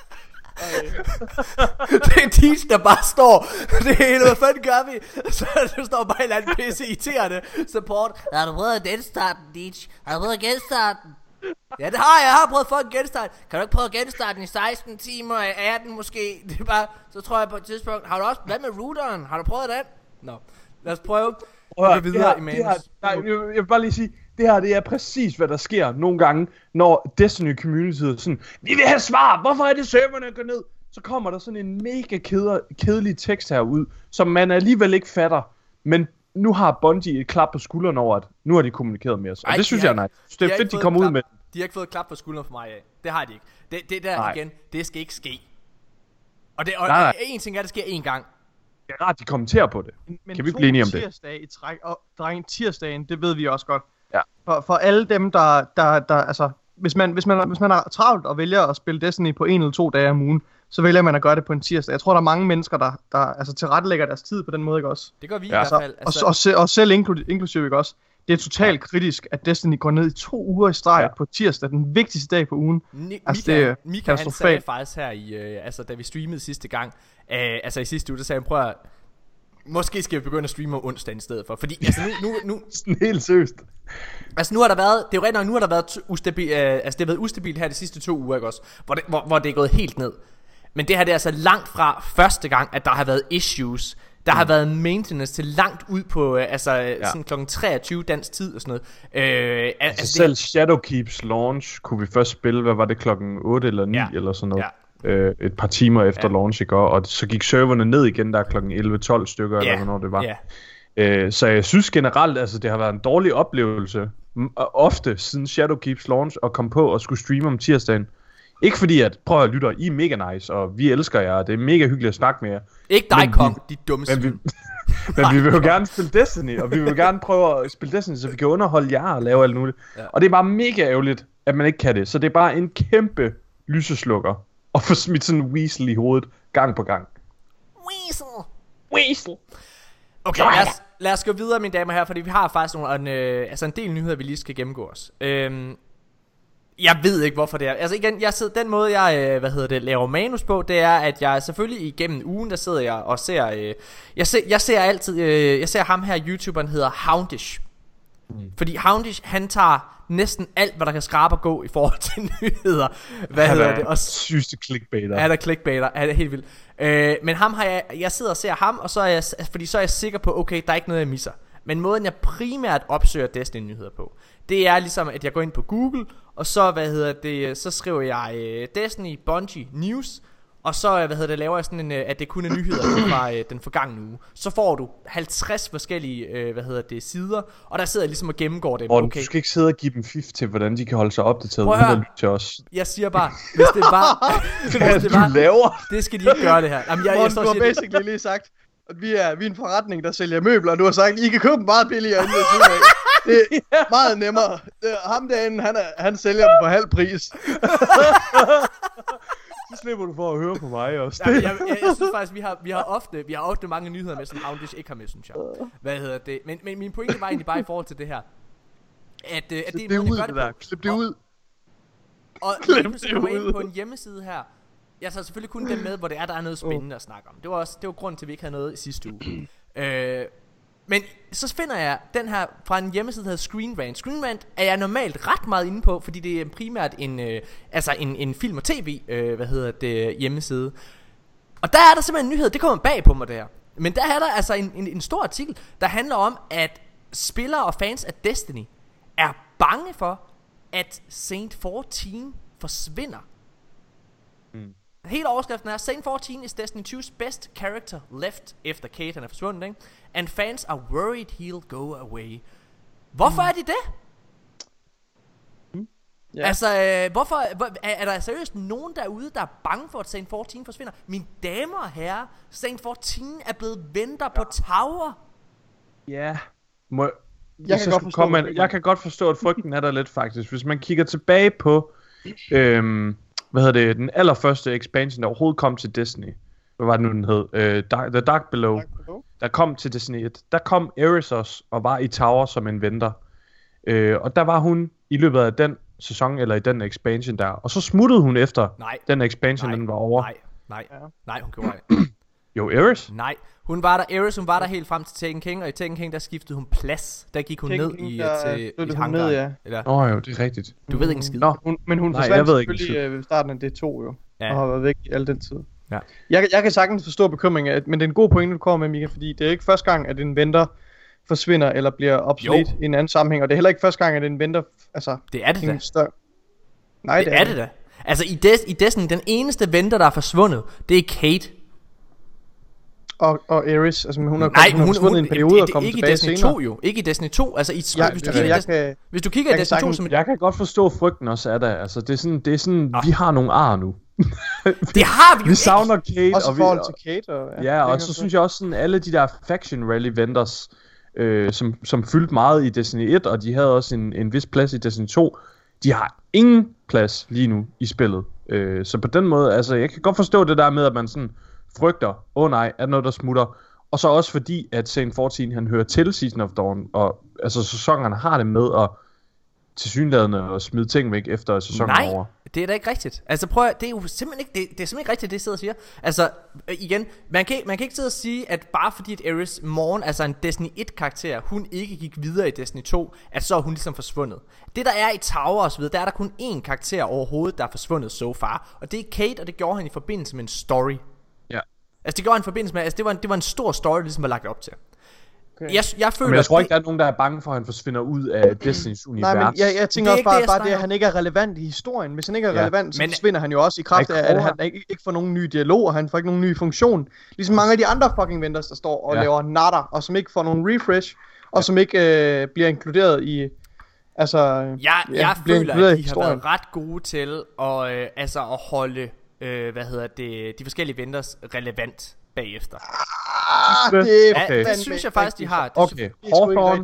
Det er Teach, der bare står. Det hele, hvad fanden gør vi? Så der står bare en eller anden pisse irriterende support. Har du prøvet at genstarte den, Deitch? Har du prøvet at genstarte den? Ja, det har jeg. Jeg har prøvet at få en genstart. Kan du ikke prøve at genstarte den i seksten timer, atten måske? Det er bare, så tror jeg på et tidspunkt. Har du også, hvad med routeren? Har du prøvet den? Nå, lad os prøve. Prøv at Gå høre, det videre her, i det her, manus. nej, jeg, jeg vil bare lige sige, det her, det er præcis, hvad der sker nogle gange, når Destiny Community er sådan, vi vil have svar, hvorfor er det serverne går ned? Så kommer der sådan en mega keder, kedelig tekst herud, som man alligevel ikke fatter, men nu har Bungie et klap på skulderen over, at nu har de kommunikeret med os, og Ej, det synes de har jeg er ikke- nice. de Det har er ikke fedt, de fået kommer et ud klap. med det. De har ikke fået et klap på skulderen for mig af. Det har de ikke. Det, det der Nej. igen, det skal ikke ske. Og, det, og Nej, nej. en ting er, at det sker én gang. Det er rart, de kommenterer på det. Men Kan vi to blive enige om det? tirsdage i træk, og drenge, tirsdagen, det ved vi også godt. Ja. For, for alle dem, der, der, der altså, hvis man, hvis, man, hvis man er travlt og vælger at spille Destiny på en eller to dage om ugen, så vælger man at gøre det på en tirsdag. Jeg tror, der er mange mennesker, der, der altså, tilrettelægger deres tid på den måde, ikke også? Det gør vi Ja. i hvert Altså, fald. og, og, se- og selv inklu- inklusive, ikke også? Det er totalt kritisk, at Destiny går ned i to uger i streg Ja. på tirsdag, den vigtigste dag på ugen. Ni- Altså, Mika, det er Mika han sagde katastrofalt. faktisk her i, øh, altså da vi streamede sidste gang, øh, altså i sidste uge, der sagde han, prøv at, måske skal vi begynde at streame om onsdagen i stedet for, fordi altså nu, nu, nu, Sådan helt seriøst. altså nu har der været, det er jo rent nok, nu har der været t- ustabil, øh, altså det har været ustabilt her de sidste to uger, ikke også, hvor det, hvor, hvor det er gået helt ned. Men det her det er altså langt fra første gang, at der har været issues. Der har været maintenance til langt ud på, øh, altså ja. sådan klokken treogtyve dansk tid og sådan noget. Øh, al- Altså altså selv Shadowkeeps launch kunne vi først spille, hvad var det, klokken otte eller ni Ja. eller sådan noget. Ja. Øh, et par timer efter Ja. launch i går, og så gik serverne ned igen der klokken elleve tolv stykker, Ja. eller hvornår det var. Ja. Øh, så jeg synes generelt, altså det har været en dårlig oplevelse, m- ofte siden Shadowkeeps launch, at komme på og skulle streame om tirsdagen. Ikke fordi at, prøv at lytte, I er mega nice, og vi elsker jer, og det er mega hyggeligt at snakke med jer. Ikke dig, Men vi- Kong, de dumme Men vi, svin. men vi vil jo gerne spille Destiny, og vi vil gerne prøve at spille Destiny, så vi kan underholde jer og lave alt muligt. Ja. Og det er bare mega ærgerligt, at man ikke kan det. Så det er bare en kæmpe lyseslukker at få smidt sådan en weasel i hovedet gang på gang. Weasel. Weasel! Okay, lad os, lad os gå videre, mine damer og herrer, fordi vi har faktisk nogle, en, øh, altså en del nyheder, vi lige skal gennemgå os. Øhm, jeg ved ikke, hvorfor det er. Altså igen, jeg sidder, den måde, jeg øh, hvad hedder det, laver manus på, det er, at jeg selvfølgelig igennem ugen, der sidder jeg og ser, øh, jeg, ser jeg ser altid, øh, jeg ser ham her, YouTuberen hedder Houndish. Mm. Fordi Houndish, han tager næsten alt, hvad der kan skrabe og gå i forhold til nyheder. Hvad Han hedder er det? Og sygeste clickbaiter. er der clickbaiter, er det helt vildt. øh, Men ham har jeg, jeg sidder og ser ham, og så er jeg, fordi så er jeg sikker på, okay, der er ikke noget jeg misser. Men måden jeg primært opsøger Destiny nyheder på, det er ligesom at jeg går ind på Google, og så hvad hedder det, så skriver jeg øh, Destiny Bungie News, og så hvad hedder det, laver jeg sådan en, øh, at det kun er nyheder fra øh, den forgangne uge. Så får du halvtreds forskellige øh, hvad hedder det, sider, og der sidder jeg ligesom og gennemgår dem. Og Okay, du skal ikke sidde og give dem fif til, hvordan de kan holde sig opdateret, Prøv at uden at høre. lytte til os. jeg siger bare, hvis det var, Hvad hvis det var, du laver? det skal de ikke gøre det her. Jamen, jeg, jeg, Morten, står du og har siger, det- basically lige sagt, at vi er, vi er en forretning, der sælger møbler, og du har sagt, I kan købe dem meget billigere end ved siden af. Det er meget nemmere. Det er, ham derinde, han, er, han sælger dem på halv pris. Så slipper du for at høre på mig også. Ja, jeg, jeg, jeg, jeg synes faktisk vi har vi har ofte vi har ofte mange nyheder med som Houndish ikke har med, synes jeg. Hvad hedder det? Men men min pointe var egentlig bare i forhold til det her. At, øh, at det er Klip en det måde, ud, jeg gør det det der. på. Klip det Og- ud. Og Klip lige pludselig det kommer jeg ind ud. på en hjemmeside her. Jeg tager selvfølgelig kun dem med, hvor det er der er noget spændende at snakke om. Det var også det var grunden til at vi ikke havde noget i sidste uge. øh, Men så finder jeg den her fra en hjemmeside, der hedder Screen Rant. Screen Rant er jeg normalt ret meget inde på, fordi det er primært en, øh, altså en, en film- og tv, øh, hvad hedder det, hjemmeside. Og der er der simpelthen en nyhed, det kommer bag på mig der. Men der er der altså en, en, en stor artikel, der handler om, at spillere og fans af Destiny er bange for, at Saint fjorten forsvinder. Mm. Hele overskriften er: Saint fjorten is Destiny two's best character left efter Cayde han er forsvundet, ikke? And fans are worried he'll go away. Hvorfor mm. er de det? Mm. Yeah. Altså, øh, hvorfor hvor, er, er der seriøst nogen derude, der er bange for, at Saint fjorten forsvinder? Mine damer og herrer, Saint fjorten er blevet venter ja. på tower. Ja. Yeah. Må jeg, kan godt forstå, komme, man, jeg kan godt forstå, at frygten er der lidt faktisk. Hvis man kigger tilbage på, øhm, hvad hedder det, den allerførste expansion, der overhovedet kom til Destiny. Hvad var det nu, den hed? Uh, Dark, The Dark Below. Dark Below. Der kom til Destiny et. Der kom Ares også, og var i Tower som en venter. Uh, og der var hun i løbet af den sæson, eller i den expansion der. Og så smuttede hun efter nej. den expansion, nej. den var over. Nej, nej, ja. nej, hun gjorde det. Jo, Ares? Nej, hun var der, Ares, hun var der helt frem til Taken King, og i Taken King, der skiftede hun plads. Der gik hun Taken ned King, i, der, til, i hangaren. ned, ja. Eller? Åh oh, jo, det er rigtigt. Du ved ikke en skid. Nå. Hun, men hun Nej, forsvandt selvfølgelig øh, ved starten af D to jo, ja. og har været væk i al den tid. Ja. Jeg, jeg kan sagtens forstå bekymringen, men det er en god pointe, du kommer med, Mika, fordi det er ikke første gang, at en venter forsvinder eller bliver obsolet i en anden sammenhæng, og det er heller ikke første gang, at en venter, altså... Det er det da. Stør... Nej, det, det er det da. Altså i, Des, i Destiny, den eneste venter, der er forsvundet, det er Cayde. Og, og Ares, altså hun har Nej, hun, hun, hun, hun, en periode og kommet tilbage senere. Ikke i Destiny to jo, ikke i Destiny to. Altså i, ja, hvis, du altså, kigger jeg kan, hvis du kigger i Destiny to som... Jeg kan godt forstå frygten også af det. Altså det er sådan, det er sådan vi har nogle ar nu. Det har vi jo Vi savner Cayde. Også og i forhold vi, til Cayde. Og, ja, ja og så synes jeg også sådan, alle de der faction rally vendors, øh, som, som fyldte meget i Destiny et, og de havde også en, en vis plads i Destiny to, de har ingen plads lige nu i spillet. Øh, så på den måde, altså jeg kan godt forstå det der med, at man sådan frygter, åh oh, nej, er der noget, der smutter. Og så også fordi, at Saint fjorten, han hører til Season of Dawn, og altså sæsonerne har det med at tilsyneladende at smide ting væk efter sæsonen Nej, over. det er da ikke rigtigt. Altså prøv at, det er jo simpelthen ikke, det, det er simpelthen ikke rigtigt, det jeg sidder og siger. Altså igen, man kan, man kan ikke sidde og sige, at bare fordi at Ares Morn, altså en Destiny et karakter, hun ikke gik videre i Destiny to, at så er hun ligesom forsvundet. Det der er i Tower og så videre, der er der kun én karakter overhovedet, der er forsvundet so far, og det er Cayde, og det gjorde han i forbindelse med en story. Ja. Altså det gjorde han i forbindelse med, altså det var en, det var en stor story, der ligesom var lagt op til. Okay. Jeg, jeg føler, Men jeg tror ikke, det... der er nogen, der er bange for, at han forsvinder ud af Destinys univers. Nej, men jeg, jeg tænker også det bare, det, bare det, at han ikke er relevant i historien. Hvis han ikke er ja. relevant, så men... forsvinder han jo også i kraft af, at han ikke, ikke får nogen ny dialog, og han får ikke nogen ny funktion. Ligesom mange af de andre fucking vendors, der står og ja. laver natter, og som ikke får nogen refresh, og ja. som ikke øh, bliver inkluderet i... Altså, jeg, ja, jeg føler, at de har været ret gode til at, øh, altså at holde, øh, hvad hedder det, de forskellige vendors relevant bagefter. Ah, det, er okay. det synes jeg faktisk, de har. Det okay, Hawthorne.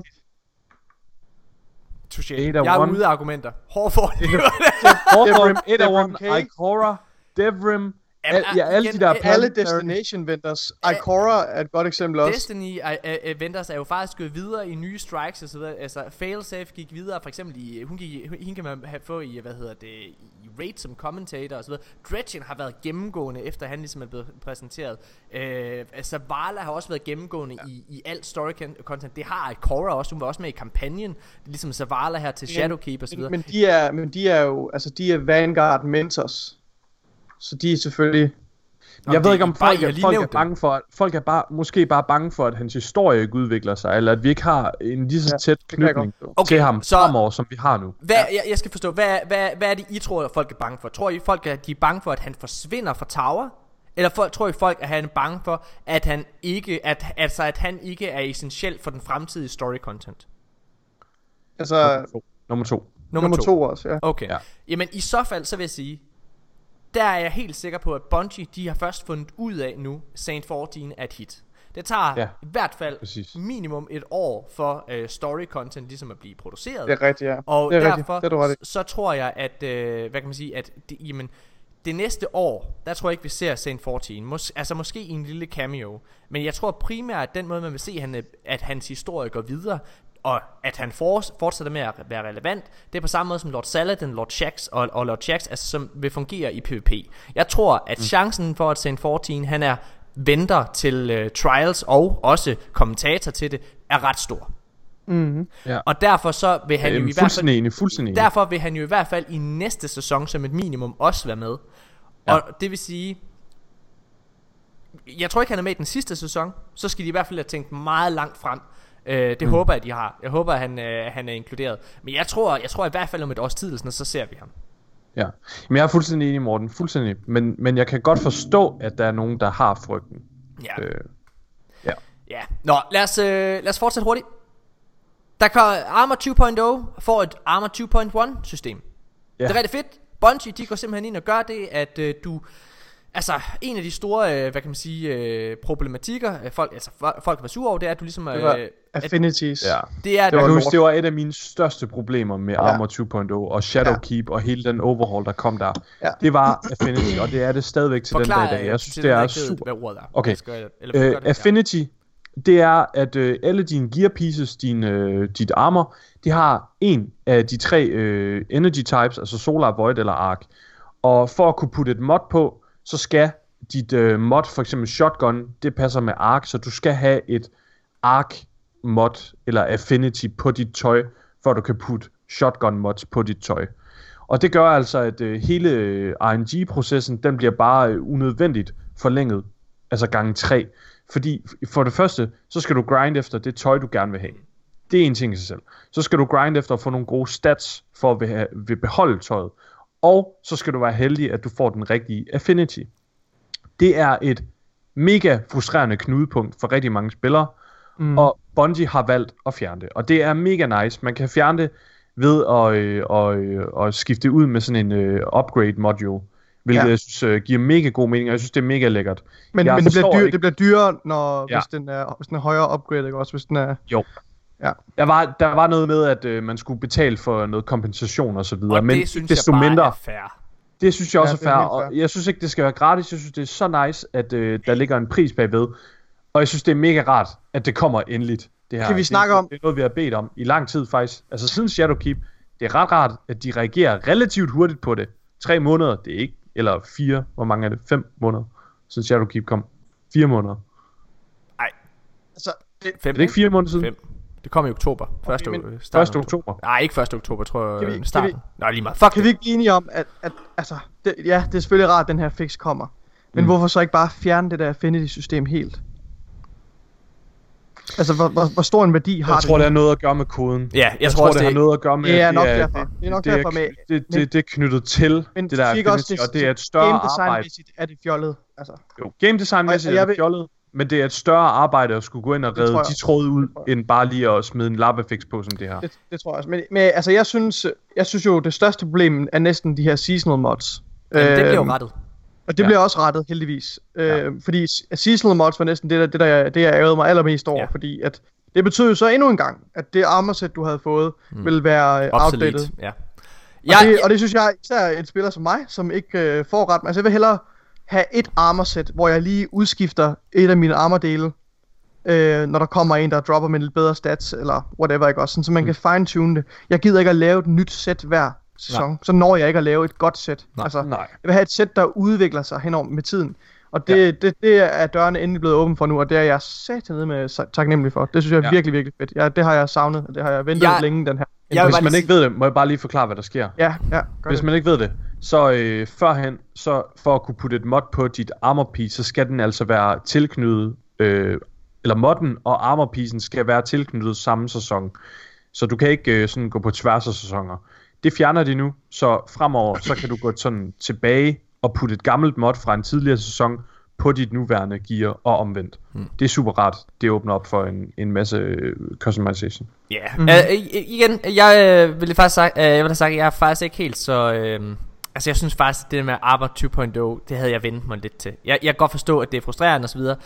Touché. Jeg er ude af argumenter. Hawthorne. Hawthorne, Eda one, Ikora, Devrim. Al, ja, alle de der alle Destination vendors. Ikora er et godt eksempel også. Destiny uh, vendors er jo faktisk gået videre i nye strikes og så videre. Altså Failsafe gik videre, for eksempel i hun gik hende kan man have få i hvad hedder det i Raid som commentator og så videre. Dredgen har været gennemgående efter han ligesom er blevet præsenteret. Øh, altså Vala har også været gennemgående ja. i i alt story content. Det har Ikora også. Hun var også med i kampagnen. Ligesom Zavala her til Shadowkeep og så videre. Men, men de er men de er jo altså de er Vanguard mentors. Så de er selvfølgelig... Jeg Nå, ved ikke om folk, bare, er, folk er bange for, at, folk er bare, måske bare bange for, at hans historie ikke udvikler sig, eller at vi ikke har en lige så ja, tæt knytning okay, til ham så, fremover, som vi har nu. Hvad, jeg, jeg skal forstå, hvad, hvad, hvad er det, I tror, at folk er bange for? Tror I, folk er, de er bange for, at han forsvinder fra Tower? Eller folk, tror I, folk er han bange for, at han ikke, at, altså, at han ikke er essentiel for den fremtidige story content? Altså... Nummer to. Nummer, Nummer to. to også, ja. Okay. Ja. Jamen, i så fald, så vil jeg sige... Der er jeg helt sikker på, at Bungie, de har først fundet ud af nu, Saint fjorten er et hit. Det tager ja, i hvert fald præcis. minimum et år for uh, story content ligesom at blive produceret. Det er rigtigt, ja. Og det er derfor, det er så, så tror jeg, at, uh, hvad kan man sige, at det, jamen, det næste år, der tror jeg ikke, vi ser Saint fjorten. Mås- altså måske i en lille cameo. Men jeg tror primært, at den måde, man vil se, han, at hans historie går videre, og at han fortsætter med at være relevant, det er på samme måde som Lord Saladin, Lord Shaxx og, og Lord Shaxx, altså som vil fungere i PvP. Jeg tror, at chancen for, at Saint fjorten han er venter til øh, trials og også kommentator til det, er ret stor. Mm-hmm. Ja. Og derfor så vil han jo i hvert fald Fuldstændig enig, fuldstændig enig. derfor vil han jo i hvert fald i næste sæson som et minimum også være med. Ja. Og det vil sige, jeg tror ikke han er med i den sidste sæson. Så skal de i hvert fald have tænkt meget langt frem. øh, Det mm. håber jeg de har. Jeg håber at han, øh, han er inkluderet. Men jeg tror, jeg tror i hvert fald om et års tid sådan, så ser vi ham. Ja, men jeg er fuldstændig enig, Morten, fuldstændig. Men, men jeg kan godt forstå, at der er nogen, der har frygten. Ja. Øh, ja. Ja. Nå, lad os, øh, lad os fortsætte hurtigt. Der kan Arma to punkt nul får et Arma to punkt et system. Ja. Det er rigtig fedt. Bungie, de går simpelthen ind og gør det, at øh, du... Altså, en af de store, øh, hvad kan man sige, øh, problematikker, øh, folk, altså folk kan være sure over, det er, at du ligesom... Øh, Det var at, affinities. Ja. det er, Jeg det kan lort. huske, det var et af mine største problemer med Ja. Arma to punkt nul og Shadowkeep og hele den overhaul, der kom der. Ja. Det var Affinity, og det er det stadigvæk til den dag i dag. Jeg synes, det er super. Hvad ordet er. Okay. Skal jeg, eller, Uh, Affinity, det er, at uh, alle dine gear pieces, din, uh, dit armor, de har en af de tre uh, energy types, altså Solar, Void eller Arc. Og for at kunne putte et mod på, så skal dit uh, mod, for eksempel Shotgun, det passer med Arc, så du skal have et Arc mod eller Affinity på dit tøj, for at du kan putte Shotgun mods på dit tøj. Og det gør altså, at uh, hele uh, R N G-processen, den bliver bare uh, unødvendigt forlænget, altså gange tre. Fordi for det første, så skal du grind efter det tøj, du gerne vil have. Det er en ting i sig selv. Så skal du grind efter at få nogle gode stats, for at vil, vil beholde tøjet. Og så skal du være heldig, at du får den rigtige affinity. Det er et mega frustrerende knudepunkt for rigtig mange spillere. Mm. Og Bungie har valgt at fjerne det. Og det er mega nice. Man kan fjerne det ved at, øh, og, øh, at skifte det ud med sådan en øh, upgrade module. Hvilket ja. jeg synes øh, giver mega god mening, og jeg synes det er mega lækkert. Men, jeg men det, bliver dyr, ikke... det bliver dyrere, når, ja. hvis, den er, hvis den er højere upgrade, ikke også? Hvis den er... Jo. Ja. Der var, der var noget med, at øh, man skulle betale for noget kompensation og så videre. Og men det synes desto jeg bare mindre, er fair. Det synes jeg også ja, er fair, er fair, og jeg synes ikke, det skal være gratis. Jeg synes, det er så nice, at øh, der ligger en pris bagved. Og jeg synes, det er mega rart, at det kommer endeligt. Det her. Kan vi snakke det, om... Det er noget, vi har bedt om i lang tid faktisk. Altså siden Shadowkeep, det er ret rart, at de reagerer relativt hurtigt på det. Tre måneder, det er ikke... Eller fire, hvor mange er det? Fem måneder, siden Shadowkeep kom. Fire måneder. Nej. Altså, det, Fem. Er det ikke fire måneder siden? Fem. Det kom i oktober. Første, men- starten første af oktober. Nej, ikke første oktober, tror Kan vi- jeg. kan Starten. vi- Nej, lige meget. Fuck kan det. vi ikke blive enige om, at, at altså, det, ja, det er selvfølgelig rart, at den her fix kommer. Men Mm. hvorfor så ikke bare fjerne det der Affinity-system helt? Altså, hvor, hvor, hvor stor en værdi har Jeg det? tror, det har noget at gøre med koden. Ja, jeg, Jeg tror tror, også, det har det, noget at gøre med, Det er at nok det derfor. Det er nok det derfor er, med- det, men- det, det er knyttet til Men det der fik også Affinity, det, og det er et større game arbejde. design-mæssigt er det fjollet. Altså, Jo, game design-mæssigt Og jeg er vil- det fjollet, men det er et større arbejde at skulle gå ind og Det redde tror jeg de også. tråde ud, Det tror jeg. end bare lige at smide en lappefix på som det her. det, det tror jeg også. Men, men altså, jeg synes, jeg synes jo, det største problem er næsten de her seasonal mods. men det bliver jo Øhm, rettet. Og det Ja. bliver også rettet, heldigvis. Ja. Øh, fordi s- seasonal mods var næsten det, der, det, der, det jeg ærgede mig allermest over. Ja. Ja. Fordi at det betød jo så endnu en gang, at det armorset, du havde fået, mm. ville være øh, Obsolete. outdated. Ja. Og, Jeg, det, og det synes jeg, især et spiller som mig, som ikke øh, får ret. Altså jeg vil hellere have et armorset, hvor jeg lige udskifter et af mine armordele, øh, når der kommer en, der dropper med lidt bedre stats, eller whatever, ikke også? Sådan, så man kan fine-tune det. Jeg gider ikke at lave et nyt sæt hver sæson. Nej. Så når jeg ikke at lave et godt sæt. Nej. Altså, Nej. jeg vil have et sæt, der udvikler sig henover med tiden. Og det, Ja. ja. det, det er dørene endelig blevet åbent for nu, og det er jeg satan med sa- taknemmelig for. Det synes jeg er Ja. ja. virkelig, virkelig fedt. Ja, det har jeg savnet, og det har jeg ventet Jeg- jeg, længe, den her. Jeg vil Hvis bare man lige ikke ved det, må jeg bare lige forklare, hvad der sker. Ja, ja, gør Hvis det. man ikke ved det, så øh, førhen, så for at kunne putte et mod på dit armor piece, så skal den altså være tilknyttet, øh, eller modden og armor piecen skal være tilknyttet samme sæson. Så du kan ikke øh, sådan gå på tværs af sæsoner. Det fjerner de nu, så fremover, så kan du gå sådan tilbage og putte et gammelt mod fra en tidligere sæson på dit nuværende gear og omvendt. Mm. Det er super rart. Det åbner op for en, en masse øh, customization. Ja, mm-hmm. uh, igen, jeg uh, ville faktisk sagt, uh, jeg ville have sagt, at jeg er faktisk ikke helt så, uh, altså jeg synes faktisk, at det der med Arma to punkt nul, det havde jeg ventet mig lidt til. Jeg, jeg kan godt forstå, at det er frustrerende og så videre,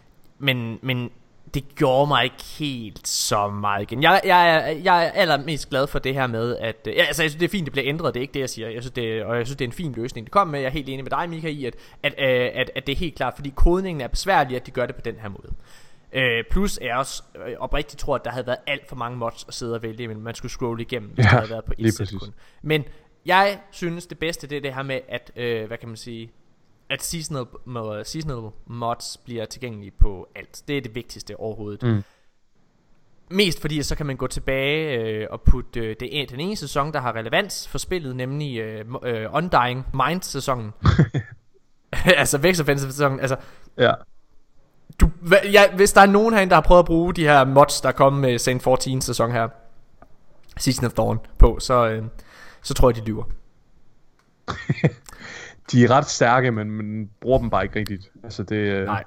men, men det gjorde mig ikke helt så meget igen. Jeg, jeg, er, jeg er allermest glad for det her med, at ja, altså, jeg synes, det er fint, det bliver ændret, det er ikke det, jeg siger. Jeg synes, det, og jeg synes, det er en fin løsning, det kom med. Jeg er helt enig med dig, Mika, i, at, at, at, at, at det er helt klart, fordi kodningen er besværlig, at de gør det på den her måde. Uh, plus er jeg også øh, oprigtigt tror, at der havde været alt for mange mods at sidde og vælge, men man skulle scrolle igennem, hvis Ja, det havde været på lige et sæt præcis. kun. Men jeg synes, det bedste, det er det her med, at, øh, hvad kan man sige, at seasonal, mod, seasonal mods bliver tilgængelige på alt. Det er det vigtigste overhovedet. Mm. Mest fordi så kan man gå tilbage øh, og putte øh, det, den ene sæson der har relevans for spillet, nemlig øh, øh, Undying Mind sæsonen. Altså Vex Offensive sæsonen. Altså ja. du, hva, ja, hvis der er nogen herinde der har prøvet at bruge de her mods der kom med Saint fjorten sæson her, Season of Dawn på, så, øh, så tror jeg de lyver. De er ret stærke, men man bruger dem bare ikke rigtigt. Altså det øh... Nej.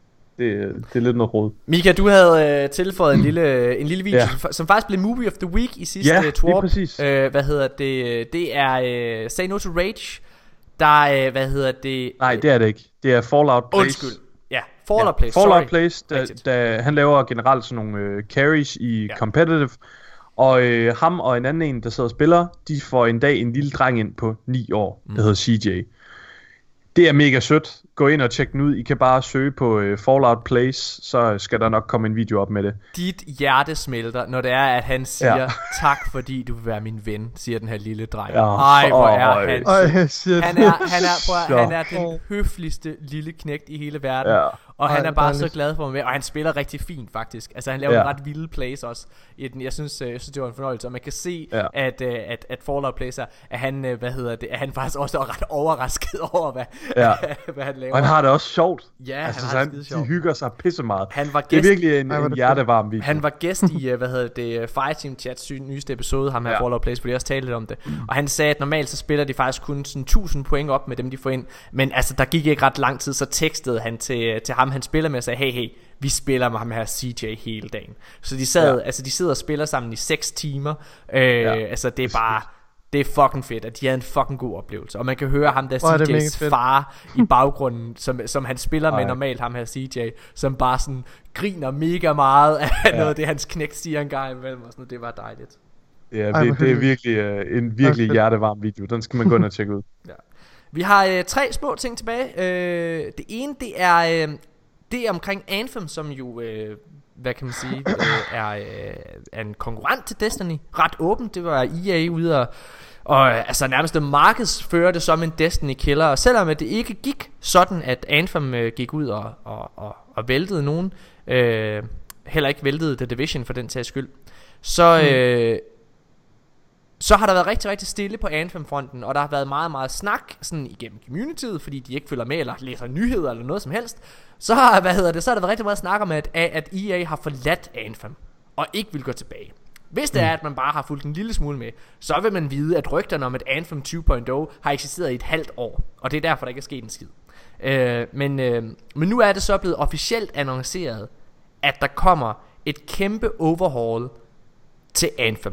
Det, det er lidt noget rod. Mika, du havde øh, tilføjet en lille, en lille video, ja. som, som faktisk blev Movie of the Week i sidste ja, Twarp. præcis. Øh, hvad hedder det? Det er øh, Say No to Rage. Der øh, hvad hedder det? Nej, det er det ikke. Det er Fallout Place. Undskyld. Ja, Fallout ja, Place. Fallout Sorry. Place, da, da han laver generelt sådan nogle øh, carries i ja. competitive. Og øh, ham og en anden en, der sidder og spiller, de får en dag en lille dreng ind på ni år, mm. der hedder C J. Det er mega sødt. Gå ind og tjek den ud. I kan bare søge på uh, Fallout Place, så skal der nok komme en video op med det. Dit hjerte smelter, når det er, at han siger, ja. tak fordi du vil være min ven, siger den her lille dreng. Ja. Ej, hvor er Øj. han Øj, han er, han, er, prøv, han er den høfligste lille knægt i hele verden. Ja. Og han Ej, er bare dejligt. så glad for mig. Og han spiller rigtig fint faktisk. Altså han laver ja. en ret vilde plays også i den. Jeg synes, jeg synes det var en fornøjelse. Og man kan se ja. at, at, at Fallout Plays er, at han, hvad hedder det, at han faktisk også er ret overrasket over hvad, ja. hvad han laver. Og han har det også sjovt. Ja, altså, han har det skide sjovt. De hygger sig pisse meget. Han var gæst, det er virkelig en, Ej, en hjertevarm video. Han var gæst i hvad hedder det Fireteam Chats nyeste episode, ham her ja. Fallout Plays, hvor de også talte lidt om det. Og han sagde at normalt så spiller de faktisk kun sådan tusind point op med dem de får ind. Men altså der gik ikke ret lang tid, så tekstede han til, til ham han spiller med og sagde, hey hey, vi spiller med ham her C J hele dagen. Så de sad, ja. altså de sidder og spiller sammen i seks timer. øh, ja. Altså det er bare, det er fucking fedt, at de havde en fucking god oplevelse. Og man kan høre ham der C J's far i baggrunden, som, som han spiller med normalt, ham her C J, som bare sådan griner mega meget af ja. noget af det hans knægt siger en gang imellem og sådan noget. Det var dejligt. Ja, det, det er virkelig uh, en virkelig hjertevarm video. Den skal man gå ind og tjekke ud. Ja. Vi har øh, tre små ting tilbage. øh, Det ene det er øh, det er omkring Anthem, som jo øh, hvad kan man sige øh, er, øh, er en konkurrent til Destiny. Ret åbent. Det var E A ude og, og øh, altså nærmest markedsførte det som en Destiny killer. Og selvom at det ikke gik sådan at Anthem øh, gik ud og, og, og, og væltede nogen, øh, heller ikke væltede The Division for den sags skyld, så øh, så har der været rigtig, rigtig stille på Anthem-fronten. Og der har været meget, meget snak sådan igennem communityet, fordi de ikke følger med eller læser nyheder eller noget som helst. Så har, hvad hedder det, så har der været rigtig meget snak om at, at E A har forladt Anthem og ikke vil gå tilbage. Hvis det er at man bare har fulgt en lille smule med, så vil man vide at rygterne om at Anthem to punkt nul har eksisteret i et halvt år. Og det er derfor der ikke er sket en skid. øh, men, øh, men nu er det så blevet officielt annonceret at der kommer et kæmpe overhaul til Anthem.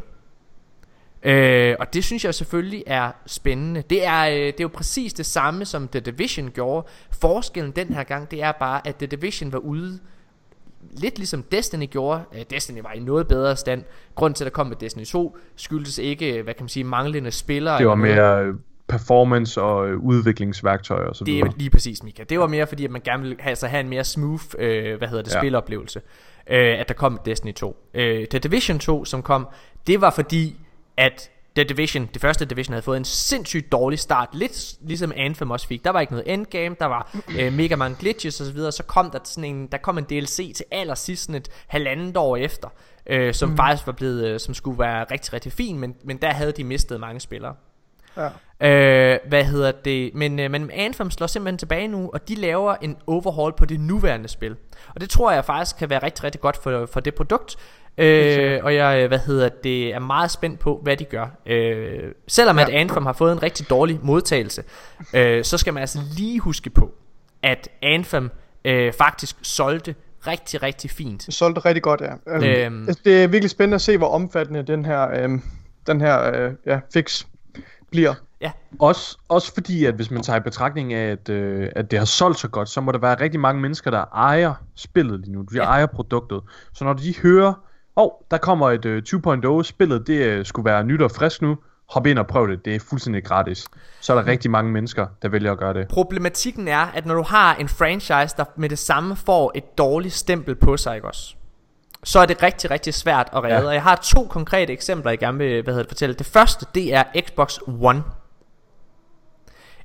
Øh, og det synes jeg selvfølgelig er spændende. Det er, øh, det er jo præcis det samme som The Division gjorde. Forskellen den her gang, det er bare at The Division var ude lidt ligesom Destiny gjorde. øh, Destiny var i noget bedre stand. Grunden til at der kom med Destiny to skyldtes ikke, hvad kan man sige, manglende spillere. Det var mere performance og udviklingsværktøjer og så videre. Det er lige præcis, Mika. Det var mere fordi at man gerne ville have, altså have en mere smooth øh, hvad hedder det, ja. spiloplevelse, øh, at der kom Destiny to. øh, The Division to som kom, det var fordi at The Division, det første Division havde fået en sindssygt dårlig start. Lidt ligesom Anthem også fik. Der var ikke noget endgame, der var øh, mega mange glitches og så videre. Så kom der sådan en, der kom en D L C til allersidst sådan et halvandet år efter, øh, som mm. faktisk var blevet, øh, som skulle være rigtig rigtig fin, men, men der havde de mistet mange spillere. Ja. Øh, hvad hedder det? Men, øh, men Anthem slår simpelthen tilbage nu, og de laver en overhaul på det nuværende spil. Og det tror jeg faktisk kan være rigtig rigtig godt for, for det produkt. Øh, og jeg hvad hedder det er meget spændt på hvad de gør. øh, Selvom ja. at Anthem har fået en rigtig dårlig modtagelse, øh, så skal man altså lige huske på at Anthem øh, faktisk solgte rigtig rigtig fint. Det solgte rigtig godt, ja. Altså, øhm, det er virkelig spændende at se hvor omfattende den her øh, den her øh, ja, fix bliver. Ja. Også, også fordi, at hvis man tager i betragtning af, at, øh, at det har solgt så godt, så må der være rigtig mange mennesker, der ejer spillet lige nu. De ja. ejer produktet. Så når de hører, åh, oh, der kommer et øh, to punkt nul, spillet det øh, skulle være nyt og frisk nu, hop ind og prøv det, det er fuldstændig gratis. Så er der rigtig mange mennesker, der vælger at gøre det. Problematikken er, at når du har en franchise, der med det samme får et dårligt stempel på sig, ikke også? Så er det rigtig, rigtig svært at redde. Ja. Og jeg har to konkrete eksempler, jeg gerne vil hvad hedder det, fortælle. Det første, det er Xbox One.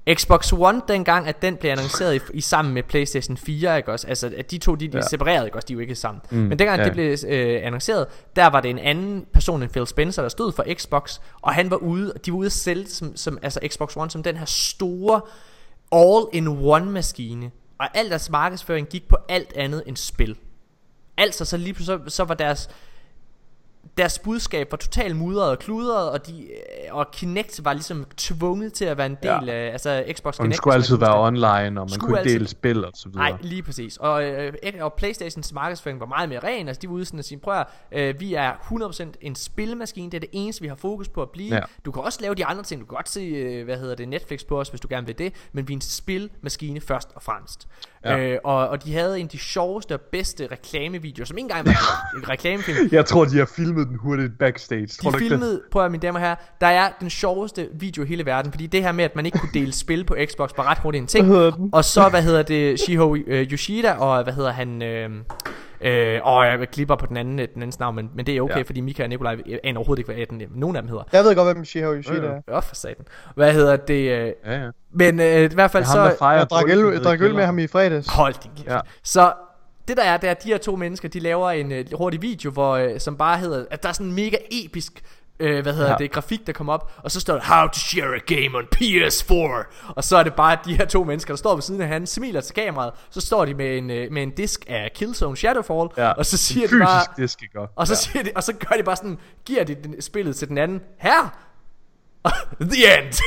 Xbox One dengang, at den blev annonceret i, i sammen med PlayStation fire, ikke også? Altså at de to, de, de ja. separerede, ikke også? De er jo ikke sammen. Mm, Men dengang ja. det blev øh, annonceret, der var det en anden person end Phil Spencer, der stod for Xbox, og han var ude, de var ude at sælge som, som, altså Xbox One som den her store all-in-one maskine, og al deres markedsføring gik på alt andet end spil. Altså så lige så, så var deres deres budskab var totalt mudret og kludret, og de og Kinect var ligesom tvunget til at være en del ja. af altså Xbox Kinect. Og den skulle altid være online, og man skulle kunne ikke dele spil og så videre. Nej, lige præcis. Og, øh, og PlayStations markedsføring var meget mere ren. Altså de var ude sådan at sige, prøv at, øh, vi er hundrede procent en spilmaskine. Det er det eneste vi har fokus på at blive. Ja. Du kan også lave de andre ting. Du kan godt se øh, hvad hedder det Netflix på os, hvis du gerne vil det. Men vi er en spilmaskine først og fremmest. Ja. Øh, og, og de havde en af de sjoveste og bedste reklamevideoer, som ikke engang var en reklamefilm. Jeg tror de har filmet den hurtigt backstage. Tror de filmede, prøv at mine damer her, der er den sjoveste video i hele verden, fordi det her med at man ikke kunne dele spil på Xbox var ret hurtigt en ting. Og så hvad hedder det Shiho uh, Yoshida og hvad hedder han øh, øh, og jeg glipper på den anden den andens navn, men, men det er okay, ja. fordi Mika og Nikolaj aner overhovedet ikke hvad den, nogen af dem hedder. Jeg ved godt hvem Shiho Yoshida er. Åh, for satan. Hvad hedder det øh, ja, ja. Men øh, i hvert fald så jeg drak øl, jeg drak øl med ham i fredags. Hold din kæft. Ja. Så det der er, det er at de her to mennesker, de laver en uh, hurtig video, hvor, uh, som bare hedder, at der er sådan en mega episk, uh, hvad hedder ja. det, grafik, der kommer op, og så står der, how to share a game on P S four, og så er det bare de her to mennesker, der står ved siden af han, smiler til kameraet, så står de med en, uh, med en disk af Killzone Shadowfall, ja. og så siger de bare, disk, ikke? og så ja. siger de, og så gør de bare sådan, giver de den, spillet til den anden, her, the end.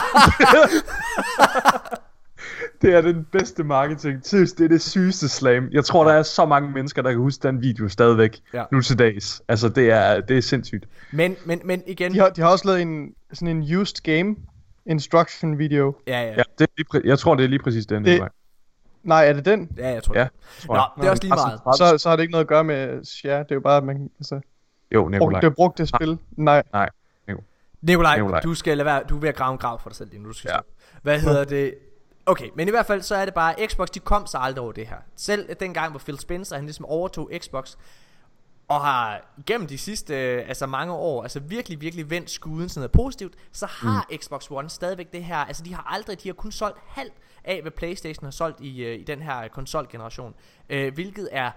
Det er den bedste marketing. Det er det sygeste slam. Jeg tror, der er så mange mennesker, der kan huske den video stadigvæk ja. nu til dags. Altså, det er, det er sindssygt. Men, men, men igen... De har, de har også lavet en, sådan en used game instruction video. Ja, ja. ja det er lige præ- jeg tror, det er lige præcis den. Det... Nej, er det den? Ja, jeg tror ja, det. Tror jeg. Nå, det er også lige meget. Så, så har det ikke noget at gøre med share. Det er jo bare, at man... Altså, jo, Nikolaj. Det er brugt det spil. Nej. Nej. Nikolaj, Nikolaj, du skal lade være... Du er ved at grave en grav for dig selv lige nu. Du skal ja. Hvad hedder det... Okay, men i hvert fald så er det bare Xbox, de kom så aldrig over det her. Selv dengang hvor Phil Spencer han ligesom overtog Xbox og har igennem de sidste altså mange år altså virkelig virkelig vendt skuden sådan noget positivt, så har mm. Xbox One stadigvæk det her. Altså de har aldrig, de har kun solgt halvt af hvad PlayStation har solgt i i den her konsolgeneration, øh, hvilket er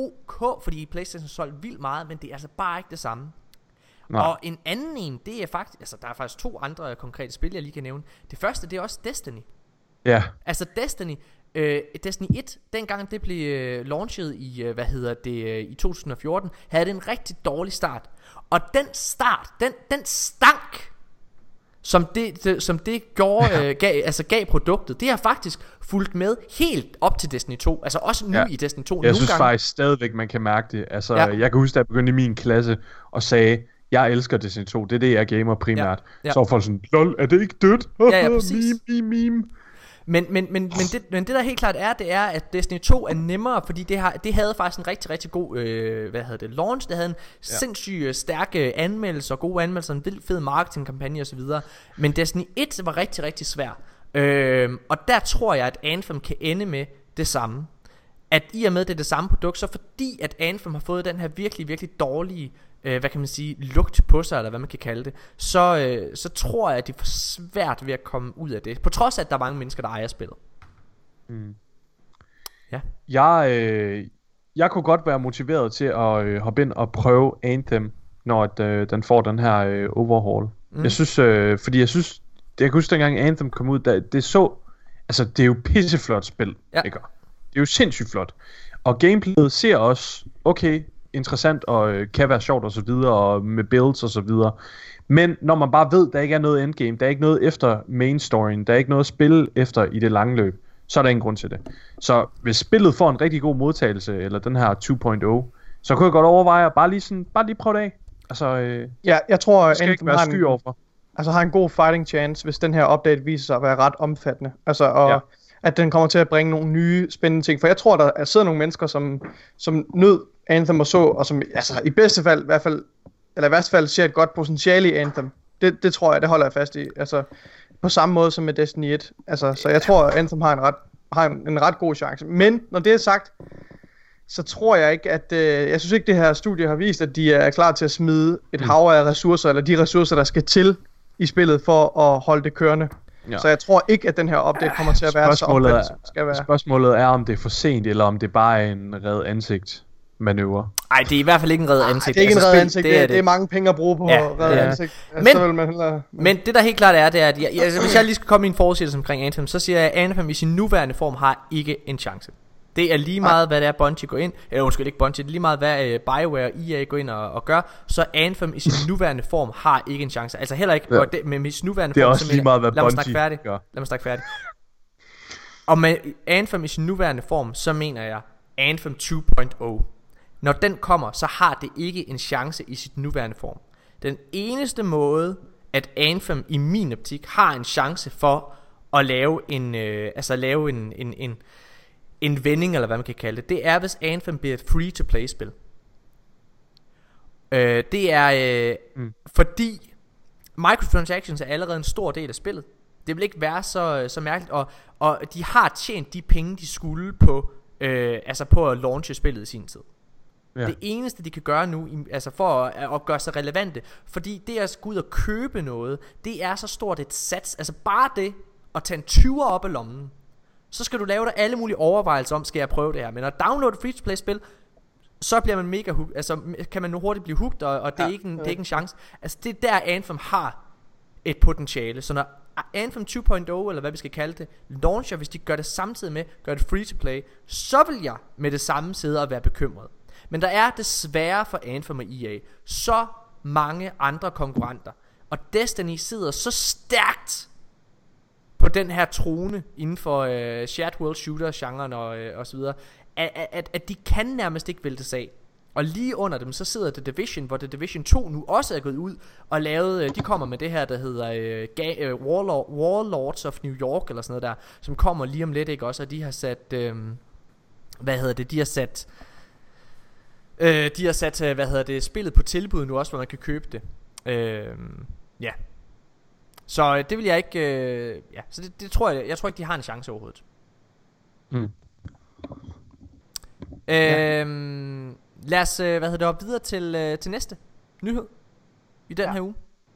ok, fordi PlayStation har solgt vildt meget, men det er altså bare ikke det samme. Nej. Og en anden en, det er faktisk, altså der er faktisk to andre konkrete spil jeg lige kan nævne. Det første, det er også Destiny. Ja. Yeah. Altså Destiny, øh, Destiny et, dengang det blev øh, launchet i, øh, hvad hedder det, øh, i to tusind og fjorten, havde det en rigtig dårlig start. Og den start, den, den stank, som det, det, som det gjorde, øh, gav, altså gav produktet, det har faktisk fulgt med helt op til Destiny to. Altså også nu ja. i Destiny to. Jeg synes gange. faktisk stadigvæk, man kan mærke det. Altså ja. jeg kan huske, da jeg begyndte i min klasse og sagde, jeg elsker Destiny to, det er det jeg gamer primært. Ja. Ja. Så var folk sådan, lol, er det ikke dødt? Ja, ja, præcis. Meme, meme, meme. Men, men, men, men, det, men det der helt klart er, det er at Destiny to er nemmere, fordi det, har, det havde faktisk en rigtig rigtig god øh, hvad hedder det, launch. Det havde en ja. sindssygt stærke anmeldelser, gode anmeldelser, en vild fed marketingkampagne og så videre. Men Destiny et var rigtig rigtig svær. øh, Og der tror jeg at Anthem kan ende med det samme. At i og med det er det samme produkt, så fordi at Anthem har fået den her virkelig virkelig dårlige øh, hvad kan man sige, lugt på sig, eller hvad man kan kalde det, så, øh, så tror jeg at det er for svært ved at komme ud af det, på trods af at der er mange mennesker der ejer spillet. mm. Ja. Jeg, øh, jeg kunne godt være motiveret til at øh, hoppe ind og prøve Anthem, når at, øh, den får den her øh, overhaul. mm. Jeg synes, øh, fordi jeg synes det, jeg kan huske dengang Anthem kom ud, der, det så, altså det er jo pisseflot spil, ja. ikke? Det er jo sindssygt flot. Og gameplayet ser også okay, interessant og øh, kan være sjovt og så videre, og med builds og så videre. Men når man bare ved, der ikke er noget endgame, der er ikke noget efter main storyen, der er ikke noget at spille efter i det lange løb, så er der ingen grund til det. Så hvis spillet får en rigtig god modtagelse, eller den her to punkt nul, så kunne jeg godt overveje at bare lige, sådan, bare lige prøve det af. Altså, øh, ja, jeg tror, det skal ikke være sky overfor. Altså har en god fighting chance, hvis den her update viser sig at være ret omfattende. Altså, og ja. at den kommer til at bringe nogle nye spændende ting. For jeg tror, der sidder nogle mennesker, som, som nød Anthem og så, og som altså, i bedste fald, i hvert fald, eller i værste fald, ser et godt potentiale i Anthem. Det, det tror jeg, det holder jeg fast i. Altså, på samme måde som med Destiny et. Altså, så jeg tror, at Anthem har en ret, har en, en ret god chance. Men, når det er sagt, så tror jeg ikke, at... Øh, jeg synes ikke, det her studie har vist, at de er klar til at smide et hav af ressourcer, eller de ressourcer, der skal til i spillet for at holde det kørende. Ja. Så jeg tror ikke, at den her update kommer til at være så Spørgsmålet omvendt, er- som det skal være. Spørgsmålet er, om det er for sent, eller om det bare er en red ansigt manøvre. Nej, det er i hvert fald ikke en red ansigt. Det er ikke en Altså, red spil- ansigt, det, det, det er mange penge at bruge på Ja, at redde ja. ansigt. Altså, Men- så vil man hellere... Men det der helt klart er, det er, at jeg, altså, hvis jeg lige skal komme i en forudsigelse omkring Anthem, så siger jeg, at Anthem i sin nuværende form har ikke en chance. Det er lige meget, hvad det er, Bungie går ind, eller undskyld ikke Bungie, det er lige meget, hvad uh, BioWare og E A går ind og, og gør, så Anthem i sin nuværende form har ikke en chance. Altså heller ikke, Ja. og det, med sin nuværende Det er form, også så lige mener- meget, hvad lad mig snakke Bungie færdig. gør. Lad mig snakke færdig. Og med Anthem i sin nuværende form, så mener jeg Anthem to punkt nul. Når den kommer, så har det ikke en chance i sit nuværende form. Den eneste måde, at Anthem i min optik har en chance for at lave en, øh, altså lave en, en, en, en vending, eller hvad man kan kalde det, det er, hvis Anthem bliver et free-to-play-spil. Øh, det er øh, mm. fordi microtransactions er allerede en stor del af spillet. Det vil ikke være så, så mærkeligt, og, og de har tjent de penge, de skulle på, øh, altså på at launche spillet i sin tid. Ja. Det eneste de kan gøre nu, altså for at, at gøre sig relevante, fordi det at gå ud og købe noget, det er så stort et sats. Altså bare det at tage en tyver op af lommen, så skal du lave dig alle mulige overvejelser om, skal jeg prøve det her. Men at downloade et free-to-play spil, så bliver man mega hooked. Altså kan man nu hurtigt blive hooked, og, og det, er Ja, ikke en, ja. det er ikke en chance. Altså det er der Anthem har et potentiale. Så når Anthem to punkt nul, eller hvad vi skal kalde det, launcher, hvis de gør det samtidig med, gør det free to play, så vil jeg med det samme sidde og være bekymret. Men der er desværre for Anthem og E A så mange andre konkurrenter, og Destiny sidder så stærkt på den her trone inden for øh, shared world shooter genren og, øh, og så videre, at, at, at de kan nærmest ikke vælte af. Og lige under dem så sidder The Division, hvor The Division to nu også er gået ud og lavet, øh, de kommer med det her der hedder øh, ga- øh, Warlord, Warlords of New York eller sådan noget der, som kommer lige om lidt, ikke også, og de har sat øh, hvad hedder det, de har sat øh, de har sat øh, hvad hedder det, spillet på tilbud nu også, hvor man kan købe det. Øh, ja. Så øh, det vil jeg ikke øh, ja, så det, det tror jeg, jeg tror ikke de har en chance overhovedet. Mm. Øhm, lad os, øh, hvad hedder det, op videre til, øh, til næste nyhed i den ja. her uge.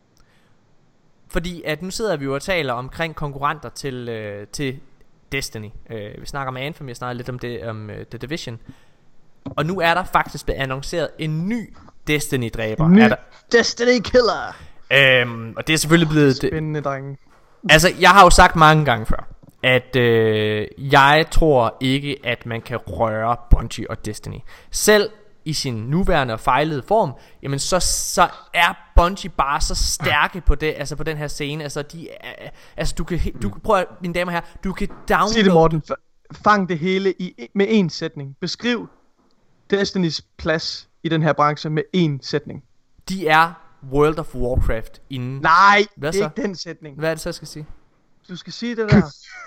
Fordi at nu sidder vi jo og taler omkring konkurrenter til, øh, til Destiny. øh, Vi snakker om Anthem, jeg snakker lidt om, det, om uh, The Division. Og nu er der faktisk blevet annonceret en ny Destiny-dræber. Ny er der, Destiny Killer. øhm, Og det er selvfølgelig blevet det, Spændende, drenge. altså jeg har jo sagt mange gange før, at øh, jeg tror ikke, at man kan røre Bungie og Destiny. Selv i sin nuværende og fejlede form, jamen så, så er Bungie bare så stærke på det, altså på den her scene. Altså de, er, altså du kan, du kan prøve, mine damer og herrer, du kan downloade. Sig det, Morten. F- Fang det hele i, med én sætning. Beskriv Destinys plads i den her branche med én sætning. De er World of Warcraft inden. Nej, Hvad det er så? ikke den sætning. Hvad er det så, jeg skal sige? Du skal sige det der,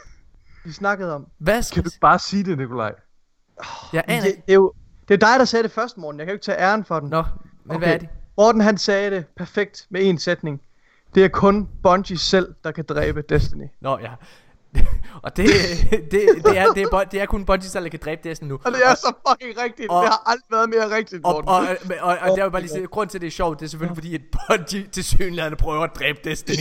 vi snakkede om. Hvad skal Kan du bare sige det, Nikolaj? jeg aner Det, ikke. det, er jo det er dig, der sagde det først, Morten. Jeg kan jo ikke tage æren for den. Nå, men hvad er det? Morten, han sagde det perfekt med én sætning. Det er kun Bungie selv, der kan dræbe Destiny. Nå ja. Og det, det, det, er, det, er, det er kun Bungie selv, der kan dræbe Destiny nu. Og det er så fucking rigtigt. og- det har aldrig været mere rigtigt, Og, Morten. og, og, og, og der er jo bare lige sige, grund til det er sjovt, det er selvfølgelig fordi, at Bungie til synligheden prøver at dræbe Destiny.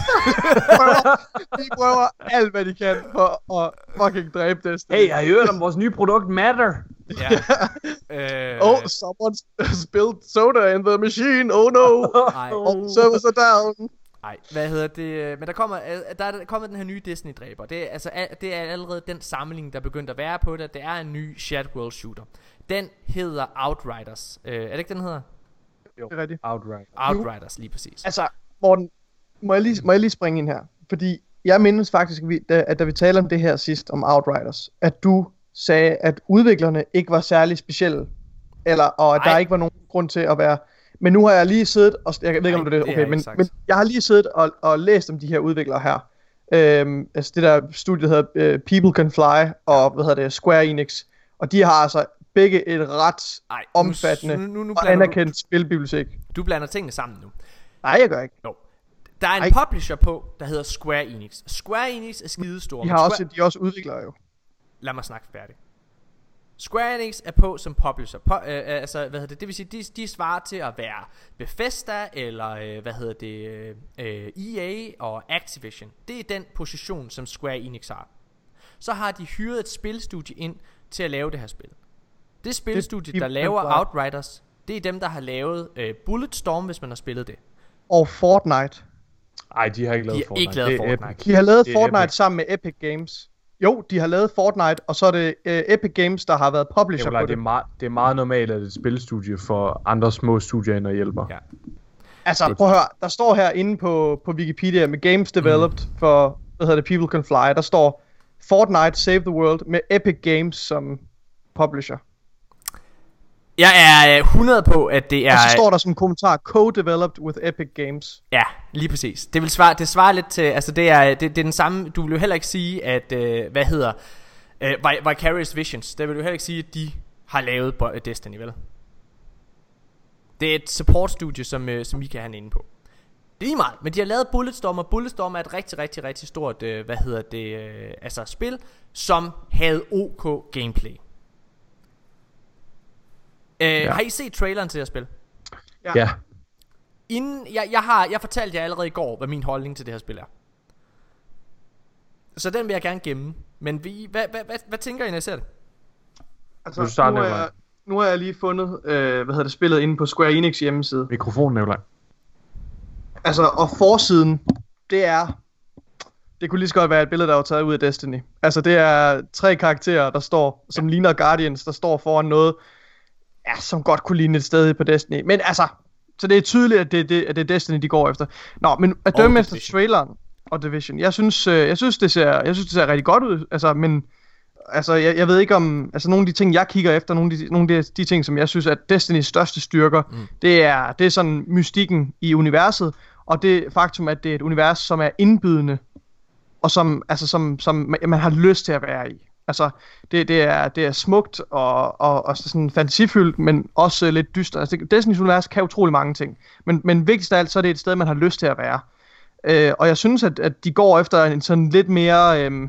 prøver, de prøver alt, hvad de kan for at fucking dræbe Destiny. Hey, har I hørt om vores nye produkt Matter? Ja. øh, Oh, someone spilled soda in the machine. Oh no. Ej, Oh, servers are down. ej, hvad hedder det? Men der kommer, øh, der er kommet den her nye Destiny-dræber. Det er, altså, al- det er allerede den sammenligning, der er begyndt at være på det. Det er en ny shared world shooter. Den hedder Outriders. Øh, er det ikke den hedder? Det er rigtigt. Outright. Outriders, lige præcis. Altså, Morten, må jeg lige, må jeg lige springe ind her? Fordi jeg mindes faktisk, at, vi, da, at da vi talte om det her sidst, om Outriders, at du sagde, at udviklerne ikke var særlig specielle, eller, og at Ej. der ikke var nogen grund til at være... Men nu har jeg lige siddet, og jeg ved ikke, om Ej, det er det har okay, jeg men, ikke sagt. men jeg har lige siddet og, og læst om de her udviklere her. Øhm, altså det der studie, der hedder uh, People Can Fly, og hvad hedder det, Square Enix. Og de har altså begge et ret Ej, nu, omfattende nu, nu, nu og blander anerkendt spilbibliotek. du, du blander tingene sammen nu. Nej, jeg gør ikke. Jo. Der er en Ej. publisher på, der hedder Square Enix. Square Enix er skidestor. De men har Square... også, de er også udviklere jo. Lad mig snakke færdigt. Square Enix er på som publisher. Po- øh, altså, hvad hedder det? Det vil sige, de, de svarer til at være Bethesda eller øh, hvad hedder det? Øh, E A og Activision. Det er den position, som Square Enix har. Så har de hyret et spilstudie ind til at lave det her spil. Det spilstudie, det, der laver Outriders, det er dem, der har lavet øh, Bulletstorm, hvis man har spillet det. Og Fortnite. Ej, de har ikke lavet De har Fortnite. ikke lavet Det er Fortnite. Epic. De har lavet Det er Fortnite Epic. sammen med Epic Games. Jo, de har lavet Fortnite, og så er det uh, Epic Games, der har været publisher Nikolaj, på det, er det. meget, det er meget normalt, at et spilstudie får andre små studier ind og hjælper. Ja. Altså, prøv at høre, der står her inde på, på Wikipedia med Games Developed mm. for, hvad hedder det, People Can Fly, der står Fortnite Save the World med Epic Games som publisher. Jeg er øh, hundrede på, at det er... Og så står der som en kommentar, co-developed with Epic Games. Ja, lige præcis. Det vil svare, det svarer lidt til, altså det er, det, det er den samme, du vil jo heller ikke sige, at, øh, hvad hedder, øh, Vicarious Visions, det vil du heller ikke sige, at de har lavet Destiny, vel? Det er et support studie, som, øh, som vi kan have inde på. Det er lige meget, men de har lavet Bulletstorm, og Bulletstorm er et rigtig, rigtig, rigtig stort, øh, hvad hedder det, øh, altså spil, som havde OK gameplay. Øh, ja. Har I set traileren til det her spil? Ja. Ja. Inden, jeg, jeg, har, jeg fortalte jer allerede i går, hvad min holdning til det her spil er. Så den vil jeg gerne gemme. Men vi, hvad, hvad, hvad, hvad tænker I, når I ser det? Altså, Du starter, nu, har jeg, nu har jeg lige fundet, øh, hvad hedder det, spillet inde på Square Enix hjemmeside. Mikrofonen, Nikolaj. Altså, og forsiden, det er... Det kunne lige så godt være et billede, der var taget ud af Destiny. Altså, det er tre karakterer, der står, som ja. ligner Guardians, der står foran noget, ja, som godt kunne ligne et sted på Destiny. Men altså, så det er tydeligt, at det, det, at det er Destiny, de går efter. Nå, men at dømme efter traileren og Division, jeg synes, øh, jeg synes, det ser, jeg synes, det ser rigtig godt ud. Altså, men altså, jeg, jeg ved ikke om, altså nogle af de ting, jeg kigger efter, nogle af de, nogle af de, de ting, som jeg synes er Destinys største styrker, mm. det er, det er sådan mystikken i universet, og det faktum, at det er et univers, som er indbydende, og som, altså, som, som man har lyst til at være i. Altså, det, det, er, det er smukt og, og, og sådan fantasifyldt, men også lidt dystert. Altså, Destinys univers kan utrolig mange ting. Men, men vigtigst af alt, så er det et sted, man har lyst til at være. Øh, og jeg synes, at, at de går efter en sådan lidt mere... Øh,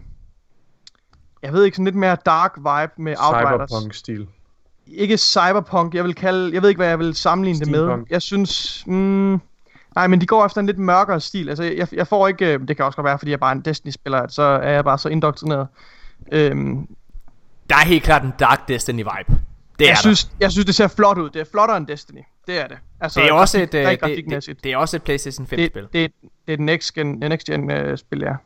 jeg ved ikke, sådan lidt mere dark vibe med Outriders. Cyberpunk-stil. Ikke cyberpunk, jeg vil kalde... Jeg ved ikke, hvad jeg vil sammenligne det med. Jeg synes... Mm, nej, men de går efter en lidt mørkere stil. Altså, jeg, jeg får ikke... Det kan også godt være, fordi jeg bare er en Destiny-spiller, så er jeg bare så indoktrineret. Øhm, Der er helt klart en Dark Destiny vibe. Det er jeg der. synes, jeg synes det ser flot ud. Det er flottere end Destiny. Det er det. Altså, Det er også et, grafik, øh, det, det, det er også et PlayStation fem det, spil. det, det, det er et next gen, next gen uh, spil, ja.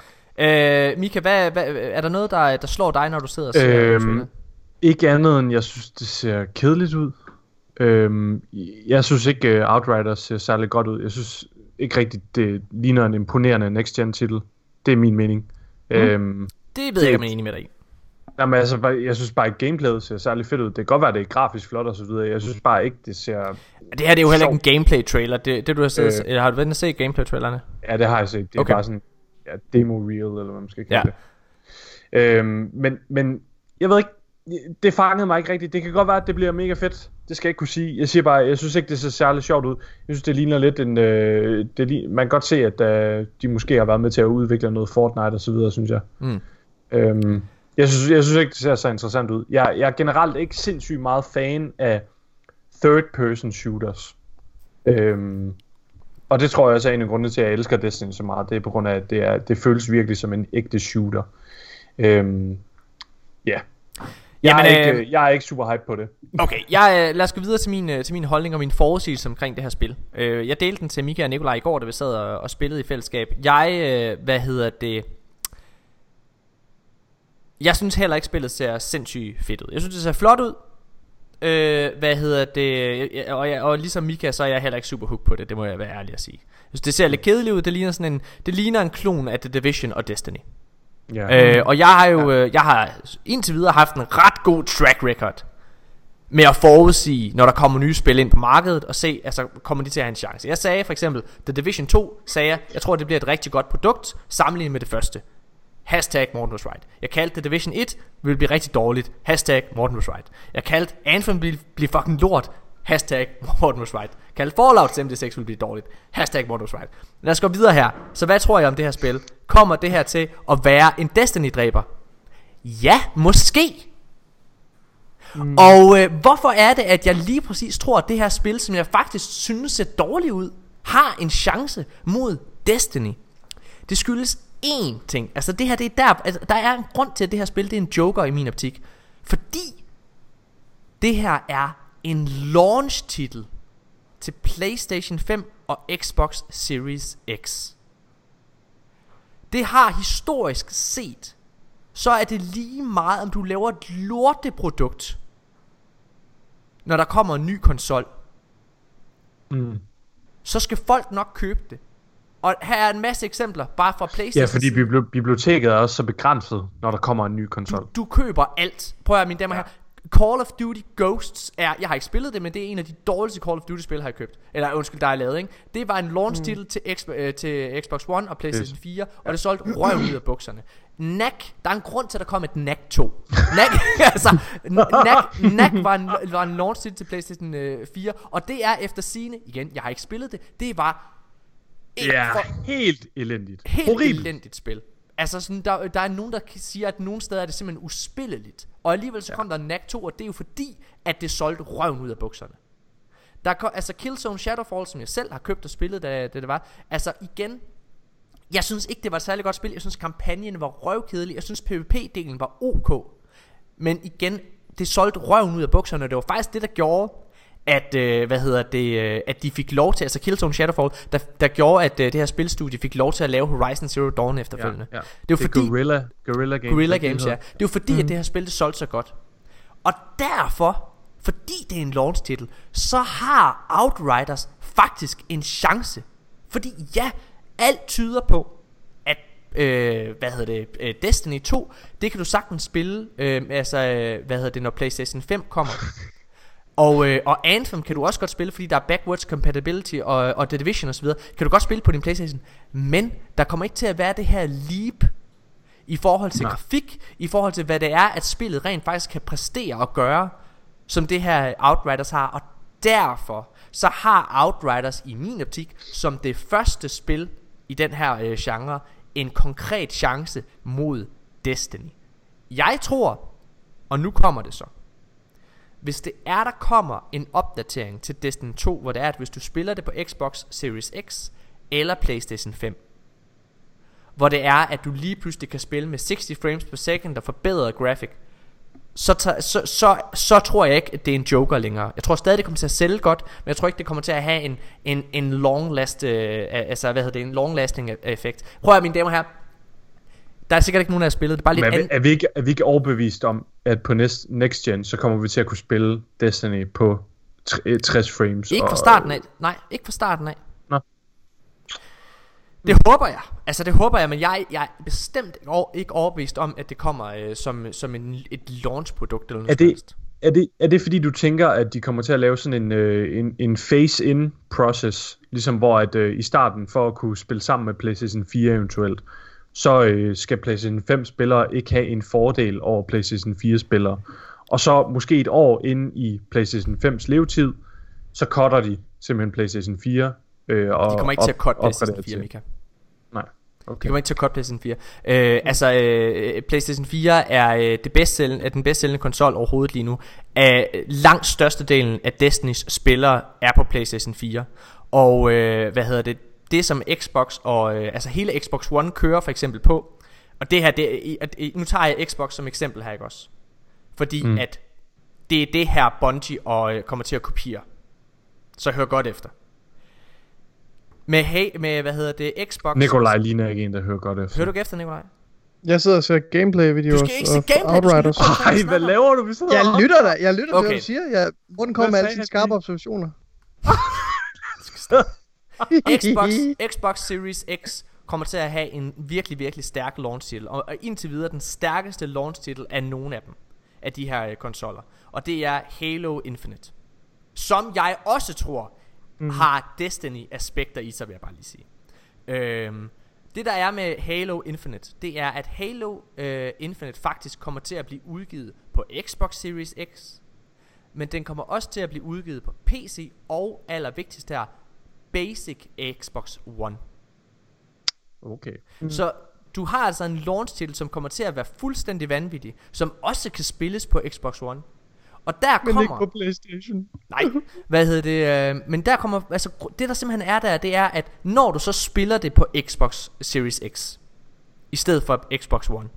ja. Øh, Mika, hvad, hvad, er der noget der, der slår dig, når du sidder og ser Øhm, trailer? Ikke andet end, jeg synes, det ser kedeligt ud. Øhm, jeg synes ikke, uh, Outriders ser særlig godt ud. Jeg synes ikke rigtigt, det ligner en imponerende next gen titel. Det er min mening. Mm. Øhm, Det ved jeg ikke, om jeg er enig med dig i. Jamen altså, jeg synes bare ikke gameplayet ser særlig fedt ud. Det kan godt være, det er grafisk flot og så videre. Jeg synes bare ikke, det ser... Det her det er jo heller ikke en gameplay trailer. Det, det du har set, Øh. eller har du været inde og se gameplay trailerne? Ja, det har jeg set. Det er Okay. bare sådan, ja, demo reel, eller hvad man skal kalde Ja. det. Øhm, men, men, jeg ved ikke, det fangede mig ikke rigtigt. Det kan godt være, at det bliver mega fedt. Det skal jeg ikke kunne sige. Jeg siger bare, jeg synes ikke, det ser særlig sjovt ud. Jeg synes, det ligner lidt en... Øh, det li- man kan godt se, at øh, de måske har været med til at udvikle noget Fortnite og så videre, synes jeg. Mm. Øhm, jeg, synes, jeg synes ikke, det ser så interessant ud. Jeg, jeg er generelt ikke sindssygt meget fan af third-person shooters. Øhm, og det tror jeg også er en af grundene til, at jeg elsker Destiny så meget. Det er på grund af, at det, er, det føles virkelig som en ægte shooter. Øhm, yeah. Jeg, Jamen, er ikke, øh, jeg er ikke super hype på det. Okay, jeg, øh, lad os gå videre til min, øh, til min holdning og min forudsigelse omkring det her spil. øh, Jeg delte den til Mika og Nikolaj i går, da vi sad og, og spillede i fællesskab. Jeg, øh, hvad hedder det Jeg synes heller ikke spillet ser sindssygt fedt ud. Jeg synes det ser flot ud. øh, Hvad hedder det og, jeg, og ligesom Mika, så er jeg heller ikke super hooked på det. Det må jeg være ærlig at sige. Jeg synes det ser lidt kedeligt ud. Det ligner sådan en, det ligner en klon af The Division og Destiny. Yeah. Øh, og jeg har jo øh, jeg har indtil videre haft en ret god track record med at forudsige, når der kommer nye spil ind på markedet, og se, altså kommer de til at have en chance. Jeg sagde for eksempel The Division to, sagde jeg, jeg tror det bliver et rigtig godt produkt sammenlignet med det første. Hashtag Morten was right. Jeg kaldte The Division et ville blive rigtig dårligt. Hashtag Morten was right. Jeg kaldte Anthem ville blive fucking lort. Hashtag Morten was right. Jeg kaldte Fallout til M D seks ville blive dårligt. Hashtag Morten was right. Lad os gå videre her. Så hvad tror jeg om det her spil? Kommer det her til at være en Destiny-dræber? Ja, måske. Mm. Og øh, hvorfor er det, at jeg lige præcis tror, at det her spil, som jeg faktisk synes ser dårligt ud, har en chance mod Destiny? Det skyldes én ting. Altså det her, det er der, altså, der er en grund til, at det her spil, det er en joker i min optik. Fordi det her er en launch-titel til PlayStation fem og Xbox Series X. Det har historisk set, så er det lige meget, om du laver et lorteprodukt, når der kommer en ny konsol. Mm. Så skal folk nok købe det. Og her er en masse eksempler bare fra PlayStation. Ja, fordi bibli- biblioteket er også så begrænset, når der kommer en ny konsol. Du, du køber alt. Prøv at mine damer og herrer. Call of Duty Ghosts er, jeg har ikke spillet det, men det er en af de dårligste Call of Duty spil, har jeg købt. Eller undskyld, der er lavet, ikke? Det var en launch titel mm. til, X, øh, til Xbox One og PlayStation fire, og ja. Det solgte røven ud af bukserne. N A C, der er en grund til, at der kom et N A C to. N A C, altså, N A C, N A C var, en, var en launch titel til PlayStation øh, fire, og det er efter sigende, igen, jeg har ikke spillet det, det var Ja, for, helt elendigt. Helt Horribelt. elendigt spil. Altså sådan, der, der er nogen, der siger, at nogle steder er det simpelthen uspilleligt. Og alligevel så kom ja. der N A C to, og det er jo fordi, at det solgte røven ud af bukserne. Der kom, altså Killzone Shadowfall, som jeg selv har købt og spillet, da, da det var. Altså igen, jeg synes ikke, det var et særligt godt spil. Jeg synes, kampagnen var røvkedelig. Jeg synes, PvP-delen var ok. Men igen, det solgte røven ud af bukserne, og det var faktisk det, der gjorde, at, øh, hvad hedder det, øh, at de fik lov til, altså Killzone Shadowfall, der, der gjorde, at øh, det her spilstudie fik lov til at lave Horizon Zero Dawn efterfølgende. Ja, ja. Det er jo fordi Guerrilla, Guerrilla Games. Guerrilla Games, ja. Det er jo fordi, mm. at det her spil, det solgte så godt. Og derfor, fordi det er en launch titel, så har Outriders faktisk en chance. Fordi ja, alt tyder på, at øh, hvad hedder det, øh, Destiny to, det kan du sagtens spille, øh, altså øh, hvad hedder det, når PlayStation fem kommer. Og, øh, og Anthem kan du også godt spille, fordi der er backwards compatibility og, og The Division osv. Kan du godt spille på din PlayStation. Men der kommer ikke til at være det her leap i forhold til Nej. grafik, i forhold til hvad det er, at spillet rent faktisk kan præstere og gøre, som det her Outriders har. Og derfor så har Outriders i min optik, som det første spil i den her øh, genre, en konkret chance mod Destiny. Jeg tror, og nu kommer det så, hvis det er, der kommer en opdatering til Destiny to, hvor det er, at hvis du spiller det på Xbox Series X eller PlayStation fem, hvor det er, at du lige pludselig kan spille med sixty frames per second og forbedret graphic, så, tager, så, så, så tror jeg ikke, at det er en joker længere. Jeg tror stadig, det kommer til at sælge godt, men jeg tror ikke, det kommer til at have en, en, en long last, øh, altså hvad hedder det, en long lasting effekt. Prøv at mine damer her. Der er sikkert ikke nogen, der har spillet det. Bare lidt Men er, an... er, vi ikke, er vi ikke overbevist om, at på next, next gen, så kommer vi til at kunne spille Destiny på tres frames? Ikke fra og, starten af. Nej, ikke fra starten af. Nå. Det håber jeg. Altså det håber jeg, men jeg, jeg er bestemt ikke overbevist om, at det kommer øh, som, som en, et launch-produkt eller noget er det, helst. er, det, er det fordi, du tænker, at de kommer til at lave sådan en, øh, en, en phase-in process, ligesom hvor at, øh, i starten, for at kunne spille sammen med PlayStation fire eventuelt, så øh, skal PlayStation fem spillere ikke have en fordel over PlayStation fire spillere. Og så måske et år inde i PlayStation fems levetid, så cutter de simpelthen PlayStation fire. Øh, og de kommer ikke op, til at cutte PlayStation fire, Mika. Nej. Okay. De kommer ikke til at cutte PlayStation fire. Øh, altså, øh, PlayStation fire er, øh, det bedst sælgende, er den bedst sælgende konsol overhovedet lige nu. Øh, langt størstedelen af Destinys spillere er på PlayStation fire. Og øh, hvad hedder det? Det som Xbox og øh, altså hele Xbox One kører for eksempel på. Og det her, det, øh, nu tager jeg Xbox som eksempel her, ikke også? Fordi mm. at det er det her Bungie og øh, kommer til at kopiere. Så hør godt efter. Med, hey, med hvad hedder det, Xbox. Nikolaj ligner ikke en, der hører godt efter. Hører du ikke efter, Nikolaj? Jeg sidder og ser gameplay-videoer. Du skal ikke se gameplay. Outriders. Ej, hvad laver du? Vi sidder Jeg lytter da. Jeg lytter okay. til, hvad du siger. Jeg, hvordan kommer med alle sine skarpe observationer? Xbox, Xbox Series X kommer til at have en virkelig, virkelig stærk launch titel. Og, og indtil videre den stærkeste launch titel af nogen af dem. Af de her øh, konsoller. Og det er Halo Infinite. Som jeg også tror mm. har Destiny aspekter i sig, vil jeg bare lige sige. Øhm, det der er med Halo Infinite, det er at Halo øh, Infinite faktisk kommer til at blive udgivet på Xbox Series X. Men den kommer også til at blive udgivet på P C. Og allervigtigst her, Basic Xbox One. Okay. Mm. Så du har altså en launch titel, som kommer til at være fuldstændig vanvittig, som også kan spilles på Xbox One. Og der Men kommer ikke på PlayStation. Nej, hvad hedder det? Øh, men der kommer, altså det der simpelthen er der, det er at når du så spiller det på Xbox Series X i stedet for Xbox One,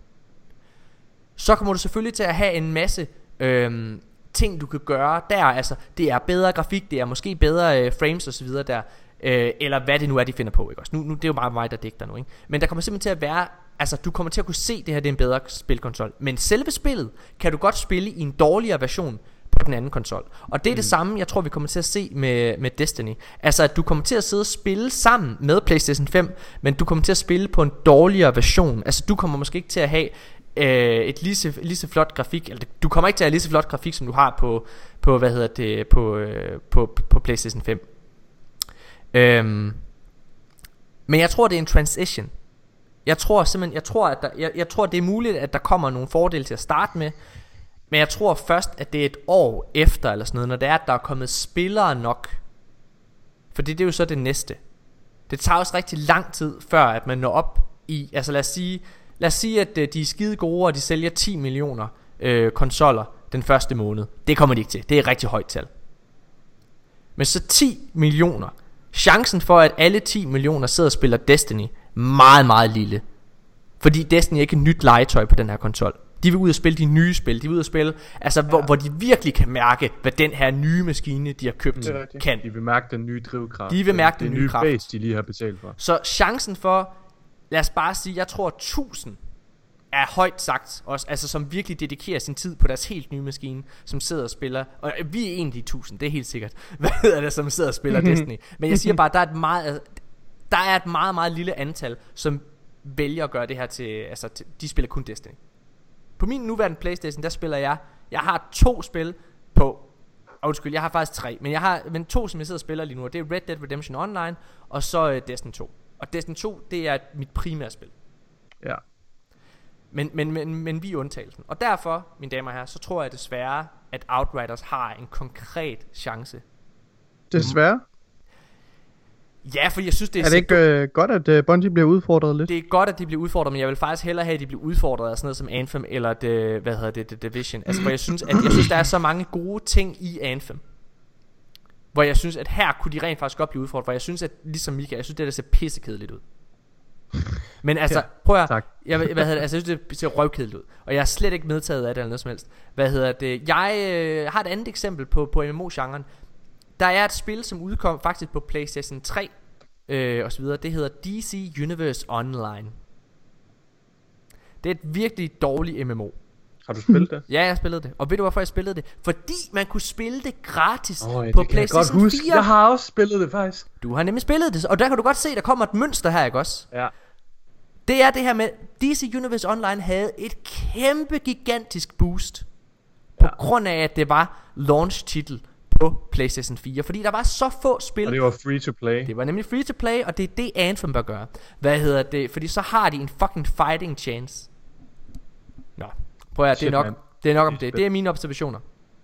så kommer du selvfølgelig til at have en masse øh, ting du kan gøre der. Altså det er bedre grafik, det er måske bedre øh, frames og så videre der, øh, eller hvad det nu er de finder på, ikke også? Nu, nu det er jo bare mig der digter nu, ikke? Men der kommer simpelthen til at være, altså du kommer til at kunne se det her, det er en bedre spilkonsol. Men selve spillet kan du godt spille i en dårligere version på den anden konsol. Og det er mm. det samme jeg tror vi kommer til at se med, med Destiny. Altså at du kommer til at sidde og spille sammen med PlayStation fem, men du kommer til at spille på en dårligere version. Altså du kommer måske ikke til at have øh, et lige så, lige så flot grafik, eller du kommer ikke til at have lige så flot grafik som du har på, på hvad hedder det, på, øh, på, på PlayStation fem. øhm, Men jeg tror det er en transition. Jeg tror simpelthen, jeg tror, at der, jeg, jeg tror, det er muligt, at der kommer nogle fordele til at starte med. Men jeg tror først, at det er et år efter, eller sådan noget, når det er, at der er kommet spillere nok. For det, det er jo så det næste. Det tager også rigtig lang tid, før at man når op i, altså lad os sige, lad os sige at de er skide gode, og de sælger ti millioner øh, konsoller den første måned. Det kommer de ikke til, det er et rigtig højt tal. Men så ti millioner, chancen for, at alle ti millioner sidder og spiller Destiny, meget, meget lille. Fordi Destiny er ikke et nyt legetøj på den her konsol. De vil ud og spille de nye spil. De vil ud og spille, altså ja. hvor, hvor de virkelig kan mærke, hvad den her nye maskine, de har købt, mm. kan. De vil mærke den nye drivkraft. De vil mærke den, den nye nye kraft. base, de lige har betalt for. Så chancen for, lad os bare sige, jeg tror tusind er højt sagt også, altså som virkelig dedikerer sin tid på deres helt nye maskine, som sidder og spiller. Og vi er en af de tusind, det er helt sikkert. Hvad hedder det, som sidder og spiller Destiny. Men jeg siger bare, der er et meget, der er et meget, meget lille antal, som vælger at gøre det her til, altså til, de spiller kun Destiny. På min nuværende PlayStation, der spiller jeg, jeg har to spil på, undskyld, jeg har faktisk tre, men jeg har men to, som jeg sidder og spiller lige nu, og det er Red Dead Redemption Online, og så uh, Destiny to. Og Destiny to, det er mit primære spil. Ja. Men, men, men, men vi er undtagelsen. Og derfor, mine damer og herrer, så tror jeg desværre, at Outriders har en konkret chance. Desværre? Ja, for jeg synes det er Er det ikke øh, godt at øh, Bungie bliver udfordret lidt? Det er godt at de bliver udfordret, men jeg vil faktisk hellere have at de bliver udfordret af sådan noget som Anthem eller det, hvad hedder det, The Division. Altså for jeg synes at jeg synes der er så mange gode ting i Anthem, hvor jeg synes at her kunne de rent faktisk godt blive udfordret. For jeg synes at ligesom Mika, jeg synes det der ser pissekedeligt ud. Men altså, prøv at tak. jeg, hvad hedder det, altså jeg synes det ser røvkedeligt ud, og jeg er slet ikke medtaget af det eller noget som helst. Hvad hedder det? Jeg øh, har et andet eksempel på på M M O-genren. Der er et spil som udkom faktisk på PlayStation tre øh, og så videre. Det hedder D C Universe Online. Det er et virkelig dårligt M M O. Har du spillet det? Ja, jeg har spillet det. Og ved du hvorfor jeg spillede det? Fordi man kunne spille det gratis oh, ja, på det PlayStation jeg godt huske. fire. Jeg har også spillet det faktisk. Du har nemlig spillet det, og der kan du godt se der kommer et mønster her, ikke også? Ja. Det er det her med D C Universe Online havde et kæmpe gigantisk boost på Ja. grund af at det var launch titel på PlayStation fire, fordi der var så få spil. Og det var free to play. Det var nemlig free to play, og det er det Anthem bør gøre. Hvad hedder det? Fordi så har de en fucking fighting chance. Nå, prøv at det er Shit, nok man. det er nok om det. Det er mine observationer.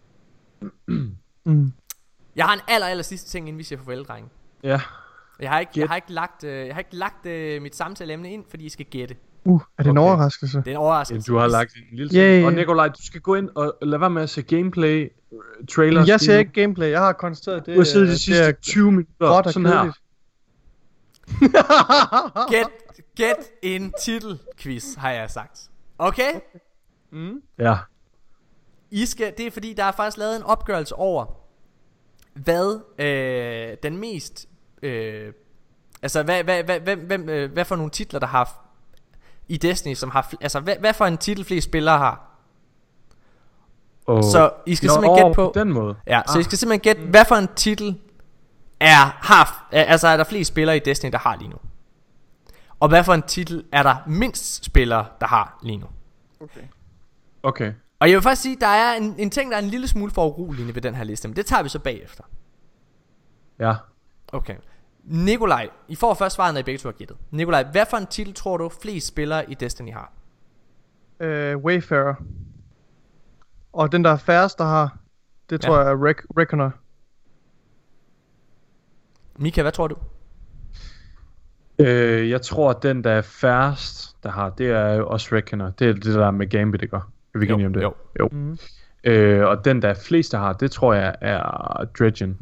Mm. Jeg har en aller aller sidste ting inden vi siger farvel, drenge. Ja. Jeg har ikke Gæt. jeg har ikke lagt øh, jeg har ikke lagt øh, mit samtaleemne ind, fordi I skal gætte. Uh, er det en Okay. overraskelse? Det er en overraskelse. Du har lagt en lille Yeah, ting. yeah. Og Nikolaj, du skal gå ind og lade være med at se gameplay øh, trailers. Jeg ser ikke gameplay, jeg har konstateret det. Du har siddet øh, de det sidste er tyve minutter gråt og sådan her. kedeligt. Gæt gæt en titelquiz, har jeg sagt. Okay? Mm. Ja. I skal, det er fordi der er faktisk lavet en opgørelse over hvad øh, den mest øh, altså hvad, hvad, hvad, hvad, hvem, øh, hvad for nogle titler der har i Destiny som har fl- altså hvad, hvad for en titel flest spillere har. Oh. Så I skal Nå, simpelthen gætte på på den måde. ja, så Ah. I skal simpelthen gætte hvad for en titel er har er, altså er der flest spillere i Destiny der har lige nu. Og hvad for en titel er der mindst spillere der har lige nu. Okay. Okay. Og jeg vil faktisk sige der er en, en ting der er en lille smule for uroligende ved den her liste, men det tager vi så bagefter. Ja. Okay. Nikolaj, I får først svaret, når I begge to har gættet. Nikolaj, hvad for en titel tror du flest spillere i Destiny har? Øh, Wayfarer. Og den der er færrest, der har, det tror Ja. jeg er Rec- Reckoner. Mika, hvad tror du? Øh, jeg tror, at den, der er færrest, der har, det er jo også Reckoner. Det er det, der er med Gambit, ikke? Er vi ikke Jo, enige om det? jo. jo. Mm. Øh, og den, der flest der har, det tror jeg er Dredgen.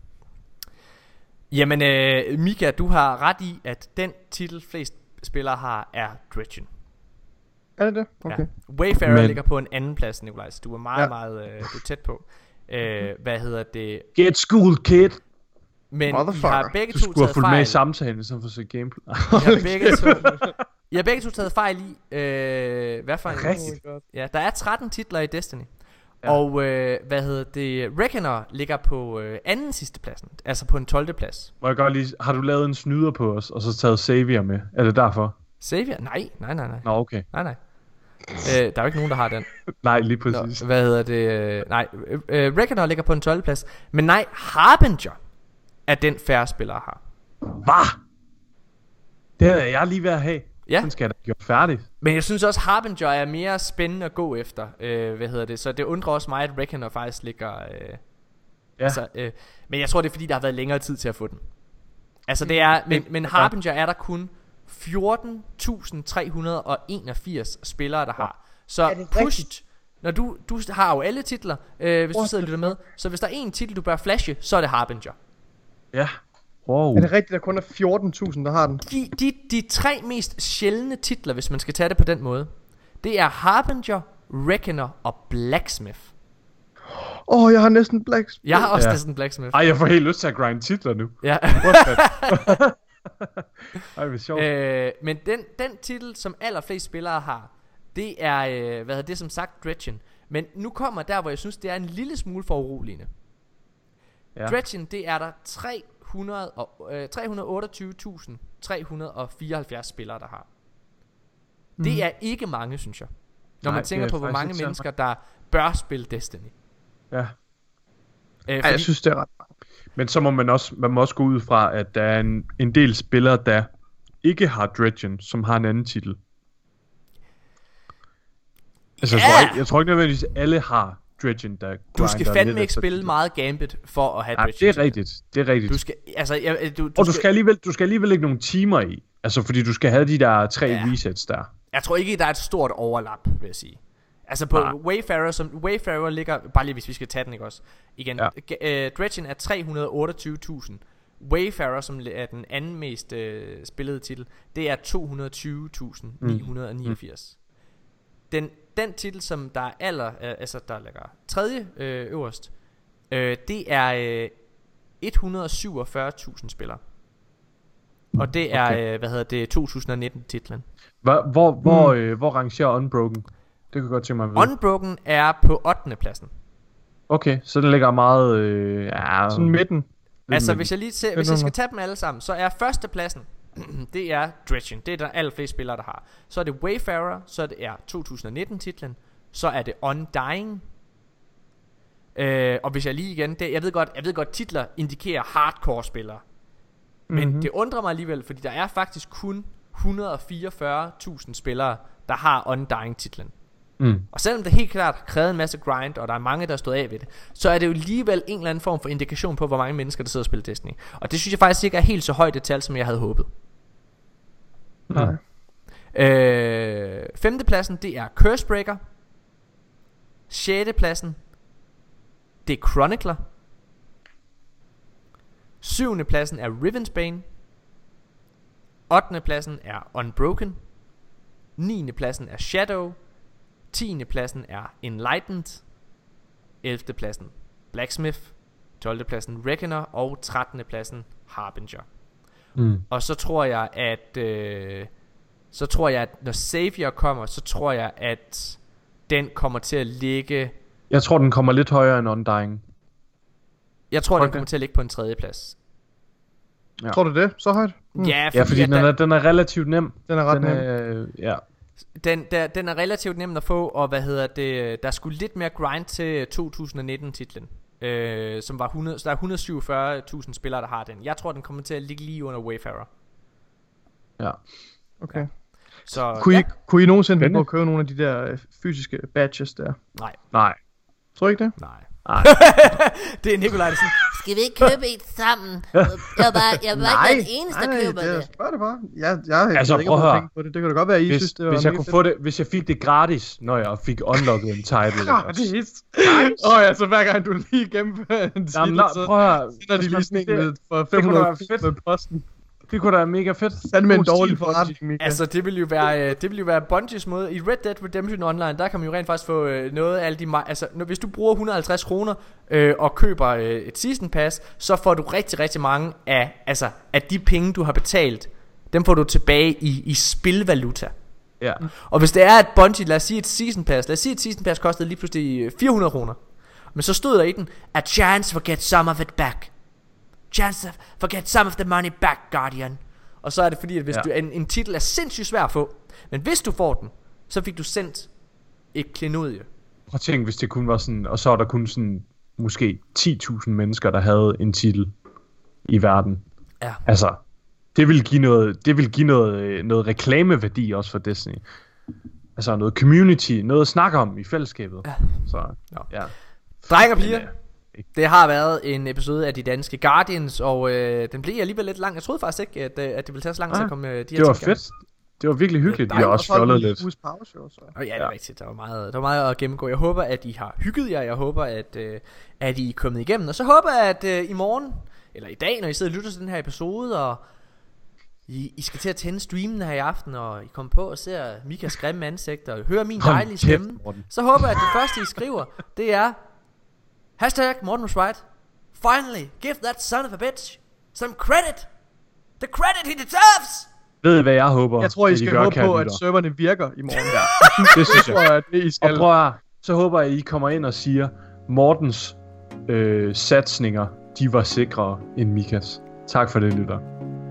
Jamen, øh, Mika, du har ret i, at den titel flest spillere har, er Dredgen. Er det det? Okay. Ja. Wayfarer Men- ligger på en anden plads, Nikolaj. Så du er meget, Ja. ja. meget øh, du er tæt på. Øh, hvad hedder det? Get school, kid! Men I Motherfucker. har begge Du to skulle have taget fulgt med i fejl. samtalen, så for at se gameplay. I har begge to, I har begge to taget fejl i, øh, hvad for en? Rigtigt. Ja, der er tretten titler i Destiny. Ja. Ja. Og øh, hvad hedder det? Reckoner ligger på øh, anden sidste pladsen. Altså på en tolvte plads. Må jeg godt lige, har du lavet en snyder på os, og så taget Savior med? Er det derfor? Savior? Nej, nej, nej, nej. Nå, okay. Nej, nej. Øh, der er jo ikke nogen, der har den. Nej, lige Nå, præcis. hvad hedder det? øh, Nej, øh, øh, Reckoner ligger på en tolvte plads. Men nej, Harbinger er den færre spillere har. Hvad? Det er jeg lige ved at have. Ja. Den skal jeg da gjort færdig. Men jeg synes også, Harbinger er mere spændende at gå efter. Øh, hvad hedder det? Så det undrer også mig, at Reckoner faktisk ligger... Øh, Ja. altså, øh, men jeg tror, det er fordi, der har været længere tid til at få den. Altså det er... Men, men Harbinger er der kun fjorten tusind tre hundrede og enogfirs spillere, der har. Så Er det pusht... Når du, du har jo alle titler, øh, hvis du sidder og lytter med. Så hvis der er en titel, du bør flashe, så er det Harbinger. Ja. Wow. Er det rigtigt, at der kun er fjorten tusind, der har den? De, de, de tre mest sjældne titler, hvis man skal tage det på den måde, det er Harbinger, Reckoner og Blacksmith. Åh, oh, jeg har næsten Black... Jeg har også Ja. næsten Blacksmith. Ej, jeg får helt lyst til at grinde titler nu. Ja. Ej, det er sjovt. øh, men den, den titel, som allerflest spillere har, det er, øh, hvad hedder det som sagt, Dredgen. Men nu kommer der, hvor jeg synes, det er en lille smule for uroligende. Ja. Ja. Dredgen, det er der tre hundrede og, øh, tre hundrede og otteogtyve tusind tre hundrede og fireoghalvfjerds spillere, der har. Mm. Det er ikke mange, synes jeg. Når Nej, man tænker det er på, hvor faktisk mange ikke så mennesker, der bør spille Destiny. Ja. Øh, Ej, fordi, jeg synes, det er ret mange. Men så må man også, man må også gå ud fra, at der er en, en del spillere, der ikke har Dredgen, som har en anden titel. Altså, jeg, Ja! tror ikke, jeg tror ikke nødvendigvis, at alle har Dredgen, der du skal grinder fandme lidt ikke efter spille titlen. meget Gambit for at have Ja, Dredgen. det er rigtigt. Det er rigtigt. Du skal, altså, jeg, du, du, Og du skal, alligevel, du skal alligevel ikke nogen timer i. Altså, fordi du skal have de der tre Ja. resets der. Jeg tror ikke, der er et stort overlap, vil jeg sige. Altså på Nej. Wayfarer, som Wayfarer ligger, bare lige hvis vi skal tage den, ikke også? Igen, Ja. ja. uh, Dredgen er tre hundrede og otteogtyve tusind. Wayfarer, som er den anden mest uh, spillede titel, det er to hundrede og tyve tusind ni hundrede og niogfirs. Mm. Den, den titel, som der er aller, uh, altså der ligger tredje uh, øverst, uh, det er uh, et hundrede og syvogfyrre tusind spillere. Og det er, Okay. uh, hvad hedder det, to tusind og nitten titlen. Hvor, hvor, hvor, øh, hvor rangerer Unbroken? Det kan jeg godt tænke mig at vide. Unbroken er på ottende pladsen. Okay, så den ligger meget... Øh, ja, Sådan midten. lidt Altså mellem. hvis jeg lige ser, hvis jeg skal tage dem alle sammen, så er førstepladsen det er Dredgen. Det er der allerflest spillere, der har. Så er det Wayfarer, så er det er to tusind og nitten titlen, så er det Undying. Øh, og hvis jeg lige igen, det, jeg ved godt, jeg ved godt titler indikerer hardcore spillere. Men Mhm. mm-hmm. det undrer mig alligevel, fordi der er faktisk kun et hundrede og fireogfyrre tusind spillere, der har Undying titlen. Mm. Og selvom det helt klart har krævet en masse grind, og der er mange, der har stået af ved det, så er det jo alligevel en eller anden form for indikation på, hvor mange mennesker, der sidder og spiller Destiny. Og det synes jeg faktisk ikke er helt så højt et tal, som jeg havde håbet. Nej. Øh, femtepladsen, det er Cursebreaker. Sjettepladsen, det er Chronicler. Syvende pladsen er Rivensbane. Ottende pladsen er Unbroken. Niende pladsen er Shadow. Tiende pladsen er Enlightened. Ellevte pladsen Blacksmith. Tolvte pladsen Reckoner. Og trettende pladsen Harbinger. Mm. Og så tror jeg at øh, Så tror jeg at når Savior kommer, så tror jeg at den kommer til at ligge. Jeg tror, den kommer lidt højere end Undying. Jeg tror Okay. den kommer til at ligge på en tredje plads. Ja. Tror du det? Så højt? Mm. Ja, fordi, Ja, fordi at den der- er, den er relativt nem. Den er ret den nem. er, ja. Den, der, den er relativt nem at få. Og hvad hedder det, der skulle lidt mere grind til to tusind og nitten titlen, øh, som var hundrede, så der er et hundrede og syvogfyrre tusind spillere, der har den. Jeg tror den kommer til at ligge lige under Wayfarer. Ja. Okay. Så Kunne, I, ja, kunne I nogensinde finde Spændende. på at købe nogle af de der øh, fysiske badges der? nej, Nej. Tror I ikke det? nej. Nej. Det er Nikolaj, der siger, Skal vi ikke købe et sammen? Jeg var bare, jeg var Nej, ikke den eneste, nej, der køber det. det. Spørg det bare. Jeg, jeg, Altså, jeg ikke, prøv at om høre. på det. Det kan da godt være, I Hvis, synes, det var hvis jeg mega kunne fedt. få det, hvis jeg fik det gratis, når jeg fik unlocket en title. Gratis. Åh oh, ja, så hver gang du lige gennemfører en titel, Jamen, nå, så prøv at høre. sender de lige sådan en med for fem kunne da hundrede være fedt. med posten. Det kunne da være mega fedt. Sand med en God stil, dårlig Bungie. forretning, Mika. altså det vil jo være øh, det vil jo være Bungies måde. I Red Dead Redemption Online, der kan man jo rent faktisk få øh, noget af alle de ma- altså når, hvis du bruger et hundrede og halvtreds kroner øh, og køber øh, et season pass, så får du rigtig rigtig mange af altså af de penge du har betalt. Dem får du tilbage i i spilvaluta. Ja. Og hvis det er at Bungie, lad os sige et season pass, lad os sige et season pass kostede lige pludselig fire hundrede kroner. Men så stod der i den, a chance for get some of it back. Chance for get some of the money back, Guardian. Og så er det fordi, at hvis Ja. du, en, en titel er sindssygt svær at få, men hvis du får den, så fik du sendt et klenodie. Prøv at tænke, hvis det kun var sådan, og så er der kun sådan, måske ti tusind mennesker, der havde en titel i verden. Ja. Altså, det vil give noget, det vil give noget, øh, noget reklameværdi også for Destiny. Altså noget community, noget at snakke om i fællesskabet. Ja. Så, Ja. ja. Drenge og Men, piger, øh, det har været en episode af de danske Guardians, og øh, den blev alligevel lidt lang. Jeg troede faktisk ikke, at, øh, at det ville tage så lang tid Nej, at komme øh, de her Det var ting i gang. fedt. Det var virkelig hyggeligt. Ja, Vi har dejligt. også fjollet lidt. Uges pause, jo, så. Og ja, det er Ja. rigtigt. Der var meget, der var meget at gennemgå. Jeg håber, at I har hygget jer. Jeg håber, at, øh, at I er kommet igennem. Og så håber jeg, at øh, i morgen, eller i dag, når I sidder og lytter til den her episode, og I, I skal til at tænde streamen her i aften, og I kommer på og ser Mikas grimme ansigt, og hører min Hold dejlige kæft, stemme, Morten. så håber jeg, at det første, I skriver, det er hashtag Morten was right. Finally, give that son of a bitch some credit. The credit he deserves. Ved I, hvad jeg håber? Jeg tror, I at skal gør, håbe kære på, at lyttere? serverne virker i morgen. Ja, det synes Jeg jeg. tror, at det I skal. Og prøv at, høre, så håber jeg, at I kommer ind og siger, Mortens øh, satsninger, de var sikrere end Mikas. Tak for det, lytter.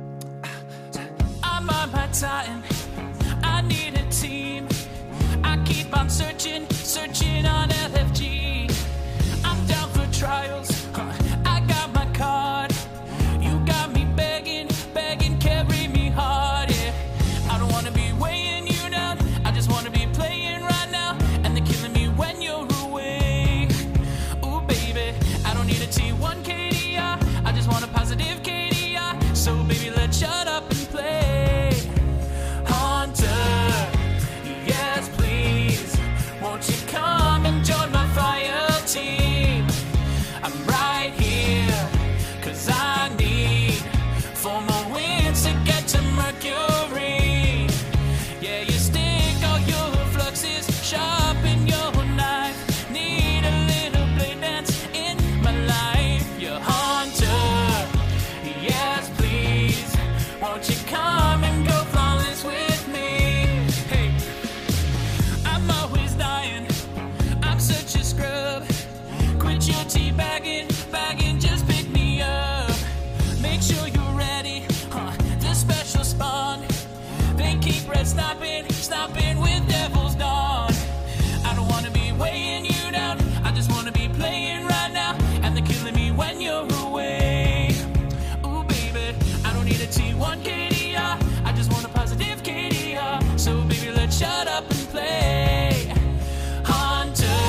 I'm on my time. I need a team. I keep on searching, searching on L F G. I'm down for trials. Huh. I got my card. You got me begging, begging, carry me hard. Yeah. I don't wanna be weighing you down. I just wanna be playing right now. And they're killing me when you're away. Ooh, baby, I don't need a T one K D I. I just want a positive K D I. So baby, let's shut up and play. Hunter, yes please, won't you come and join my fire team? I'm right here, cause I need four more wins to get to Mercury. Yeah, you stick all your fluxes, sharpen your knife. Need a little blade dance in my life. You're Hunter, yes please, won't you come and go flawless with me? Hey, I'm always dying, I'm such a scrub. Quit your teabagging, bagging, just pick me up. Make sure you're ready, huh, the special spawn. They keep red stopping, stopping with Devil's Dawn. I don't wanna be weighing you down, I just wanna be playing right now. And they're killing me when you're away. Ooh baby, I don't need a T one K D I. I just want a positive K D I. So baby, let's shut up and play. Hunter,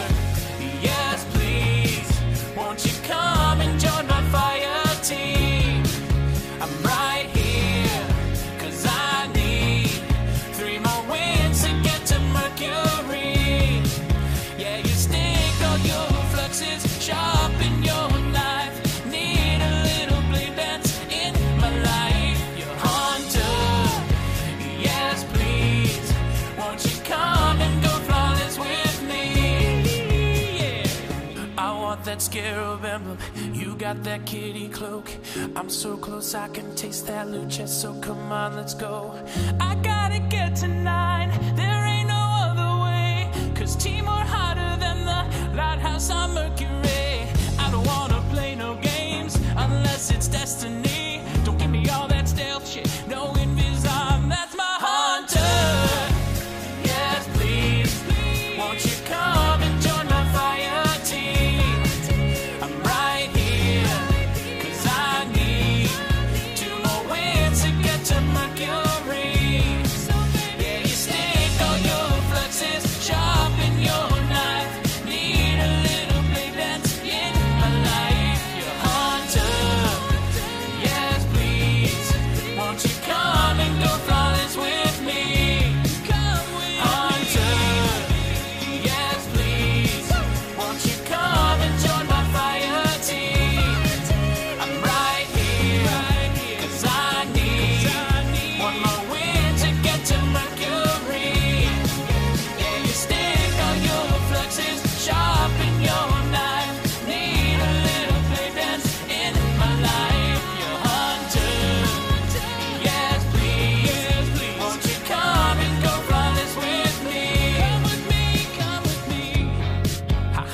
yes please, won't you come and join my fire team? I'm right here, cause I need three more wins to get to Mercury. Yeah, you stick all your fluxes, sharpen your knife. Need a little blade dance in my life. You're Hunter, yes please, won't you come and go flawless with me? Yeah, I want that scarab emblem, you got that kitty cloak. I'm so close I can taste that loot chest, so come on, let's go. I gotta get to nine, there ain't no other way. Cause team are hotter than the lighthouse on Mercury. I don't wanna play no games unless it's destiny. Don't give me all that stealth shit, no invis-on, that's my Hunter. Yes please, won't you come and join my fire team? I'm right here, cause I need two more wins to get to Mercury. Yeah, you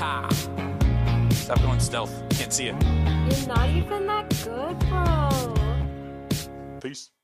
Ha! Stop going stealth. Can't see it. You're not even that good, bro. Peace.